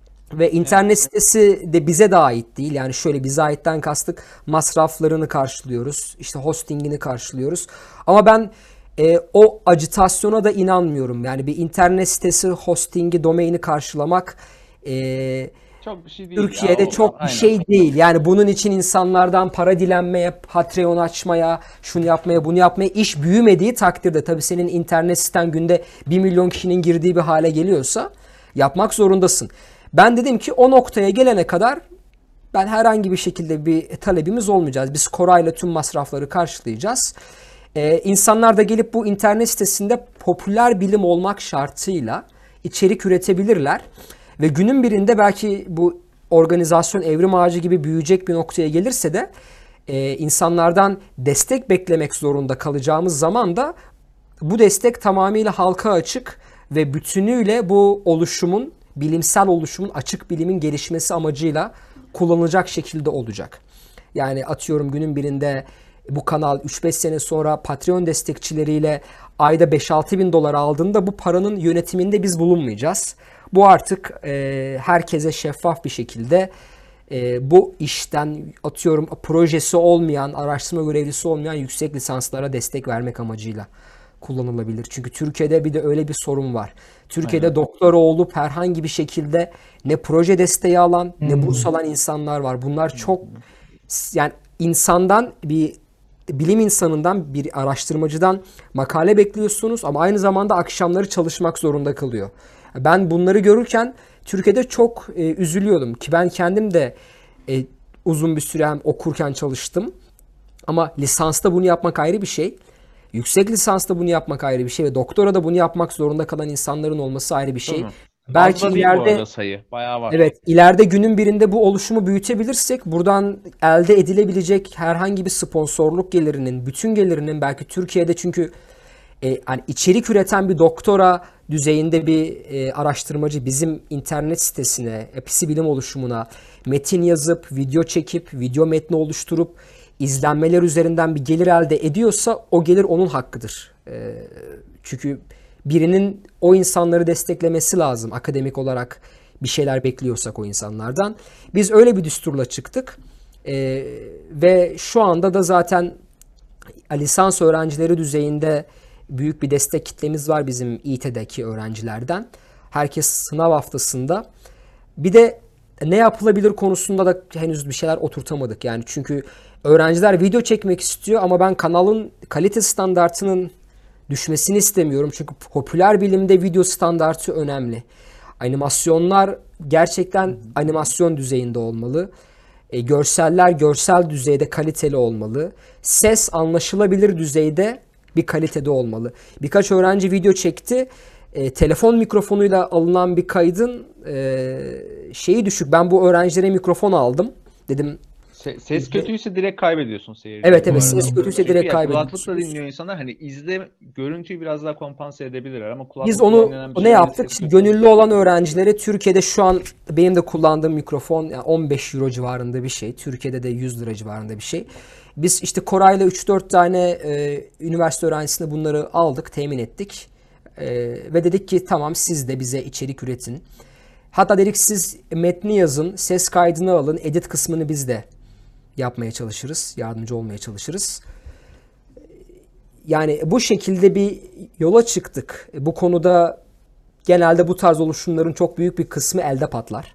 Ve internet sitesi de bize de ait değil. Yani şöyle, bize aitten kastık masraflarını karşılıyoruz. İşte hostingini karşılıyoruz. Ama ben e, o acitasyona da inanmıyorum. Yani bir internet sitesi hostingi, domaini karşılamak e, Çok bir şey değil Türkiye'de ya. O, çok bir aynen. şey değil. Yani bunun için insanlardan para dilenmeye, Patreon açmaya, şunu yapmaya, bunu yapmaya, iş büyümediği takdirde, tabii senin internet siten günde bir milyon kişinin girdiği bir hale geliyorsa yapmak zorundasın. Ben dedim ki o noktaya gelene kadar ben herhangi bir şekilde bir talebimiz olmayacağız. Biz Koray'la tüm masrafları karşılayacağız. Ee, insanlar da gelip bu internet sitesinde popüler bilim olmak şartıyla içerik üretebilirler. Ve günün birinde belki bu organizasyon evrim ağacı gibi büyüyecek bir noktaya gelirse de e, insanlardan destek beklemek zorunda kalacağımız zaman da bu destek tamamıyla halka açık ve bütünüyle bu oluşumun, bilimsel oluşumun, açık bilimin gelişmesi amacıyla kullanılacak şekilde olacak. Yani atıyorum günün birinde bu kanal üç beş sene sonra Patreon destekçileriyle ayda beş altı bin dolar aldığında bu paranın yönetiminde biz bulunmayacağız. Bu artık e, herkese şeffaf bir şekilde e, bu işten atıyorum projesi olmayan, araştırma görevlisi olmayan yüksek lisanslara destek vermek amacıyla kullanılabilir. Çünkü Türkiye'de bir de öyle bir sorun var. Türkiye'de Aynen. doktora olup herhangi bir şekilde ne proje desteği alan hmm. ne burs alan insanlar var. Bunlar çok yani insandan bir bilim insanından bir araştırmacıdan makale bekliyorsunuz ama aynı zamanda akşamları çalışmak zorunda kalıyor. Ben bunları görürken Türkiye'de çok e, üzülüyordum ki ben kendim de e, uzun bir süre hem okurken çalıştım. Ama lisansta bunu yapmak ayrı bir şey. Yüksek lisansta bunu yapmak ayrı bir şey ve doktora da bunu yapmak zorunda kalan insanların olması ayrı bir şey. Belki Fazla ileride değil bu arada sayı. Bayağı var. Evet, ileride günün birinde bu oluşumu büyütebilirsek buradan elde edilebilecek herhangi bir sponsorluk gelirinin, bütün gelirinin belki Türkiye'de çünkü e, hani içerik üreten bir doktora düzeyinde bir e, araştırmacı bizim internet sitesine, Episi Bilim oluşumuna metin yazıp, video çekip, video metni oluşturup izlenmeler üzerinden bir gelir elde ediyorsa o gelir onun hakkıdır. E, çünkü birinin o insanları desteklemesi lazım akademik olarak bir şeyler bekliyorsak o insanlardan. Biz öyle bir düsturla çıktık e, ve şu anda da zaten lisans öğrencileri düzeyinde büyük bir destek kitlemiz var bizim İİTE'deki öğrencilerden. Herkes sınav haftasında. Bir de ne yapılabilir konusunda da henüz bir şeyler oturtamadık. Yani çünkü öğrenciler video çekmek istiyor ama ben kanalın kalite standartının düşmesini istemiyorum. Çünkü popüler bilimde video standartı önemli. Animasyonlar gerçekten animasyon düzeyinde olmalı. E, görseller görsel düzeyde kaliteli olmalı. Ses anlaşılabilir düzeyde bir kalitede olmalı. Birkaç öğrenci video çekti. E, telefon mikrofonuyla alınan bir kaydın e, şeyi düşük. Ben bu öğrencilere mikrofon aldım. Dedim ses kötüyse direkt kaybediyorsun seyirciyi. Evet evet ses kötüyse direkt kaybediyorsun. Kulaklıkla dinliyor insanlar hani izle görüntüyü biraz daha kompanse edebilirler ama kulaklıkla biz onu ne yaptık? İşte gönüllü olan öğrencilere Türkiye'de şu an benim de kullandığım mikrofon yani on beş euro civarında bir şey. Türkiye'de de yüz lira civarında bir şey. Biz işte Koray'la üç dört tane e, üniversite öğrencisine bunları aldık, temin ettik. E, ve dedik ki tamam siz de bize içerik üretin. Hatta dedik siz metni yazın, ses kaydını alın, edit kısmını biz de yapmaya çalışırız, yardımcı olmaya çalışırız. Yani bu şekilde bir yola çıktık. Bu konuda genelde bu tarz oluşumların çok büyük bir kısmı elde patlar.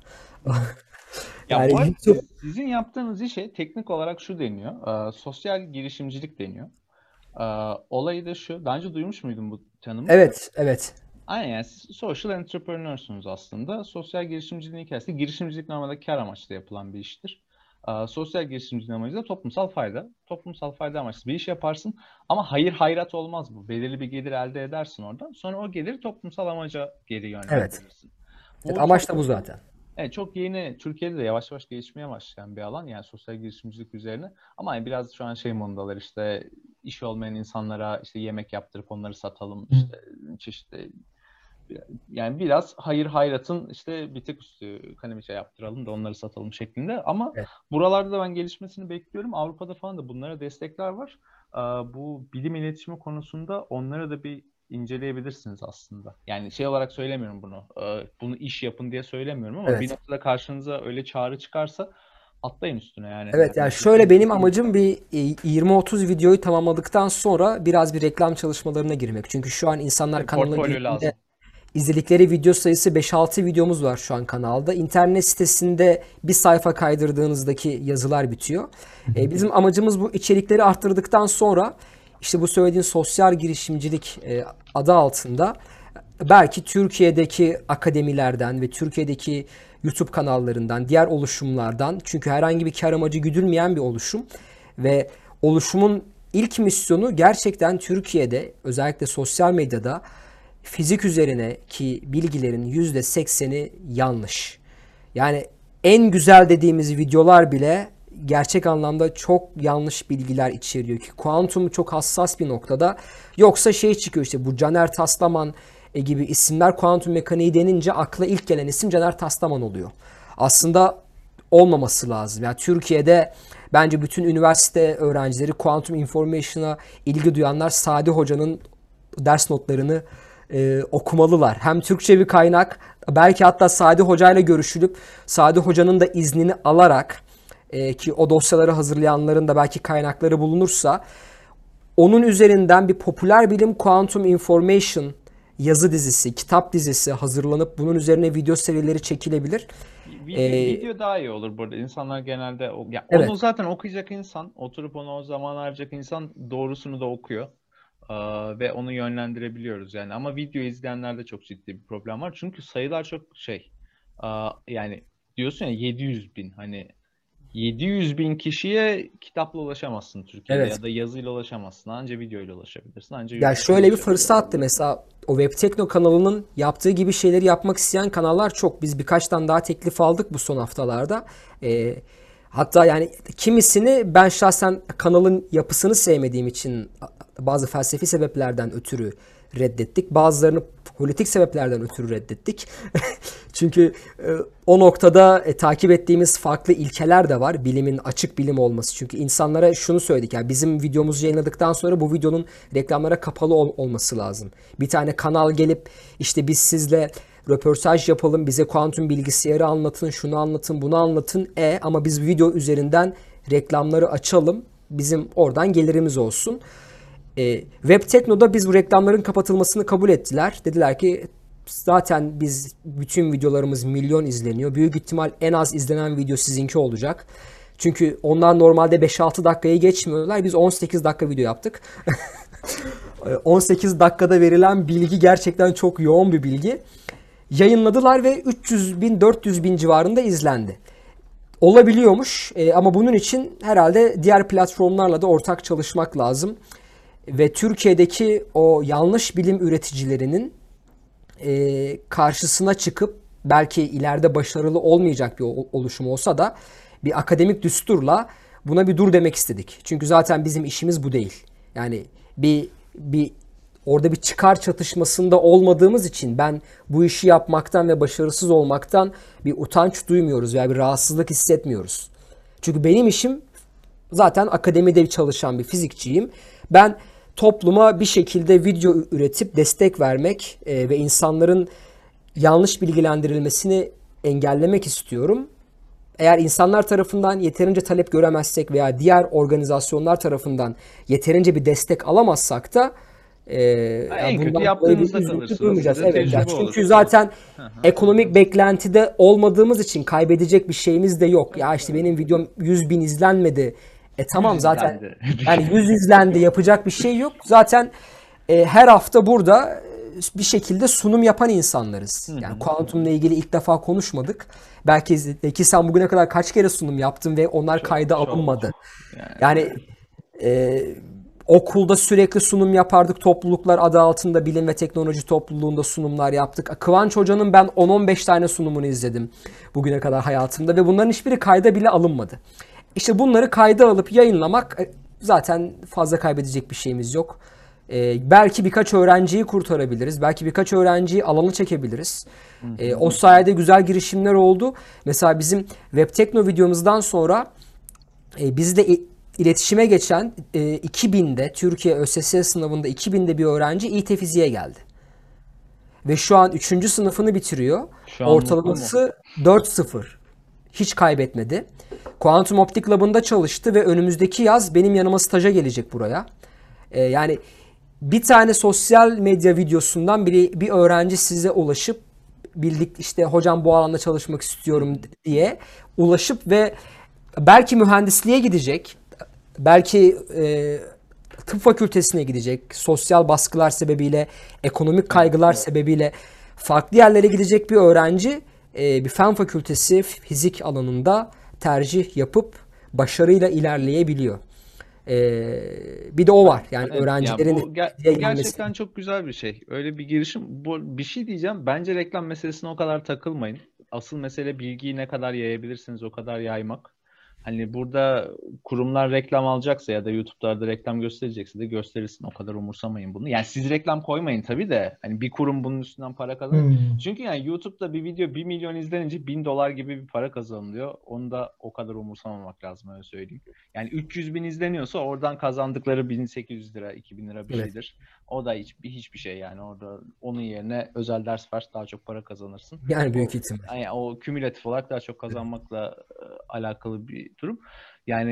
Yani ya YouTube... Sizin yaptığınız işe teknik olarak şu deniyor, e, sosyal girişimcilik deniyor. E, olayı da şu, daha önce duymuş muydun bu tanımı? Evet, evet. Aynen yani siz social entrepreneur'sunuz aslında. Sosyal girişimciliğin hikayesi, girişimcilik normalde kar amaçlı yapılan bir iştir. Ee, sosyal girişimciliğin amacı da toplumsal fayda. Toplumsal fayda amaçlı bir iş yaparsın ama hayır hayrat olmaz bu. Belirli bir gelir elde edersin oradan. Sonra o geliri toplumsal amaca geri yönlendirirsin. Evet. Evet, amaç da bu zaten. Evet, çok yeni, Türkiye'de de yavaş yavaş gelişmeye başlayan bir alan yani sosyal girişimcilik üzerine. Ama yani biraz şu an şey modalar işte iş olmayan insanlara işte yemek yaptırıp onları satalım işte çeşitli. Yani biraz hayır hayratın işte bir tek üstü kalemeçe yaptıralım da onları satalım şeklinde. Ama evet. Buralarda da ben gelişmesini bekliyorum. Avrupa'da falan da bunlara destekler var. Bu bilim iletişimi konusunda onlara da bir inceleyebilirsiniz aslında. Yani şey olarak söylemiyorum bunu. Bunu iş yapın diye söylemiyorum ama evet. Bir noktada karşınıza öyle çağrı çıkarsa atlayın üstüne yani. Evet yani şöyle benim amacım bir yirmi otuz videoyu tamamladıktan sonra biraz bir reklam çalışmalarına girmek. Çünkü şu an insanlar kanalına İzledikleri video sayısı beş altı videomuz var şu an kanalda. İnternet sitesinde bir sayfa kaydırdığınızdaki yazılar bitiyor. Ee, bizim amacımız bu içerikleri arttırdıktan sonra işte bu söylediğin sosyal girişimcilik e, adı altında belki Türkiye'deki akademilerden ve Türkiye'deki YouTube kanallarından, diğer oluşumlardan çünkü herhangi bir kar amacı güdülmeyen bir oluşum ve oluşumun ilk misyonu gerçekten Türkiye'de özellikle sosyal medyada fizik üzerine ki bilgilerin yüzde sekseni yanlış. Yani en güzel dediğimiz videolar bile gerçek anlamda çok yanlış bilgiler içeriyor ki kuantum çok hassas bir noktada. Yoksa şey çıkıyor işte bu Caner Taslaman gibi isimler kuantum mekaniği denince akla ilk gelen isim Caner Taslaman oluyor. Aslında olmaması lazım. Yani Türkiye'de bence bütün üniversite öğrencileri kuantum information'a ilgi duyanlar Sadi Hoca'nın ders notlarını Ee, okumalılar. Hem Türkçe bir kaynak belki hatta Sadi Hoca ile görüşülüp Sadi Hoca'nın da iznini alarak e, ki o dosyaları hazırlayanların da belki kaynakları bulunursa Onun üzerinden bir popüler bilim Quantum Information yazı dizisi, kitap dizisi hazırlanıp bunun üzerine video serileri çekilebilir. Video, Ee, video daha iyi olur burada. İnsanlar genelde o- ya evet. onu zaten okuyacak insan, oturup onu o zaman harcayacak insan doğrusunu da okuyor. Aa, ve onu yönlendirebiliyoruz yani. Ama video izleyenlerde çok ciddi bir problem var. Çünkü sayılar çok şey. Aa, yani diyorsun ya yedi yüz bin, hani yedi yüz bin kişiye kitapla ulaşamazsın Türkiye'de Evet. ya da yazıyla ulaşamazsın. Anca videoyla ulaşabilirsin. Anca Ya YouTube'da şöyle bir ulaşabilirsin. fırsattı mesela, o Web Tekno kanalının yaptığı gibi şeyleri yapmak isteyen kanallar çok. Biz birkaç tane daha teklif aldık bu son haftalarda. Ee, hatta yani kimisini ben şahsen kanalın yapısını sevmediğim için bazı felsefi sebeplerden ötürü reddettik. Bazılarını politik sebeplerden ötürü reddettik. Çünkü e, o noktada e, takip ettiğimiz farklı ilkeler de var. Bilimin açık bilim olması. Çünkü insanlara şunu söyledik. Yani bizim videomuzu yayınladıktan sonra bu videonun reklamlara kapalı ol- olması lazım. Bir tane kanal gelip işte biz sizle röportaj yapalım, bize kuantum bilgisayarı anlatın, şunu anlatın, bunu anlatın. E ama biz video üzerinden reklamları açalım. Bizim oradan gelirimiz olsun. E, Web Tekno'da biz bu reklamların kapatılmasını kabul ettiler. Dediler ki zaten biz bütün videolarımız milyon izleniyor. Büyük ihtimal en az izlenen video sizinki olacak. Çünkü onlar normalde beş altı dakikayı geçmiyorlar. Biz on sekiz dakika video yaptık. on sekiz dakikada verilen bilgi gerçekten çok yoğun bir bilgi. Yayınladılar ve üç yüz bin dört yüz bin civarında izlendi. Olabiliyormuş e, ama bunun için herhalde diğer platformlarla da ortak çalışmak lazım. Ve Türkiye'deki o yanlış bilim üreticilerinin e, karşısına çıkıp belki ileride başarılı olmayacak bir oluşum olsa da bir akademik düsturla buna bir dur demek istedik. Çünkü zaten bizim işimiz bu değil. Yani bir bir orada bir çıkar çatışmasında olmadığımız için ben bu işi yapmaktan ve başarısız olmaktan bir utanç duymuyoruz veya bir rahatsızlık hissetmiyoruz. Çünkü benim işim zaten akademide çalışan bir fizikçiyim. Ben topluma bir şekilde video üretip destek vermek e, ve insanların yanlış bilgilendirilmesini engellemek istiyorum. Eğer insanlar tarafından yeterince talep göremezsek veya diğer organizasyonlar tarafından yeterince bir destek alamazsak da e, Ha, en kötü bundan dolayı bir yaptığınızda üzüntü kalırsınız. duymayacağız. Size Evet, ya tecrübe olur. çünkü zaten Hı hı. ekonomik beklentide olmadığımız için kaybedecek bir şeyimiz de yok. Ya işte benim videom yüz bin izlenmedi. E tamam Yüz zaten izlendi. yani yüz izlendi, yapacak bir şey yok. Zaten e, her hafta burada e, bir şekilde sunum yapan insanlarız. Yani kuantumla ilgili ilk defa konuşmadık. Belki Zeki sen bugüne kadar kaç kere sunum yaptın ve onlar Çok, kayda çok. alınmadı. Yani, Yani e, okulda sürekli sunum yapardık. Topluluklar adı altında bilim ve teknoloji topluluğunda sunumlar yaptık. Kıvanç Hoca'nın ben on on beş tane sunumunu izledim bugüne kadar hayatımda ve bunların hiçbiri kayda bile alınmadı. İşte bunları kayda alıp yayınlamak, e, zaten fazla kaybedecek bir şeyimiz yok. Ee, belki birkaç öğrenciyi kurtarabiliriz. Belki birkaç öğrenciyi alana çekebiliriz. Ee, o sayede güzel girişimler oldu. Mesela bizim Web Tekno videomuzdan sonra e, bizle i- iletişime geçen e, iki binde Türkiye ÖSS sınavında iki binde bir öğrenci İİTE Fiziğe geldi. Ve şu an üçüncü sınıfını bitiriyor. Şu an mutlu mu? Ortalaması dört sıfır. Hiç kaybetmedi. Quantum Optik Lab'ında çalıştı ve önümüzdeki yaz benim yanıma staja gelecek buraya. Ee, yani bir tane sosyal medya videosundan biri, bir öğrenci size ulaşıp bildik işte hocam bu alanda çalışmak istiyorum diye ulaşıp ve belki mühendisliğe gidecek, belki e, tıp fakültesine gidecek, sosyal baskılar sebebiyle, ekonomik kaygılar sebebiyle farklı yerlere gidecek bir öğrenci e, bir fen fakültesi fizik alanında tercih yapıp başarıyla ilerleyebiliyor. Ee, bir de o var. Yani Evet, ya öğrencilerin bu, ger- bu gelmesi. gerçekten çok güzel bir şey. Öyle bir girişim. Bu bir şey diyeceğim. Bence reklam meselesine o kadar takılmayın. Asıl mesele bilgiyi ne kadar yayabilirsiniz o kadar yaymak. Hani burada kurumlar reklam alacaksa ya da YouTube'larda reklam gösterecekse de gösterirsin. O kadar umursamayın bunu. Yani siz reklam koymayın tabii de. Hani bir kurum bunun üstünden para kazanır. Hmm. Çünkü yani YouTube'da bir video bir milyon izlenince bin dolar gibi bir para kazanılıyor. Onu da o kadar umursamamak lazım, öyle söyleyeyim. Yani üç yüz bin izleniyorsa oradan kazandıkları bin sekiz yüz lira, iki bin lira bir Evet. şeydir. O da hiç, hiçbir şey yani. Orada onun yerine özel ders ver, daha çok para kazanırsın. Yani büyük O, ihtimal. yani o kümülatif olarak daha çok kazanmakla e, alakalı bir durum. Yani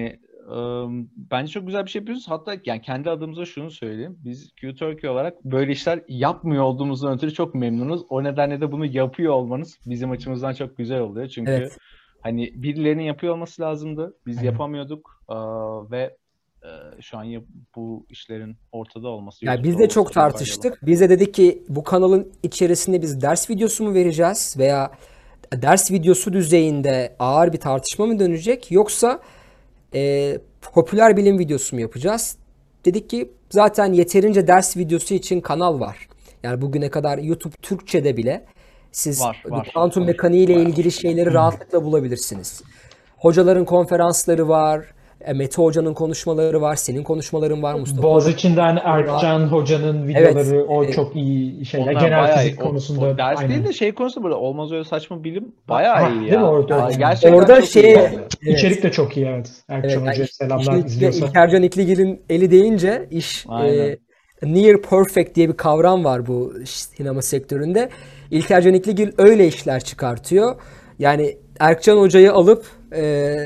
ıı, bence çok güzel bir şey yapıyoruz. Hatta yani kendi adımıza şunu söyleyeyim. Biz Q Turkey olarak böyle işler yapmıyor olduğumuzdan ötürü çok memnunuz. O nedenle de bunu yapıyor olmanız bizim açımızdan çok güzel oluyor. Çünkü Evet. hani birilerinin yapıyor olması lazımdı. Biz Aynen. yapamıyorduk. Aa, ve e, şu an yap- bu işlerin ortada olması, Yani biz YouTube'da de olması çok çok faydalı. tartıştık. Biz de dedik ki bu kanalın içerisinde biz ders videosu mu vereceğiz veya ders videosu düzeyinde ağır bir tartışma mı dönecek yoksa e, popüler bilim videosu mu yapacağız? Dedik ki zaten yeterince ders videosu için kanal var. Yani bugüne kadar YouTube Türkçe'de bile siz Var, var. kuantum Var. mekaniği ile Bayağı ilgili var. şeyleri rahatlıkla bulabilirsiniz. Hocaların konferansları var. e, Mete Hoca'nın konuşmaları var. Senin konuşmaların var. Mustafa Hoca'nın Boğaziçi'nden konuşmaları var. Erkcan Hoca'nın Evet. videoları o e, çok iyi şeyler. Onlar Genel bayağı iyi. fizik O, konusunda o ders değil aynen. de şey konusunda böyle olmaz öyle saçma bilim bayağı Ha, iyi değil mi? ya. Orada, Aa, aynen. gerçekten Orada çok iyi şey yani. evet. İçerik de çok iyi, evet. Erkcan Evet, yani Hoca'ya iş- selamlar işin içine izliyorsa. İlkercan İkligil'in eli değince iş Aynen. e, near perfect diye bir kavram var bu sinema sektöründe. İlkercan İkligil öyle işler çıkartıyor. Yani Erkcan Hoca'yı alıp e,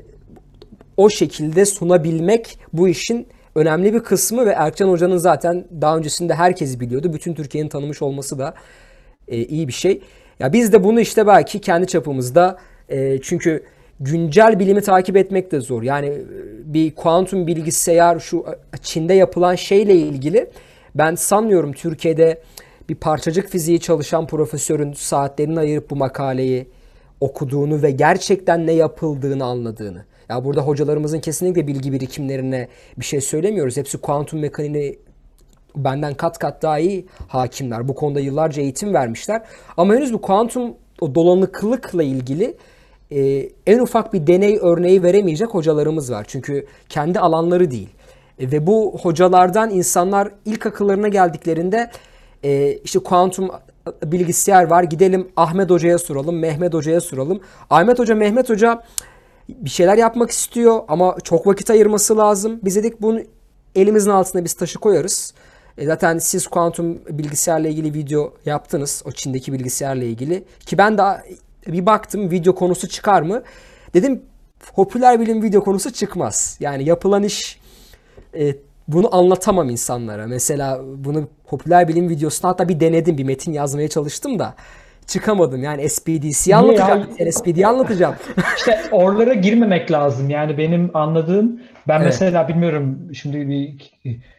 o şekilde sunabilmek bu işin önemli bir kısmı ve Erkcan Hoca'nın zaten daha öncesinde herkes biliyordu. Bütün Türkiye'nin tanımış olması da e, iyi bir şey. Ya biz de bunu işte belki kendi çapımızda e, çünkü güncel bilimi takip etmek de zor. Yani e, bir kuantum bilgisayar şu Çin'de yapılan şeyle ilgili ben sanmıyorum Türkiye'de bir parçacık fiziği çalışan profesörün saatlerini ayırıp bu makaleyi okuduğunu ve gerçekten ne yapıldığını anladığını. Ya burada hocalarımızın kesinlikle bilgi birikimlerine bir şey söylemiyoruz. Hepsi kuantum mekaniğini benden kat kat daha iyi hakimler. Bu konuda yıllarca eğitim vermişler. Ama henüz bu kuantum o dolanıklıkla ilgili e, en ufak bir deney örneği veremeyecek hocalarımız var. Çünkü kendi alanları değil. E, ve bu hocalardan insanlar ilk akıllarına geldiklerinde e, işte kuantum bilgisayar var. Gidelim Ahmet Hoca'ya soralım, Mehmet Hoca'ya soralım. Ahmet Hoca, Mehmet Hoca bir şeyler yapmak istiyor ama çok vakit ayırması lazım. Biz dedik bunu elimizin altına biz taşı koyarız. E zaten siz kuantum bilgisayarla ilgili video yaptınız. O Çin'deki bilgisayarla ilgili. Ki ben daha bir baktım video konusu çıkar mı? Dedim popüler bilim video konusu çıkmaz. Yani yapılan iş e, bunu anlatamam insanlara. Mesela bunu popüler bilim videosunda hatta bir denedim. Bir metin yazmaya çalıştım da çıkamadım. Yani S P D C'yi Niye anlatacağım. ya? S P D'yi anlatacağım. İşte oralara girmemek lazım. Yani benim anladığım, ben Evet. mesela bilmiyorum şimdi bir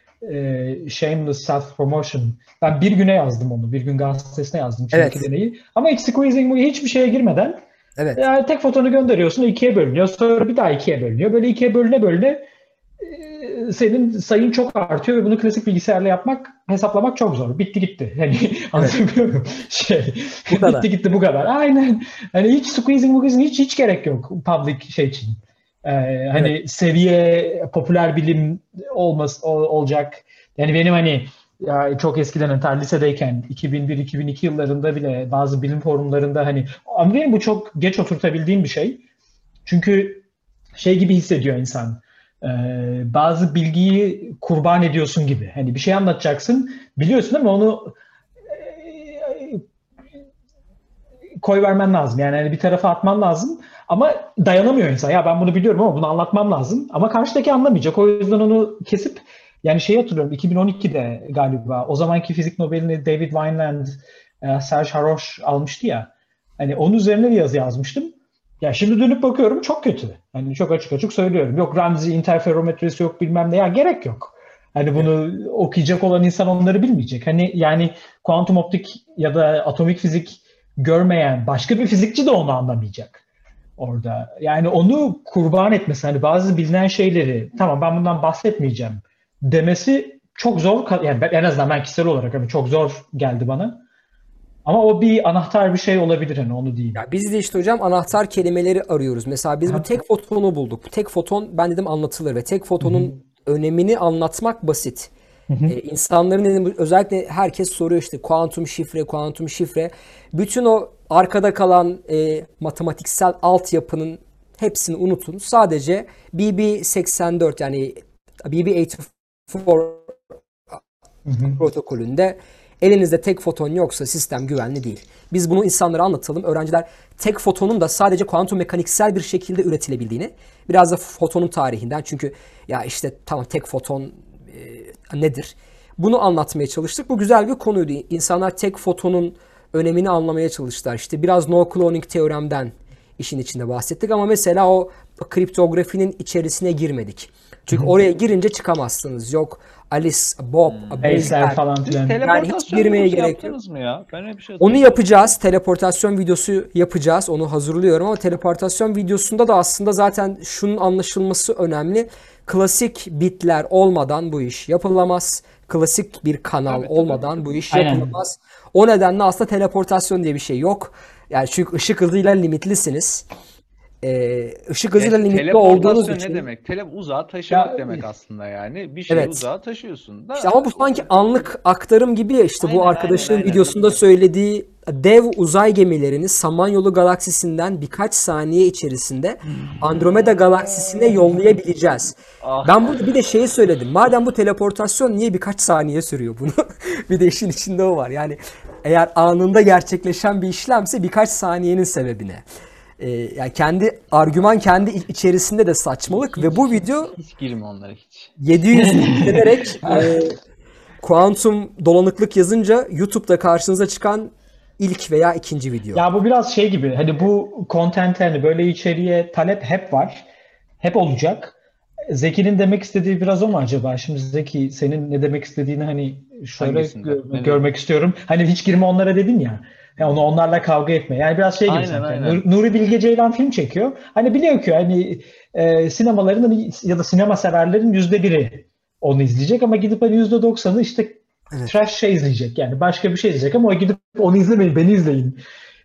e, shameless self promotion. Ben bir güne yazdım onu. Bir gün gazetesine yazdım Çin'deki Evet. deneyi. Ama hiç squeezing hiçbir şeye girmeden Evet. yani tek fotonu gönderiyorsun, ikiye bölünüyor. Sonra bir daha ikiye bölünüyor. Böyle ikiye bölüne bölüne e, senin sayın çok artıyor ve bunu klasik bilgisayarla yapmak, hesaplamak çok zor. Bitti gitti. Hani anlatabiliyor muyum? Şey, Bu kadar. bitti gitti bu kadar. Aynen. Hani hiç squeezing squeezing hiç hiç gerek yok public şey için. Ee, hani seviye popüler bilim olmaz ol- olacak. Yani benim hani ya çok eskiden hani ta lisedeyken iki bin bir iki bin iki yıllarında bile bazı bilim forumlarında hani ama benim bu çok geç oturtabildiğim bir şey. Çünkü şey gibi hissediyor insan. Ee, bazı bilgiyi kurban ediyorsun gibi. Hani bir şey anlatacaksın, biliyorsun ama onu e, koy vermen lazım. Yani hani bir tarafa atman lazım. Ama dayanamıyor insan. Ya ben bunu biliyorum ama bunu anlatmam lazım. Ama karşıdaki anlamayacak. O yüzden onu kesip yani şeyi hatırlıyorum iki bin on ikide galiba o zamanki fizik Nobel'ini David Vineland, e, Serge Haroche almıştı ya. Hani onun üzerine bir yazı yazmıştım. Ya şimdi dönüp bakıyorum çok kötü. Hani çok açık açık söylüyorum. Yok Ramsey interferometresi yok bilmem ne. Ya gerek yok. Hani bunu okuyacak olan insan onları bilmeyecek. Hani yani kuantum optik ya da atomik fizik görmeyen başka bir fizikçi de onu anlamayacak orada. Yani onu kurban etmesi, hani bazı bilinen şeyleri tamam ben bundan bahsetmeyeceğim demesi çok zor. Yani ben, en azından ben kişisel olarak hani çok zor geldi bana. Ama o bir anahtar bir şey olabilir hani onu diyeyim. Ya biz de işte hocam anahtar kelimeleri arıyoruz. Mesela biz bu tek fotonu bulduk. Bu tek foton ben dedim anlatılır ve tek fotonun Hı-hı. önemini anlatmak basit. Ee, insanların dedim, özellikle herkes soruyor işte kuantum şifre, kuantum şifre. Bütün o arkada kalan e, matematiksel altyapının hepsini unutun. Sadece B B seksen dört yani B B seksen dört Hı-hı. protokolünde Elinizde tek foton yoksa sistem güvenli değil. Biz bunu insanlara anlatalım. Öğrenciler tek fotonun da sadece kuantum mekaniksel bir şekilde üretilebildiğini, biraz da fotonun tarihinden, çünkü ya işte tamam tek foton e, nedir? Bunu anlatmaya çalıştık. Bu güzel bir konuydu. İnsanlar tek fotonun önemini anlamaya çalıştılar. İşte biraz no cloning teoremden işin içinde bahsettik ama mesela o kriptografinin içerisine girmedik. Çünkü oraya girince çıkamazsınız. Yok Alice, Bob, Base'ler falan Siz filan. Yani hiç teleportasyon girmeye videosu gerek yok. yaptınız mı ya? Ben öyle bir şey Onu hatırlamıyorum. yapacağız. Teleportasyon videosu yapacağız. Onu hazırlıyorum ama teleportasyon videosunda da aslında zaten şunun anlaşılması önemli. Klasik bitler olmadan bu iş yapılamaz. Klasik bir kanal Tabii, tabii. olmadan bu iş Aynen. yapılamaz. O nedenle aslında teleportasyon diye bir şey yok. Yani çünkü ışık hızıyla limitlisiniz. Ee, ışık Ya hızıyla işte limitli olduğunuz teleportasyon için. ne demek? Tele uzağa taşımak Ya, demek aslında yani. Bir şeyi Evet. uzağa taşıyorsun da. İşte ama bu sanki anlık aktarım gibi ya, işte bu Aynen, arkadaşın aynen, aynen. videosunda söylediği dev uzay gemilerini Samanyolu galaksisinden birkaç saniye içerisinde Andromeda galaksisine yollayabileceğiz. Ah. Ben burada bir de şeyi söyledim. Madem bu teleportasyon niye birkaç saniye sürüyor bunu? Bir de işin içinde o var. Yani eğer anında gerçekleşen bir işlemse birkaç saniyenin sebebi ne? Ee, yani kendi argüman kendi içerisinde de saçmalık ve bu video Hiç girme onlara hiç. yedi yüz izlenerek e, kuantum dolanıklık yazınca YouTube'da karşınıza çıkan ilk veya ikinci video. Ya bu biraz şey gibi, hani bu content, hani böyle içeriğe talep hep var. Hep olacak. Zeki'nin demek istediği biraz o mu acaba? Şimdi Zeki, senin ne demek istediğini hani şöyle Hangisinde? gö- Ne görmek dedin? istiyorum. Hani hiç girme onlara dedin ya. Ya onu onlarla kavga etme. Yani biraz şey gibi Aynen, sanki. aynen. Nur- Nuri Bilge Ceylan film çekiyor. Hani biliyor ki hani e, sinemaların hani ya da sinema severlerin yüzde biri onu izleyecek ama gidip hani yüzde doksanı işte Evet. trash şey izleyecek. Yani başka bir şey izleyecek ama o gidip onu izlemeyin, beni izleyin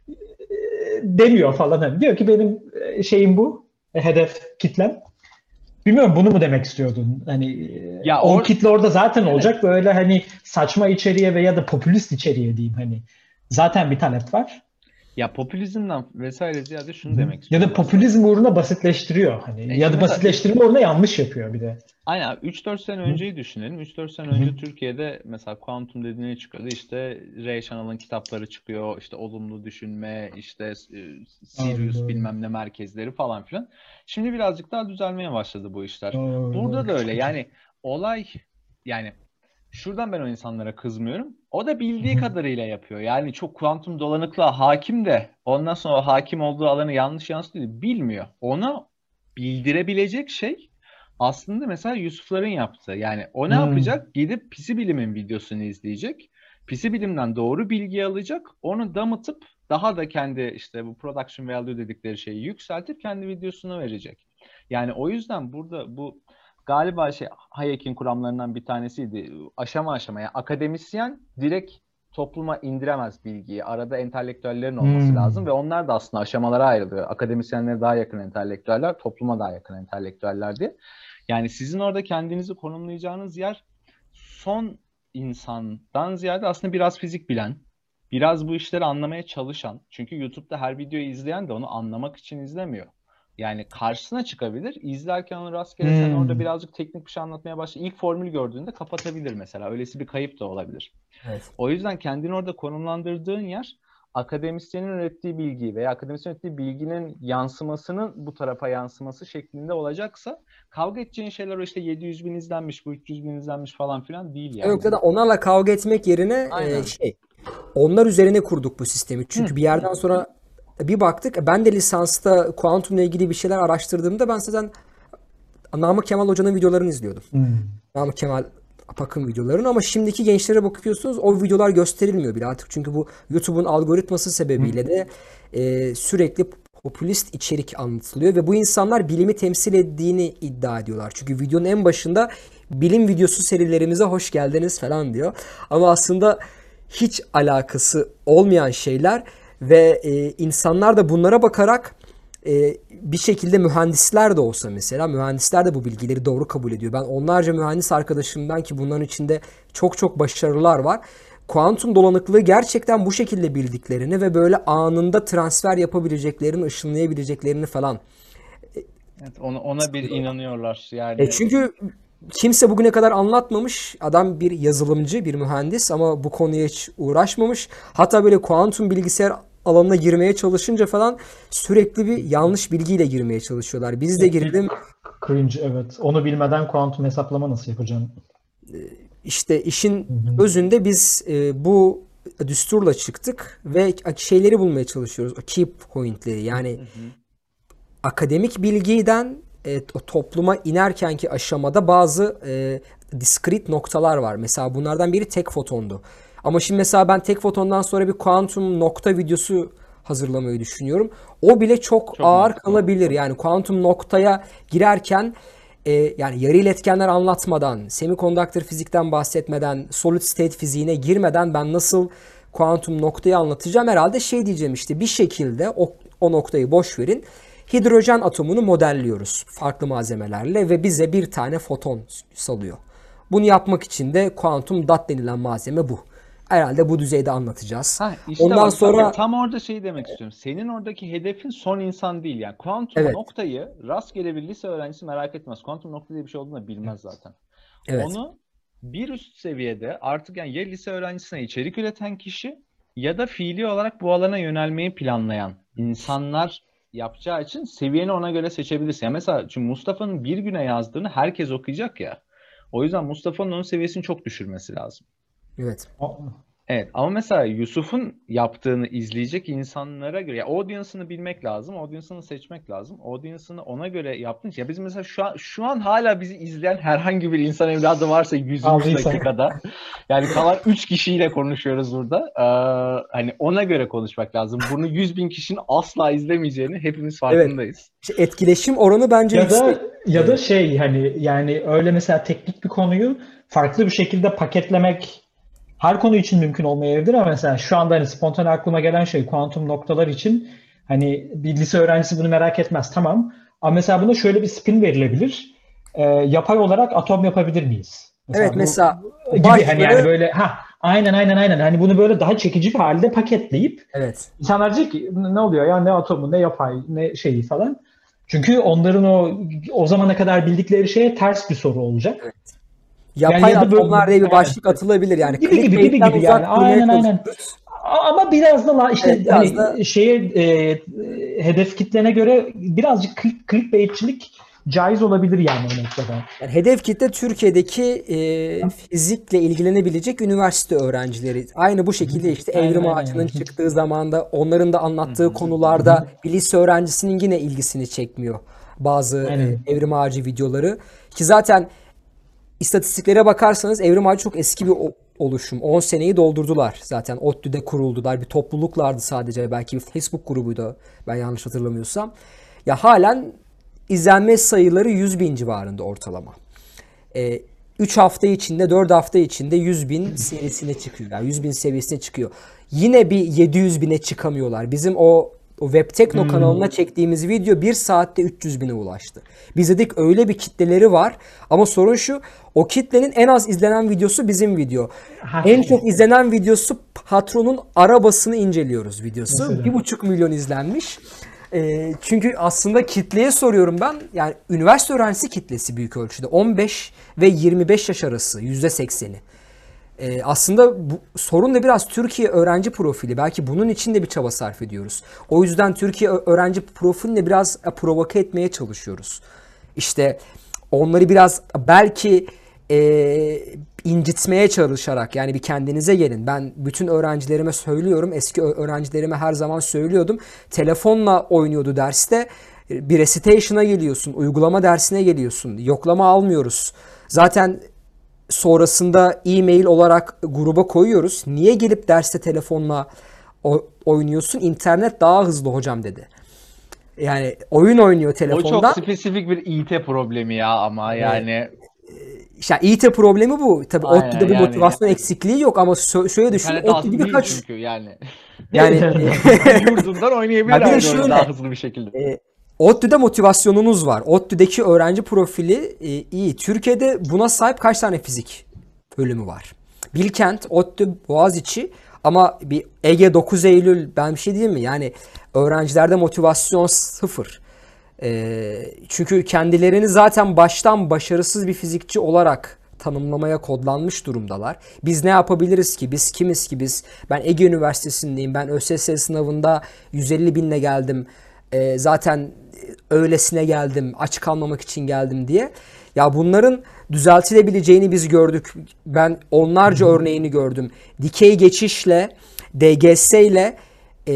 e, demiyor falan. Hani diyor ki benim e, şeyim bu. e, Hedef kitlem. Bilmiyorum, bunu mu demek istiyordun? Hani e, Ya o or kitle orada zaten evet. olacak. Böyle hani saçma içeriğe veya da popülist içeriğe diyeyim hani. Zaten bir talep var. Ya popülizmden vesaire ziyade şunu Hı. demek Ya istiyorum da aslında. popülizm uğruna basitleştiriyor. Hani E ya şimdi da mesela basitleştirme uğruna yanlış yapıyor bir de. aynen üç dört sene Hı. önceyi düşünelim. üç dört sene Hı hı. önce Türkiye'de mesela kuantum dediğine çıkıyordu. İşte Ray Chanel'ın kitapları çıkıyor. İşte olumlu düşünme, işte e, Doğru, Sirius doğru. bilmem ne merkezleri falan filan. Şimdi birazcık daha düzelmeye başladı bu işler. Doğru, Burada doğru. da öyle. Çok iyi. Yani olay yani şuradan ben o insanlara kızmıyorum. O da Hı bildiği hı. kadarıyla yapıyor. Yani çok kuantum dolanıklığa hakim de ondan sonra o hakim olduğu alanı yanlış yansıtıyor. Bilmiyor. Ona bildirebilecek şey aslında mesela Yusuf'ların yaptığı. Yani o ne Hı. yapacak? Gidip Pisi Bilim'in videosunu izleyecek. Pisi Bilim'den doğru bilgi alacak. Onu damıtıp daha da kendi işte bu production value dedikleri şeyi yükseltip kendi videosuna verecek. Yani o yüzden burada bu galiba şey Hayek'in kuramlarından bir tanesiydi. Aşama aşama. Yani akademisyen direkt topluma indiremez bilgiyi. Arada entelektüellerin olması Hı. lazım ve onlar da aslında aşamalara ayrılıyor. Akademisyenlere daha yakın entelektüeller, topluma daha yakın entelektüeller diye. Yani sizin orada kendinizi konumlayacağınız yer son insandan ziyade aslında biraz fizik bilen, biraz bu işleri anlamaya çalışan. Çünkü YouTube'da her videoyu izleyen de onu anlamak için izlemiyor. Yani karşısına çıkabilir. İzlerken onu rastgele sen orada Hı. birazcık teknik bir şey anlatmaya başla. İlk formülü gördüğünde kapatabilir mesela. Öylesi bir kayıp da olabilir. Evet. O yüzden kendini orada konumlandırdığın yer akademisyenin ürettiği bilgiyi veya akademisyenin ürettiği bilginin yansımasının bu tarafa yansıması şeklinde olacaksa kavga edeceğin şeyler o işte yedi yüz bin izlenmiş, bu üç yüz bin izlenmiş falan filan değil yani. Yok, zaten onlarla kavga etmek yerine e, Aynen. şey onlar üzerine kurduk bu sistemi. Çünkü Hı. bir yerden sonra bir baktık. Ben de lisansta kuantumla ilgili bir şeyler araştırdığımda ben zaten Namık Kemal Hoca'nın videolarını izliyordum. Hı. Namık Kemal Apak'ın videolarını ama şimdiki gençlere bakıyorsunuz o videolar gösterilmiyor bile artık. Çünkü bu YouTube'un algoritması Hı. sebebiyle de e, sürekli popülist içerik anlatılıyor ve bu insanlar bilimi temsil ettiğini iddia ediyorlar. Çünkü videonun en başında bilim videosu serilerimize hoş geldiniz falan diyor. Ama aslında hiç alakası olmayan şeyler ve e, insanlar da bunlara bakarak e, bir şekilde mühendisler de olsa mesela mühendisler de bu bilgileri doğru kabul ediyor. Ben onlarca mühendis arkadaşımdan ki bunların içinde çok çok başarılılar var. Kuantum dolanıklığı gerçekten bu şekilde bildiklerini ve böyle anında transfer yapabileceklerini, ışınlayabileceklerini falan. Evet, ona, ona bir inanıyorlar E yani. çünkü kimse bugüne kadar anlatmamış. Adam bir yazılımcı, bir mühendis ama bu konuya hiç uğraşmamış. Hatta böyle kuantum bilgisayar alanına girmeye çalışınca falan sürekli bir yanlış bilgiyle girmeye çalışıyorlar. Biz de girelim. Cringe, evet. Onu bilmeden kuantum hesaplama nasıl yapacaksın? İşte işin özünde biz e, bu düsturla çıktık ve şeyleri bulmaya çalışıyoruz. O key point'leri, yani akademik bilgiden e, o topluma inerkenki aşamada bazı e, discrete noktalar var. Mesela bunlardan biri tek fotondu. Ama şimdi mesela ben tek fotondan sonra bir kuantum nokta videosu hazırlamayı düşünüyorum. O bile çok, Çok ağır mantıklı. kalabilir. Yani kuantum noktaya girerken e, yani yarı iletkenler anlatmadan, semiconductor fizikten bahsetmeden, solid state fiziğine girmeden ben nasıl kuantum noktayı anlatacağım? Herhalde şey diyeceğim, işte bir şekilde o, o noktayı boş verin. Hidrojen atomunu modelliyoruz farklı malzemelerle ve bize bir tane foton salıyor. Bunu yapmak için de kuantum dot denilen malzeme bu. Herhalde bu düzeyde anlatacağız. Ha, işte Ondan bak, sonra tabii tam orada şeyi demek istiyorum. Senin oradaki hedefin son insan değil. Yani kuantum evet, noktayı rastgele bir lise öğrencisi merak etmez. Kuantum nokta diye bir şey olduğunu da bilmez zaten. evet. Onu bir üst seviyede artık yani ya lise öğrencisine içerik üreten kişi ya da fiili olarak bu alana yönelmeyi planlayan insanlar yapacağı için seviyeni ona göre seçebilirsin. Yani mesela çünkü Mustafa'nın bir güne yazdığını herkes okuyacak ya. O yüzden Mustafa'nın onun seviyesini çok düşürmesi lazım. Evet. O- Evet ama mesela Yusuf'un yaptığını izleyecek insanlara göre ya audience'ını bilmek lazım, audience'ını seçmek lazım. Audience'ını ona göre yaptın. Ya biz mesela şu an şu an hala bizi izleyen herhangi bir insan evladı varsa yüz üç Aldıysa. dakikada yani kalan üç kişiyle konuşuyoruz burada. Ee, hani ona göre konuşmak lazım. Bunu yüz bin kişinin asla izlemeyeceğini hepimiz farkındayız. İşte etkileşim oranı bence Ya yüksek. da ya da şey, hani yani öyle mesela teknik bir konuyu farklı bir şekilde paketlemek her konu için mümkün olmayabilir ama mesela şu anda hani spontane aklıma gelen şey kuantum noktalar için, hani bir lise öğrencisi bunu merak etmez, tamam, ama mesela buna şöyle bir spin verilebilir. Ee, yapay olarak atom yapabilir miyiz? Evet, bu mesela gibi başlığı- hani, yani böyle ha aynen aynen aynen hani bunu böyle daha çekici bir halde paketleyip Evet. insanlar diyecek ki ne oluyor ya, ne atomu ne yapay ne şeyi falan. Çünkü onların o o zamana kadar bildikleri şeye ters bir soru olacak. Yapay Yani ya da böyle- atomlar diye bir aynen. başlık atılabilir yani. Gibi gibi gibi Clickbait'ten gibi uzak yani. durmaya Aynen aynen. çalışıyoruz. Ama biraz da la işte Evet, biraz hani da- şeye e, e, hedef kitlene göre birazcık click, clickbaitçilik caiz olabilir yani o noktada. Yani hedef kitle Türkiye'deki e, fizikle ilgilenebilecek üniversite öğrencileri. Aynı bu şekilde işte Aynen, Evrim aynen. Ağacı'nın çıktığı zamanda onların da anlattığı konularda bir lise öğrencisinin yine ilgisini çekmiyor bazı Aynen. e, Evrim Ağacı videoları. Ki zaten istatistiklere bakarsanız Evrim Ağacı çok eski bir o- oluşum. on seneyi doldurdular zaten. ODTÜ'de kuruldular. Bir topluluklardı sadece. Belki bir Facebook grubuydu ben yanlış hatırlamıyorsam. Ya halen izlenme sayıları yüz bin civarında ortalama. Ee, üç hafta içinde, dört hafta içinde yüz bin serisine çıkıyor. Yani yüz bin seviyesine çıkıyor. Yine bir yedi yüz bine çıkamıyorlar. Bizim o o Web Tekno kanalına çektiğimiz video bir saatte üç yüz bine ulaştı. Biz dedik öyle bir kitleleri var. Ama sorun şu, o kitlenin en az izlenen videosu bizim video. En çok izlenen videosu patronun arabasını inceliyoruz videosu. Mesela. Bir buçuk milyon izlenmiş. Ee, çünkü aslında kitleye soruyorum ben. Yani üniversite öğrencisi kitlesi büyük ölçüde. on beş ve yirmi beş yaş arası yüzde sekseni. Ee, aslında bu, sorun da biraz Türkiye öğrenci profili. Belki bunun için de bir çaba sarf ediyoruz. O yüzden Türkiye ö- öğrenci profiline biraz e, provoke etmeye çalışıyoruz. İşte onları biraz belki e, incitmeye çalışarak, yani bir kendinize gelin. Ben bütün öğrencilerime söylüyorum, eski ö- öğrencilerime her zaman söylüyordum. Telefonla oynuyordu derste. Bir recitation'a geliyorsun, uygulama dersine geliyorsun. Yoklama almıyoruz. Zaten sonrasında e-mail olarak gruba koyuyoruz. Niye gelip derste telefonla o- oynuyorsun? İnternet daha hızlı hocam dedi. Yani oyun oynuyor O telefonda. çok spesifik bir İ T problemi ya ama yani İşte İ T problemi bu. Tabii Aynen, ODTÜ'de bir yani- motivasyon eksikliği yok ama şö- şöyle düşün. internet hızlı ODTÜ'de değil birkaç çünkü yani. yani Yurdundan oynayabilir Ya bir de ayrı oyunu şöyle- daha hızlı bir şekilde. e, ODTÜ'de motivasyonunuz var. ODTÜ'deki öğrenci profili e, iyi. Türkiye'de buna sahip kaç tane fizik bölümü var? Bilkent, ODTÜ, Boğaziçi ama bir Ege dokuz Eylül, ben bir şey diyeyim mi? Yani öğrencilerde motivasyon sıfır. Ee, çünkü kendilerini zaten baştan başarısız bir fizikçi olarak tanımlamaya kodlanmış durumdalar. Biz ne yapabiliriz ki? Biz kimiz ki? Biz ben Ege Üniversitesi'ndeyim. Ben ÖSS sınavında yüz elli binle geldim. Ee, zaten öylesine geldim. Aç kalmamak için geldim diye. Ya bunların düzeltilebileceğini biz gördük. Ben onlarca örneğini gördüm. Dikey geçişle, D G S ile e,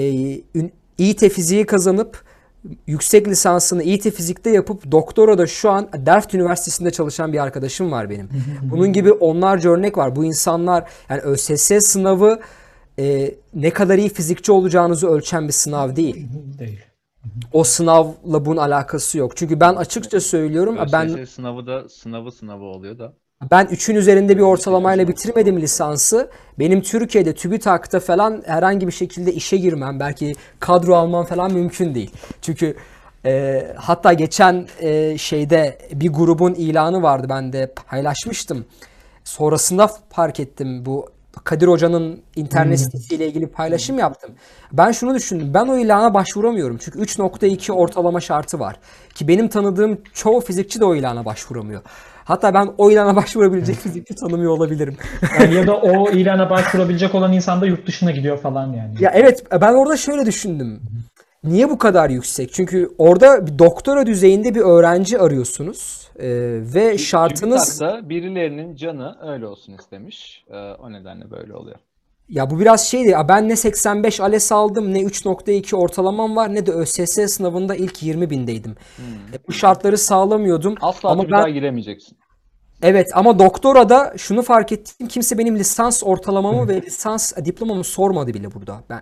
İİTE fiziği kazanıp yüksek lisansını İİTE fizikte yapıp doktora da şu an Delft Üniversitesi'nde çalışan bir arkadaşım var benim. Bunun gibi onlarca örnek var. Bu insanlar yani ÖSS sınavı e, ne kadar iyi fizikçi olacağınızı ölçen bir sınav değil. Değil. O sınavla bunun alakası yok. Çünkü ben açıkça söylüyorum ben ÖSS sınavı da sınavı sınavı oluyor da. ben üçün üzerinde bir ortalamayla bitirmedim lisansı. Benim Türkiye'de TÜBİTAK'ta falan herhangi bir şekilde işe girmem, belki kadro almam falan mümkün değil. Çünkü e, hatta geçen e, şeyde bir grubun ilanı vardı, ben de paylaşmıştım. Sonrasında fark ettim, bu Kadir Hoca'nın internet sitesiyle ilgili paylaşım yaptım. Ben şunu düşündüm. Ben o ilana başvuramıyorum. Çünkü üç nokta iki ortalama şartı var. Ki benim tanıdığım çoğu fizikçi de o ilana başvuramıyor. Hatta ben o ilana başvurabilecek fizikçi tanımıyor olabilirim. Yani ya da o ilana başvurabilecek olan insan da yurt dışına gidiyor falan yani. Ya evet, ben orada şöyle düşündüm. Niye bu kadar yüksek? Çünkü orada bir doktora düzeyinde bir öğrenci arıyorsunuz. Ee, ve şartınız... TÜBİTAK'ta birilerinin canı öyle olsun istemiş. Ee, o nedenle böyle oluyor. Ya bu biraz şeydi. Ya ben ne seksen beş ALES aldım, ne üç nokta iki ortalamam var, ne de ÖSS sınavında ilk yirmi bindeydim. Hmm. E, bu şartları sağlamıyordum. Asla ama TÜBİTAK'a ben giremeyeceksin. evet ama doktora da şunu fark ettim. Kimse benim lisans ortalamamı ve lisans diplomamı sormadı bile burada. Ben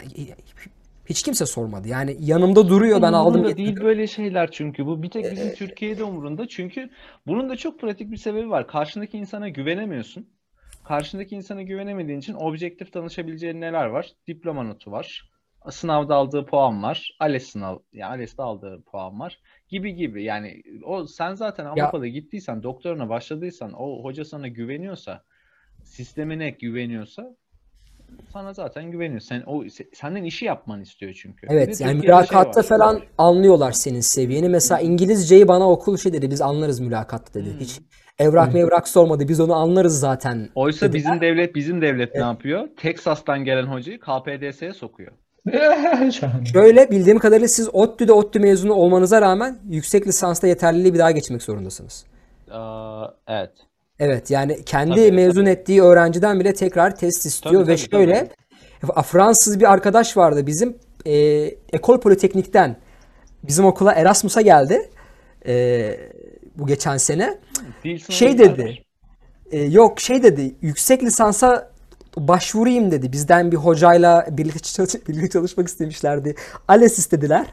hiç kimse sormadı. Yani yanımda duruyor, ben aldım Umurunda getirdim. değil böyle şeyler çünkü. Bu bir tek bizim Türkiye'de umurunda. Çünkü bunun da çok pratik bir sebebi var. Karşındaki insana güvenemiyorsun. Karşındaki insana güvenemediğin için objektif danışabileceğin neler var? Diploma notu var. Sınavda aldığı puan var. ALES sınav, yani ALES'te aldığı puan var. Gibi gibi. Yani o sen zaten Ya Avrupa'da gittiysen, doktoruna başladıysan, o hoca sana güveniyorsa, sistemine güveniyorsa sana zaten güveniyor. Sen o senden işi yapmanı istiyor çünkü. Bir de evet, yani Türkiye'de şey mülakatta var. falan anlıyorlar senin seviyeni. Mesela İngilizceyi bana okul şey dedi, biz anlarız mülakatta dedi. Hiç evrak mevrak sormadı, biz onu anlarız zaten Oysa dediler. bizim devlet bizim devlet ne Evet. yapıyor? Teksas'tan gelen hocayı K P D S'ye sokuyor. Şahane. Şöyle, bildiğim kadarıyla siz ODTÜ'de ODTÜ mezunu olmanıza rağmen yüksek lisansta yeterliliği bir daha geçmek zorundasınız. Aa, evet. Evet, yani kendi Tabii. mezun ettiği öğrenciden bile tekrar test istiyor Tabii, ve tabii, şöyle Fransız bir arkadaş vardı bizim, e, Ekol Politeknik'ten bizim okula Erasmus'a geldi e, bu geçen sene. Dil sınavı Şey güzel dedi, var. e, yok şey dedi, yüksek lisansa başvurayım dedi. Bizden bir hocayla birlikte, çalış- birlikte çalışmak istemişlerdi. ALES istediler.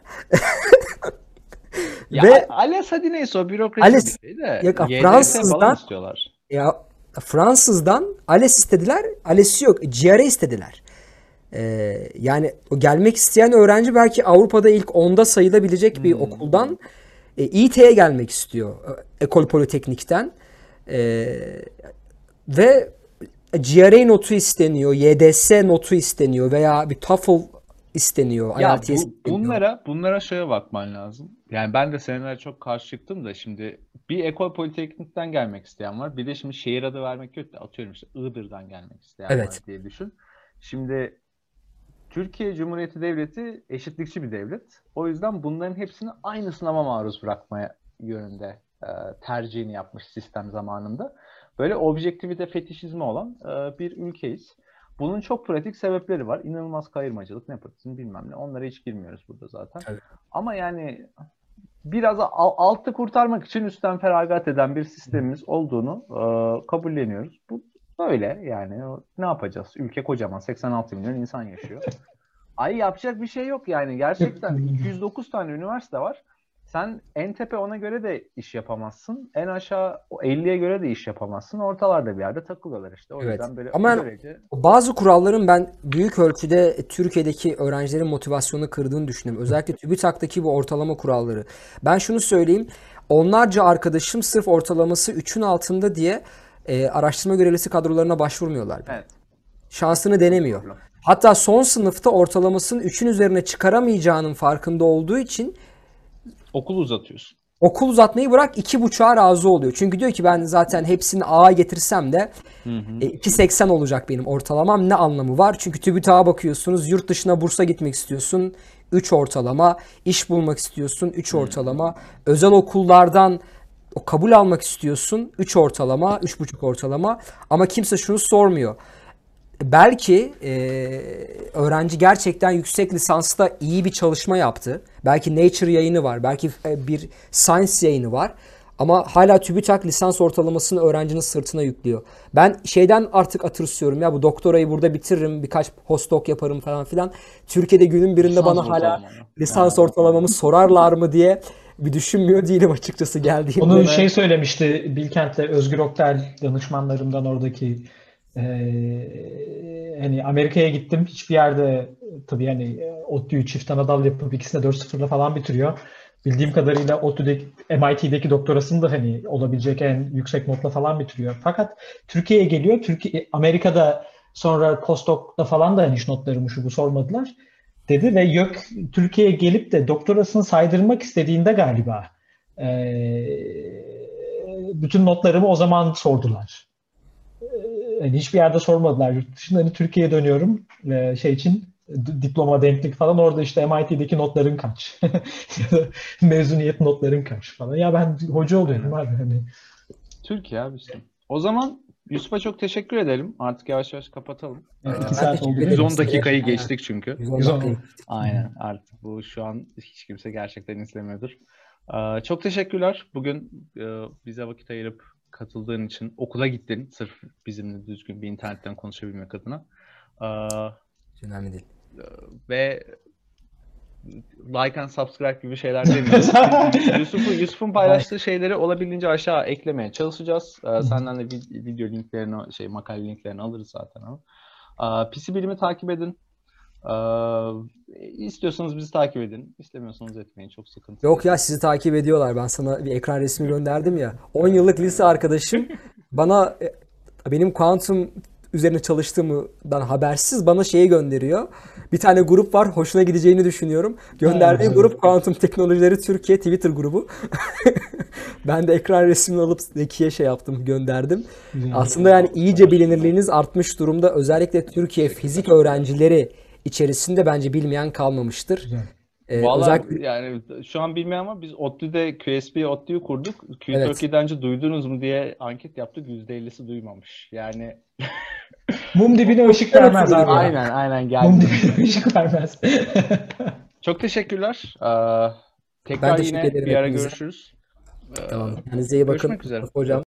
Ya Ve ALES hadi neyse o bürokrasi ALES, bir şey de yok, Y D S Fransız'dan falan istiyorlar. ya Fransız'dan ALES istediler. ALES'i yok, G R E istediler. Ee, yani o gelmek isteyen öğrenci belki Avrupa'da ilk onda sayılabilecek bir Hmm. okuldan e, İİTE'ye gelmek istiyor. e, Ekol Politeknik'ten. Ee, ve G R E notu isteniyor, Y D S notu isteniyor veya bir TOEFL isteniyor, Ya IELTS bu, isteniyor. bunlara bunlara şöyle bakman lazım. Yani ben de seneler çok karşı çıktım da şimdi bir Ekol Politeknik'ten gelmek isteyen var. Bir de şimdi şehir adı vermek yok da atıyorum işte Iğdır'dan gelmek isteyen var Evet. diye düşün. Şimdi Türkiye Cumhuriyeti Devleti eşitlikçi bir devlet. O yüzden bunların hepsini aynı sınava maruz bırakmaya yönünde e, tercihini yapmış sistem zamanında. Böyle objektivite fetişizmi olan e, bir ülkeyiz. Bunun çok pratik sebepleri var. İnanılmaz kayırmacılık, nepotizm bilmem ne. Onlara hiç girmiyoruz burada zaten. Evet. Ama yani biraz al- altı kurtarmak için üstten feragat eden bir sistemimiz olduğunu e, kabulleniyoruz. Bu böyle yani. O- Ne yapacağız? Ülke kocaman. seksen altı milyon insan yaşıyor. Ay yapacak bir şey yok yani. Gerçekten iki yüz dokuz tane üniversite var. Sen en tepe ona göre de iş yapamazsın. En aşağı o elliye göre de iş yapamazsın. Ortalarda bir yerde takılıyorlar işte. O Evet. yüzden böyle Ama o derece... bazı kuralların ben büyük ölçüde Türkiye'deki öğrencilerin motivasyonunu kırdığını düşünüyorum. Özellikle TÜBİTAK'taki bu ortalama kuralları. Ben şunu söyleyeyim. Onlarca arkadaşım sırf ortalaması üçün altında diye e, araştırma görevlisi kadrolarına başvurmuyorlar bile. Evet. Şansını denemiyor. Problem. Hatta son sınıfta ortalamasının üçün üzerine çıkaramayacağının farkında olduğu için Okul uzatıyorsun. Okul uzatmayı bırak iki buçuğa razı oluyor. Çünkü diyor ki ben zaten hepsini A'ya getirsem de Hı hı. e, iki seksen olacak benim ortalamam. Ne anlamı var? Çünkü TÜBİTAK'a bakıyorsunuz. Yurt dışına bursa gitmek istiyorsun. üç ortalama. İş bulmak istiyorsun. üç ortalama. Özel okullardan o kabul almak istiyorsun. üç ortalama. üç buçuk ortalama. Ama kimse şunu sormuyor. Belki e, öğrenci gerçekten yüksek lisansta iyi bir çalışma yaptı. Belki Nature yayını var. Belki e, bir Science yayını var. Ama hala TÜBİTAK lisans ortalamasını öğrencinin sırtına yüklüyor. Ben şeyden artık atırsıyorum ya bu doktorayı burada bitiririm. Birkaç postdoc yaparım falan filan. Türkiye'de günün birinde Lisans bana hala ortalama ya. lisans Yani. ortalamamı sorarlar mı diye bir düşünmüyor değilim açıkçası geldiğimde. Onu Ben- şey söylemişti Bilkent'le Özgür Oktel danışmanlarımdan oradaki eee, hani Amerika'ya gittim. Hiçbir yerde tabii hani e, ODTÜ'yü çift anadal yapıp ikisine dört sıfırla falan bitiriyor. Bildiğim kadarıyla ODTÜ'deki M I T'deki doktorasını da hani olabilecek en yüksek notla falan bitiriyor. Fakat Türkiye'ye geliyor. Türkiye Amerika'da sonra postdoc'ta falan da hani iş notlarımı şu bu sormadılar dedi ve yok Türkiye'ye gelip de doktorasını saydırmak istediğinde galiba eee, bütün notlarımı o zaman sordular. Yani hiçbir yerde sormadılar. Yurt dışında hani Türkiye'ye dönüyorum ve şey için d- diploma denklik falan orada işte M I T'deki notların kaç? Mezuniyet notların kaç falan. Ya ben hoca oluyorum abi hani. Türkiye abi işte. O zaman Yusuf'a çok teşekkür edelim. Artık yavaş yavaş kapatalım. Evet, Ee, iki saat teşekkür oldu. ederim. yüz on Size. dakikayı Aynen. geçtik çünkü. yüz on Güzel. dakika. Aynen, artık bu şu an hiç kimse gerçekten izlemiyordur. Ee, çok teşekkürler. Bugün e, bize vakit ayırıp katıldığın için, okula gittin sırf bizimle düzgün bir internetten konuşabilmek adına. Ee, Önemli değil. ve like and subscribe gibi şeyler demiyoruz. Yusuf'un Yusuf'un paylaştığı şeyleri olabildiğince aşağı eklemeye çalışacağız. Ee, senden de vid- video linklerini, şey makale linklerini alırız zaten ama. Ee, P C Bilim'i takip edin. Ee, istiyorsanız bizi takip edin. İstemiyorsanız etmeyin. Çok sıkıntı Yok değil. ya sizi takip ediyorlar. Ben sana bir ekran resmi gönderdim ya. on yıllık lise arkadaşım bana e, benim kuantum üzerine çalıştığımdan habersiz bana şeyi gönderiyor. Bir tane grup var. Hoşuna gideceğini düşünüyorum. Gönderdiği Ha, grup Kuantum Teknolojileri Türkiye Twitter grubu. Ben de ekran resmini alıp Zeki'ye şey yaptım, gönderdim. Güzel. Aslında yani iyice bilinirliğiniz artmış durumda. Özellikle Türkiye fizik öğrencileri içerisinde bence bilmeyen kalmamıştır. Güzel. Ee, Vallahi özellikle yani şu an bilmiyorum ama biz ODTÜ'de Q S B ODTÜ'yü kurduk. Evet. Q-Turkey'den önce duydunuz mu diye anket yaptık. yüzde ellisi duymamış. Yani Mum dibine ışık vermez abi. aynen aynen Mum geldi. dibine ışık vermez. Çok teşekkürler. Ee, tekrar teşekkür yine ederim bir ara hepinize. görüşürüz. Ee, Tamam. Kendinize iyi bakın. Görüşmek üzere. Hocam.